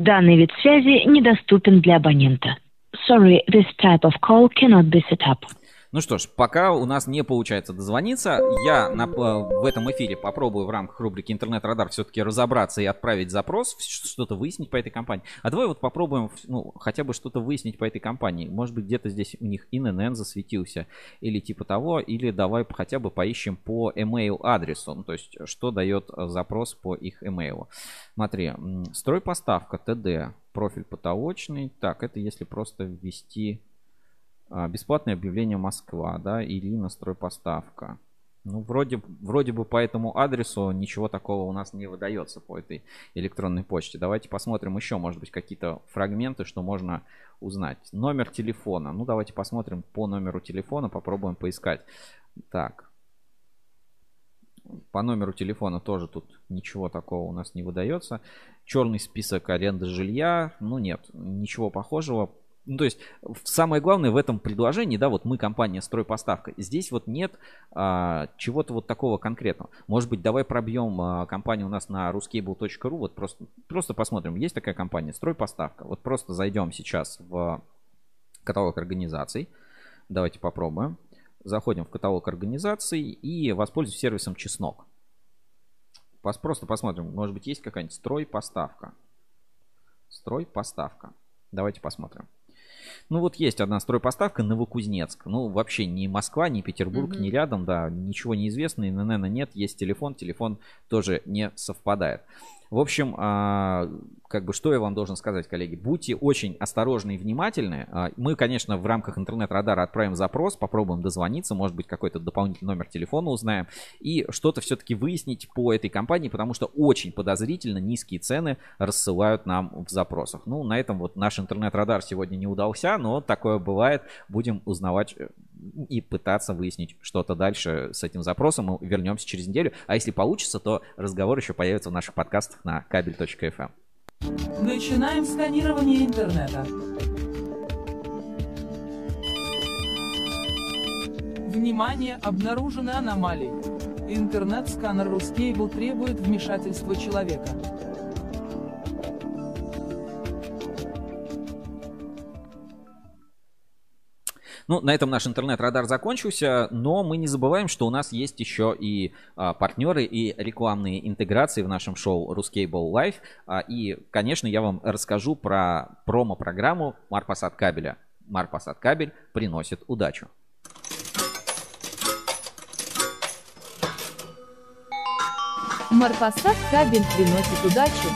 Данный вид связи недоступен для абонента. Sorry, this type of call cannot be set up. Ну что ж, пока у нас не получается дозвониться, я в этом эфире попробую в рамках рубрики «Интернет-радар» все-таки разобраться и отправить запрос, что-то выяснить по этой компании. А давай вот попробуем, ну, хотя бы что-то выяснить по этой компании. Может быть, где-то здесь у них ИНН засветился или типа того, или давай хотя бы поищем по email адресу, ну, то есть что дает запрос по их email. Смотри, стройпоставка, ТД, профиль потолочный. Так, это если просто ввести... Бесплатное объявление Москва, да, Ирина, стройпоставка. Ну, вроде бы по этому адресу ничего такого у нас не выдается по этой электронной почте. Давайте посмотрим еще, может быть, какие-то фрагменты, что можно узнать. Номер телефона. Ну, давайте посмотрим по номеру телефона, попробуем поискать. Так. По номеру телефона тоже тут ничего такого у нас не выдается. Черный список аренды жилья. Ну, нет, ничего похожего. Ну, то есть, самое главное в этом предложении, да, вот мы компания «Стройпоставка», здесь вот нет чего-то вот такого конкретного. Может быть, давай пробьем компанию у нас на ruscable.ru, вот просто посмотрим, есть такая компания «Стройпоставка». Вот просто зайдем сейчас в каталог организаций, давайте попробуем. Заходим в каталог организаций и воспользуемся сервисом «Чеснок». Просто посмотрим, может быть, есть какая-нибудь «Стройпоставка». «Стройпоставка». Давайте посмотрим. Ну вот есть одна стройпоставка, Новокузнецк. Ну вообще ни Москва, ни Петербург, ни рядом, да, ничего не известно, ИНН нет, есть телефон тоже не совпадает. В общем, как бы что я вам должен сказать, коллеги, будьте очень осторожны и внимательны. Мы, конечно, в рамках интернет-радара отправим запрос, попробуем дозвониться, может быть, какой-то дополнительный номер телефона узнаем и что-то все-таки выяснить по этой компании, потому что очень подозрительно низкие цены рассылают нам в запросах. Ну, на этом вот наш интернет-радар сегодня не удался, но такое бывает. Будем узнавать и пытаться выяснить что-то дальше с этим запросом. Мы вернемся через неделю. А если получится, то разговор еще появится в наших подкастах на kabel.fm. Начинаем сканирование интернета. Внимание, обнаружены аномалии. Интернет-сканер Ruscable требует вмешательства человека. Ну, на этом наш интернет-радар закончился, но мы не забываем, что у нас есть еще и партнеры и рекламные интеграции в нашем шоу Ruscable Live. И, конечно, я вам расскажу про промо-программу Марпасад кабеля. Марпасад кабель приносит удачу. Марпасад кабель приносит удачу.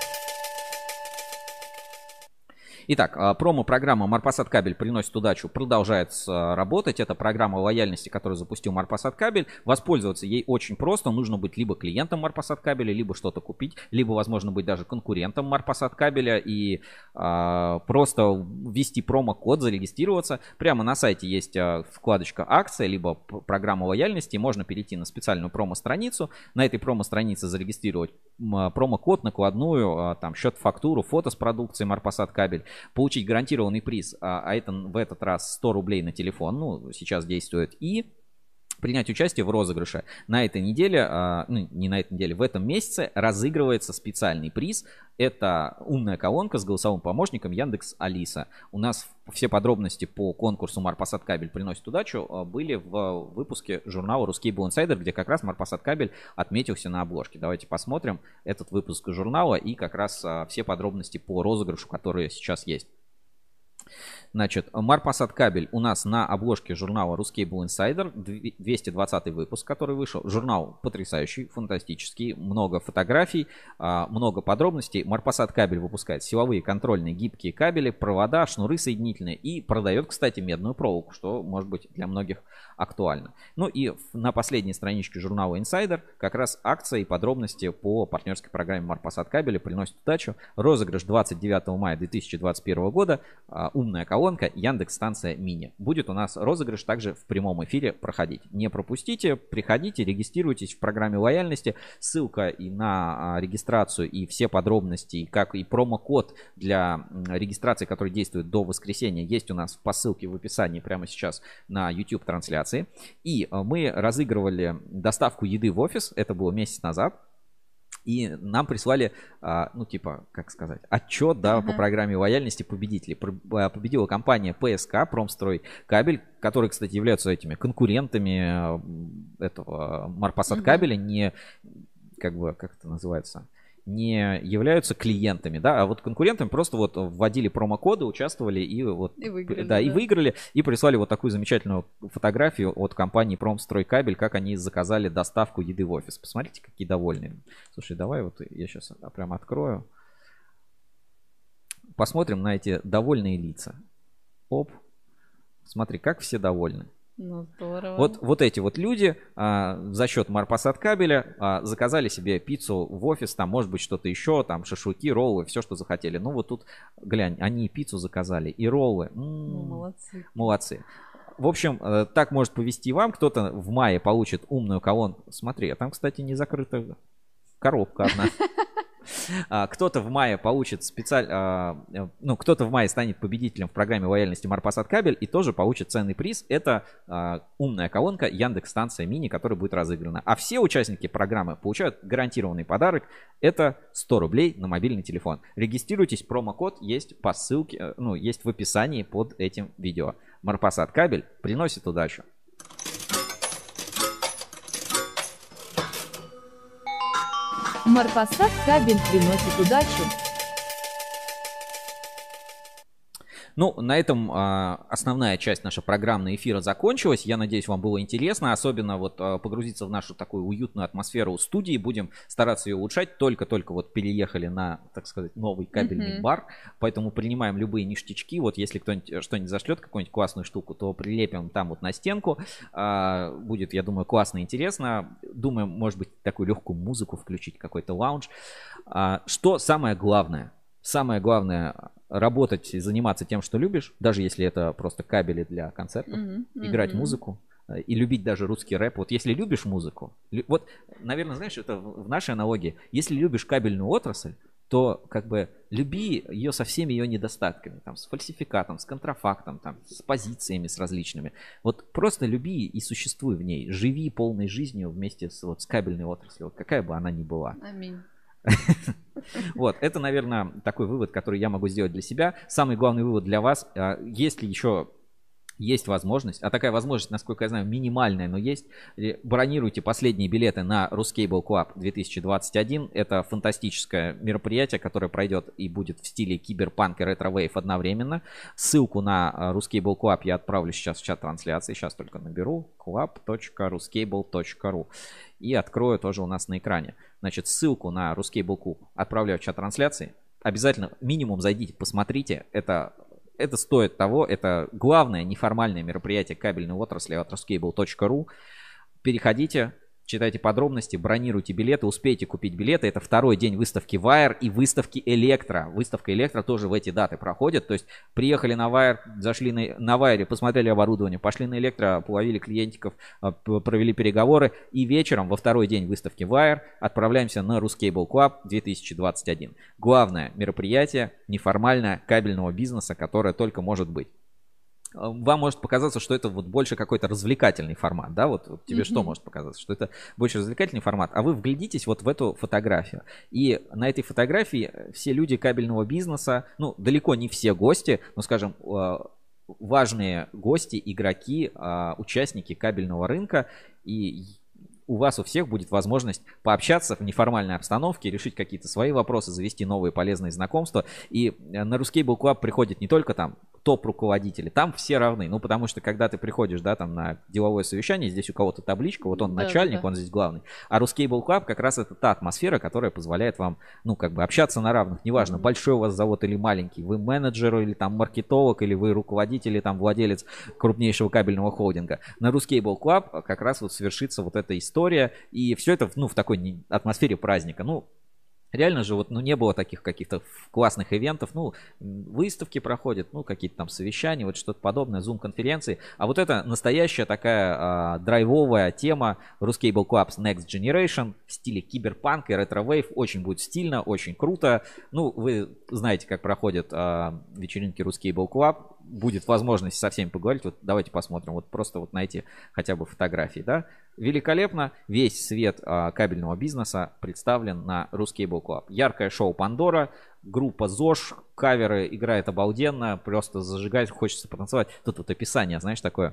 Итак, промо-программа Марпасад кабель приносит удачу продолжает работать. Это программа лояльности, которую запустил Марпасад кабель. Воспользоваться ей очень просто. Нужно быть либо клиентом Марпасад кабеля, либо что-то купить, либо, возможно, быть даже конкурентом Марпасад кабеля и просто ввести промокод, зарегистрироваться. Прямо на сайте есть вкладочка «Акция», либо программа лояльности. Можно перейти на специальную промо-страницу. На этой промо-странице зарегистрировать промокод, накладную, там счет-фактуру, фото с продукцией Марпасад кабель. Получить гарантированный приз, а это в этот раз 100 рублей на телефон, ну, сейчас действует, и принять участие в розыгрыше. На этой неделе, ну, не на этой неделе, в этом месяце разыгрывается специальный приз. Это умная колонка с голосовым помощником Яндекс Алиса. У нас все подробности по конкурсу Марпасад кабель приносит удачу были в выпуске журнала Ruscable Insider, где как раз Марпасад кабель отметился на обложке. Давайте посмотрим этот выпуск журнала и как раз все подробности по розыгрышу, которые сейчас есть. Значит, Марпасад кабель у нас на обложке журнала Ruscable Insider, 220 выпуск, который вышел. Журнал потрясающий, фантастический, много фотографий, много подробностей. Марпасад кабель выпускает силовые, контрольные, гибкие кабели, провода, шнуры соединительные и продает, кстати, медную проволоку, что может быть для многих актуально. Ну и на последней страничке журнала Insider как раз акция и подробности по партнерской программе Марпасад кабеля приносит удачу. Розыгрыш 29 мая 2021 года. Умная колонка Яндекс-станция Мини. Будет у нас розыгрыш также в прямом эфире проходить. Не пропустите, приходите, регистрируйтесь в программе лояльности. Ссылка и на регистрацию, и все подробности, как и промокод для регистрации, который действует до воскресенья, есть у нас по ссылке в описании прямо сейчас на YouTube-трансляции. И мы разыгрывали доставку еды в офис. Это было месяц назад. И нам прислали, ну, типа, как сказать, отчет, да, по программе лояльности победителей. Победила компания ПСК, Промстройкабель, которые, кстати, являются этими конкурентами этого Марпасаткабеля, не, как бы, как это называется, не являются клиентами, да, а вот конкурентами просто вот вводили промокоды, участвовали и вот и выиграли, да, и выиграли, и прислали вот такую замечательную фотографию от компании Промстройкабель, как они заказали доставку еды в офис. Посмотрите, какие довольные. Слушай, давай вот я сейчас прям открою. Посмотрим на эти довольные лица. Оп. Смотри, как все довольны. Ну, здорово. Вот эти вот люди за счет Марпасаткабеля заказали себе пиццу в офис, там может быть что-то еще, там шашлыки, роллы, все, что захотели. Ну вот тут, глянь, они и пиццу заказали, и роллы. Ну, молодцы. Молодцы. В общем, так может повести вам. Кто-то в мае получит умную колонку. Смотри, а там, кстати, не закрыта коробка одна. Кто-то в мае получит кто-то в мае станет победителем в программе лояльности Марпасаткабель и тоже получит ценный приз. Это умная колонка Яндекс-станция Мини, которая будет разыграна. А все участники программы получают гарантированный подарок. Это 100 рублей на мобильный телефон. Регистрируйтесь, промокод есть по ссылке, есть в описании под этим видео. Марпасаткабель приносит удачу. Марпасаткабель приносит удачу. Ну, на этом основная часть нашего программного эфира закончилась. Я надеюсь, вам было интересно. Особенно вот погрузиться в нашу такую уютную атмосферу студии. Будем стараться ее улучшать. Только-только вот переехали на, так сказать, новый кабельный бар. Поэтому принимаем любые ништячки. Вот если кто-нибудь что-нибудь зашлет, какую-нибудь классную штуку, то прилепим там вот на стенку. Будет, я думаю, классно и интересно. Думаю, может быть, такую легкую музыку включить, какой-то лаунж. Что самое главное? Самое главное — работать и заниматься тем, что любишь, даже если это просто кабели для концертов, играть музыку и любить даже русский рэп. Вот если любишь музыку, вот, наверное, знаешь, это в нашей аналогии, если любишь кабельную отрасль, то как бы люби ее со всеми ее недостатками, там, с фальсификатом, с контрафактом, там, с позициями, с различными. Вот просто люби и существуй в ней, живи полной жизнью вместе с кабельной отраслью, вот какая бы она ни была. Аминь. Вот, это, наверное, такой вывод, который я могу сделать для себя. Самый главный вывод для вас, если еще есть возможность, а такая возможность, насколько я знаю, минимальная, но есть, бронируйте последние билеты на Ruscable Club 2021. Это фантастическое мероприятие, которое пройдет и будет в стиле киберпанк и ретро-вейв одновременно. Ссылку на Ruscable Club я отправлю сейчас в чат трансляции. Сейчас только наберу club.ruscable.ru и открою тоже у нас на экране. Значит, ссылку на Ruscable Club отправляю в чат трансляции. Обязательно минимум зайдите, посмотрите. Это стоит того. Это главное неформальное мероприятие кабельной отрасли от ruscable.ru. Переходите, читайте подробности, бронируйте билеты, успейте купить билеты. Это второй день выставки Wire и выставки Электро. Выставка Электро тоже в эти даты проходит. То есть приехали на Wire, зашли на Wire, посмотрели оборудование, пошли на Электро, половили клиентиков, провели переговоры. И вечером, во второй день выставки Wire, отправляемся на Ruscable Club 2021. Главное мероприятие неформальное кабельного бизнеса, которое только может быть. Вам может показаться, что это вот больше какой-то развлекательный формат, да, вот тебе что может показаться, что это больше развлекательный формат, а вы вглядитесь вот в эту фотографию, и на этой фотографии все люди кабельного бизнеса, ну, далеко не все гости, но, скажем, важные гости, игроки, участники кабельного рынка, и у вас у всех будет возможность пообщаться в неформальной обстановке, решить какие-то свои вопросы, завести новые полезные знакомства. И на Ruscable Club приходят не только там топ-руководители, там все равны. Ну, потому что когда ты приходишь, да, там на деловое совещание, здесь у кого-то табличка, вот он начальник, он здесь главный. А Ruscable Club как раз это та атмосфера, которая позволяет вам, ну, как бы общаться на равных. Неважно, большой у вас завод или маленький, вы менеджер или там маркетолог, или вы руководитель, или там владелец крупнейшего кабельного холдинга. На Ruscable Club как раз вот совершится вот эта история, и все это, ну, в такой атмосфере праздника. Ну, реально же вот, ну, не было таких каких-то классных ивентов, ну, выставки проходят, ну, какие-то там совещания, вот что-то подобное, зум-конференции. А вот это настоящая такая драйвовая тема Ruscable Club's Next Generation в стиле киберпанк и ретро-вейв. Очень будет стильно, очень круто. Ну, вы знаете, как проходят вечеринки Ruscable Club. будет возможность со всеми поговорить. Вот давайте посмотрим. Вот просто вот найти хотя бы фотографии, да. Великолепно. Весь свет кабельного бизнеса представлен на Ruscable Club. Яркое шоу Пандора, группа ЗОЖ, каверы играет обалденно, просто зажигать, хочется потанцевать. Тут вот описание, знаешь, такое.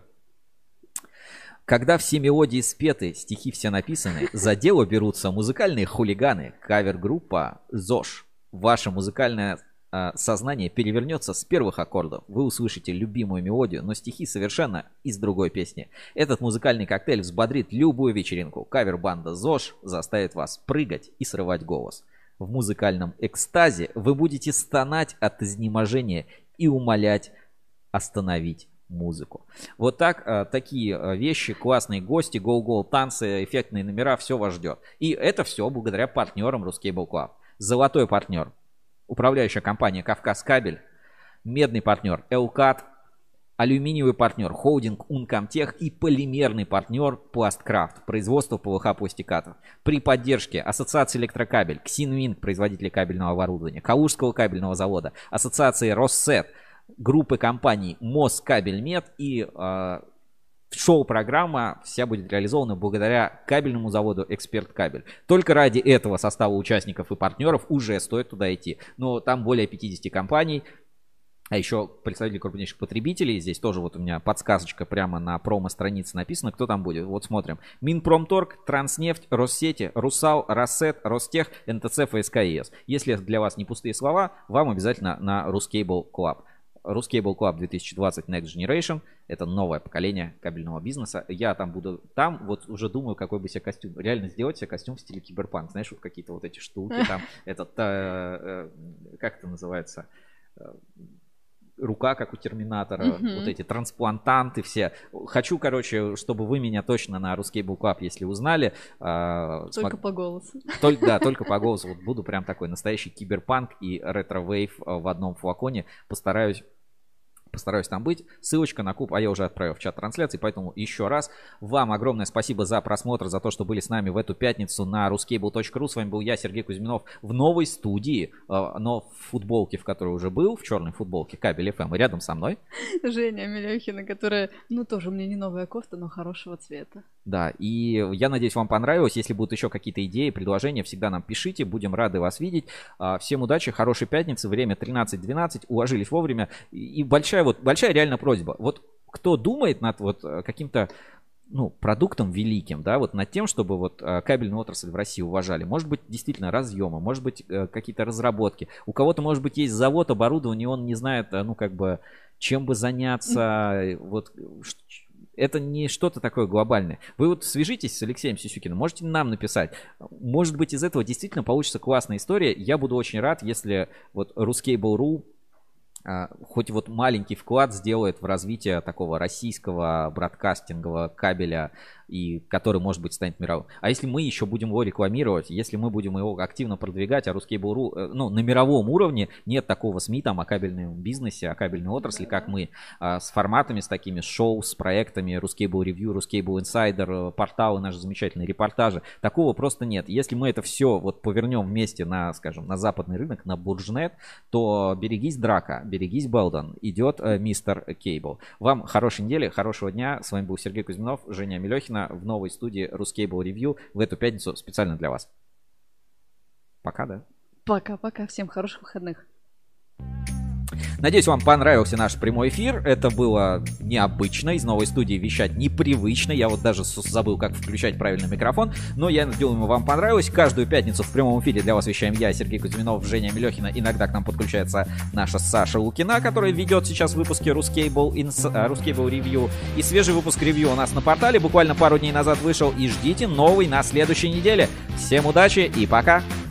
Когда все мелодии спеты, стихи все написаны, за дело берутся музыкальные хулиганы. Кавер-группа ЗОЖ. Ваше музыкальное сознание перевернется с первых аккордов. Вы услышите любимую мелодию, но стихи совершенно из другой песни. Этот музыкальный коктейль взбодрит любую вечеринку. Кавер-банда ЗОЖ заставит вас прыгать и срывать голос. В музыкальном экстазе вы будете стонать от изнеможения и умолять остановить музыку. Вот так, такие вещи, классные гости, гол-гол, танцы, эффектные номера, все вас ждет. И это все благодаря партнерам Ruscable Club. Золотой партнер — управляющая компания «Кавказкабель», медный партнер «Элкат», алюминиевый партнер холдинг «Ункомтех» и полимерный партнер «Пласткрафт», производство ПВХ-пластикатов. При поддержке Ассоциации электрокабель, Ксинвинг, производители кабельного оборудования, Калужского кабельного завода, Ассоциации Россет, группы компаний Москабельмет и шоу-программа вся будет реализована благодаря кабельному заводу «Эксперт Кабель». Только ради этого состава участников и партнеров уже стоит туда идти. Но там более 50 компаний, а еще представители крупнейших потребителей. Здесь тоже вот у меня подсказочка прямо на промо-странице написано, кто там будет. Вот смотрим. Минпромторг, Транснефть, Россети, Русал, Россет, Ростех, НТЦ, ФСК и ЕС. Если для вас не пустые слова, вам обязательно на Ruscable Club. Ruscable Club 2020 Next Generation. Это новое поколение кабельного бизнеса. Я там буду, вот уже думаю, какой бы себе костюм. Реально сделать себе костюм в стиле киберпанк. Знаешь, вот какие-то вот эти штуки там. Этот, как это называется? Рука, как у Терминатора. Вот эти трансплантанты все. Хочу, короче, чтобы вы меня точно на Ruscable Club, если узнали. Только по голосу. Только по голосу. Вот буду прям такой настоящий киберпанк и ретро-вейв в одном флаконе. Постараюсь там быть. Ссылочка на куб, а я уже отправил в чат трансляции, поэтому еще раз вам огромное спасибо за просмотр, за то, что были с нами в эту пятницу на ruscable.ru. С вами был я, Сергей Кузьминов, в новой студии, но в футболке, в которой уже был, в черной футболке Кабель ФМ, и рядом со мной Женя Мелехина, которая, тоже мне не новая кофта, но хорошего цвета. Да, и я надеюсь, вам понравилось. Если будут еще какие-то идеи, предложения, всегда нам пишите, будем рады вас видеть. Всем удачи, хорошей пятницы, время 13:12, уложились вовремя. И большая реально просьба. Вот кто думает над каким-то продуктом великим, да, вот над тем, чтобы кабельную отрасль в России уважали. Может быть, действительно разъемы, может быть, какие-то разработки. У кого-то, может быть, есть завод, оборудование, он не знает, чем бы заняться, это не что-то такое глобальное. Вы свяжитесь с Алексеем Сисюкиным, можете нам написать. Может быть, из этого действительно получится классная история. Я буду очень рад, если Ruscable.ru хоть маленький вклад сделает в развитие такого российского бродкастингового кабеля, и который, может быть, станет мировым. А если мы еще будем его рекламировать, если мы будем его активно продвигать, а Ruscable.ru, на мировом уровне нет такого СМИ там о кабельном бизнесе, о кабельной отрасли, как мы, с форматами, с такими шоу, с проектами Ruscable Review, Ruscable Insider, порталы, наши замечательные репортажи. Такого просто нет. Если мы это все повернем вместе на, скажем, на западный рынок, на Буржнет, то берегись драка, берегись Белден, идет мистер Кейбл. Вам хорошей недели, хорошего дня. С вами был Сергей Кузьминов, Женя Мелехина в новой студии Ruscable Review в эту пятницу специально для вас. Пока, да? Пока-пока. Всем хороших выходных. Надеюсь, вам понравился наш прямой эфир. Это было необычно. Из новой студии вещать непривычно. Я даже забыл, как включать правильно микрофон. Но я думаю, вам понравилось. Каждую пятницу в прямом эфире для вас вещаем я, Сергей Кузьминов, Женя Мелехина. Иногда к нам подключается наша Саша Лукина, которая ведет сейчас выпуски Ruscable Review. И свежий выпуск ревью у нас на портале. Буквально пару дней назад вышел. И ждите новый на следующей неделе. Всем удачи и пока!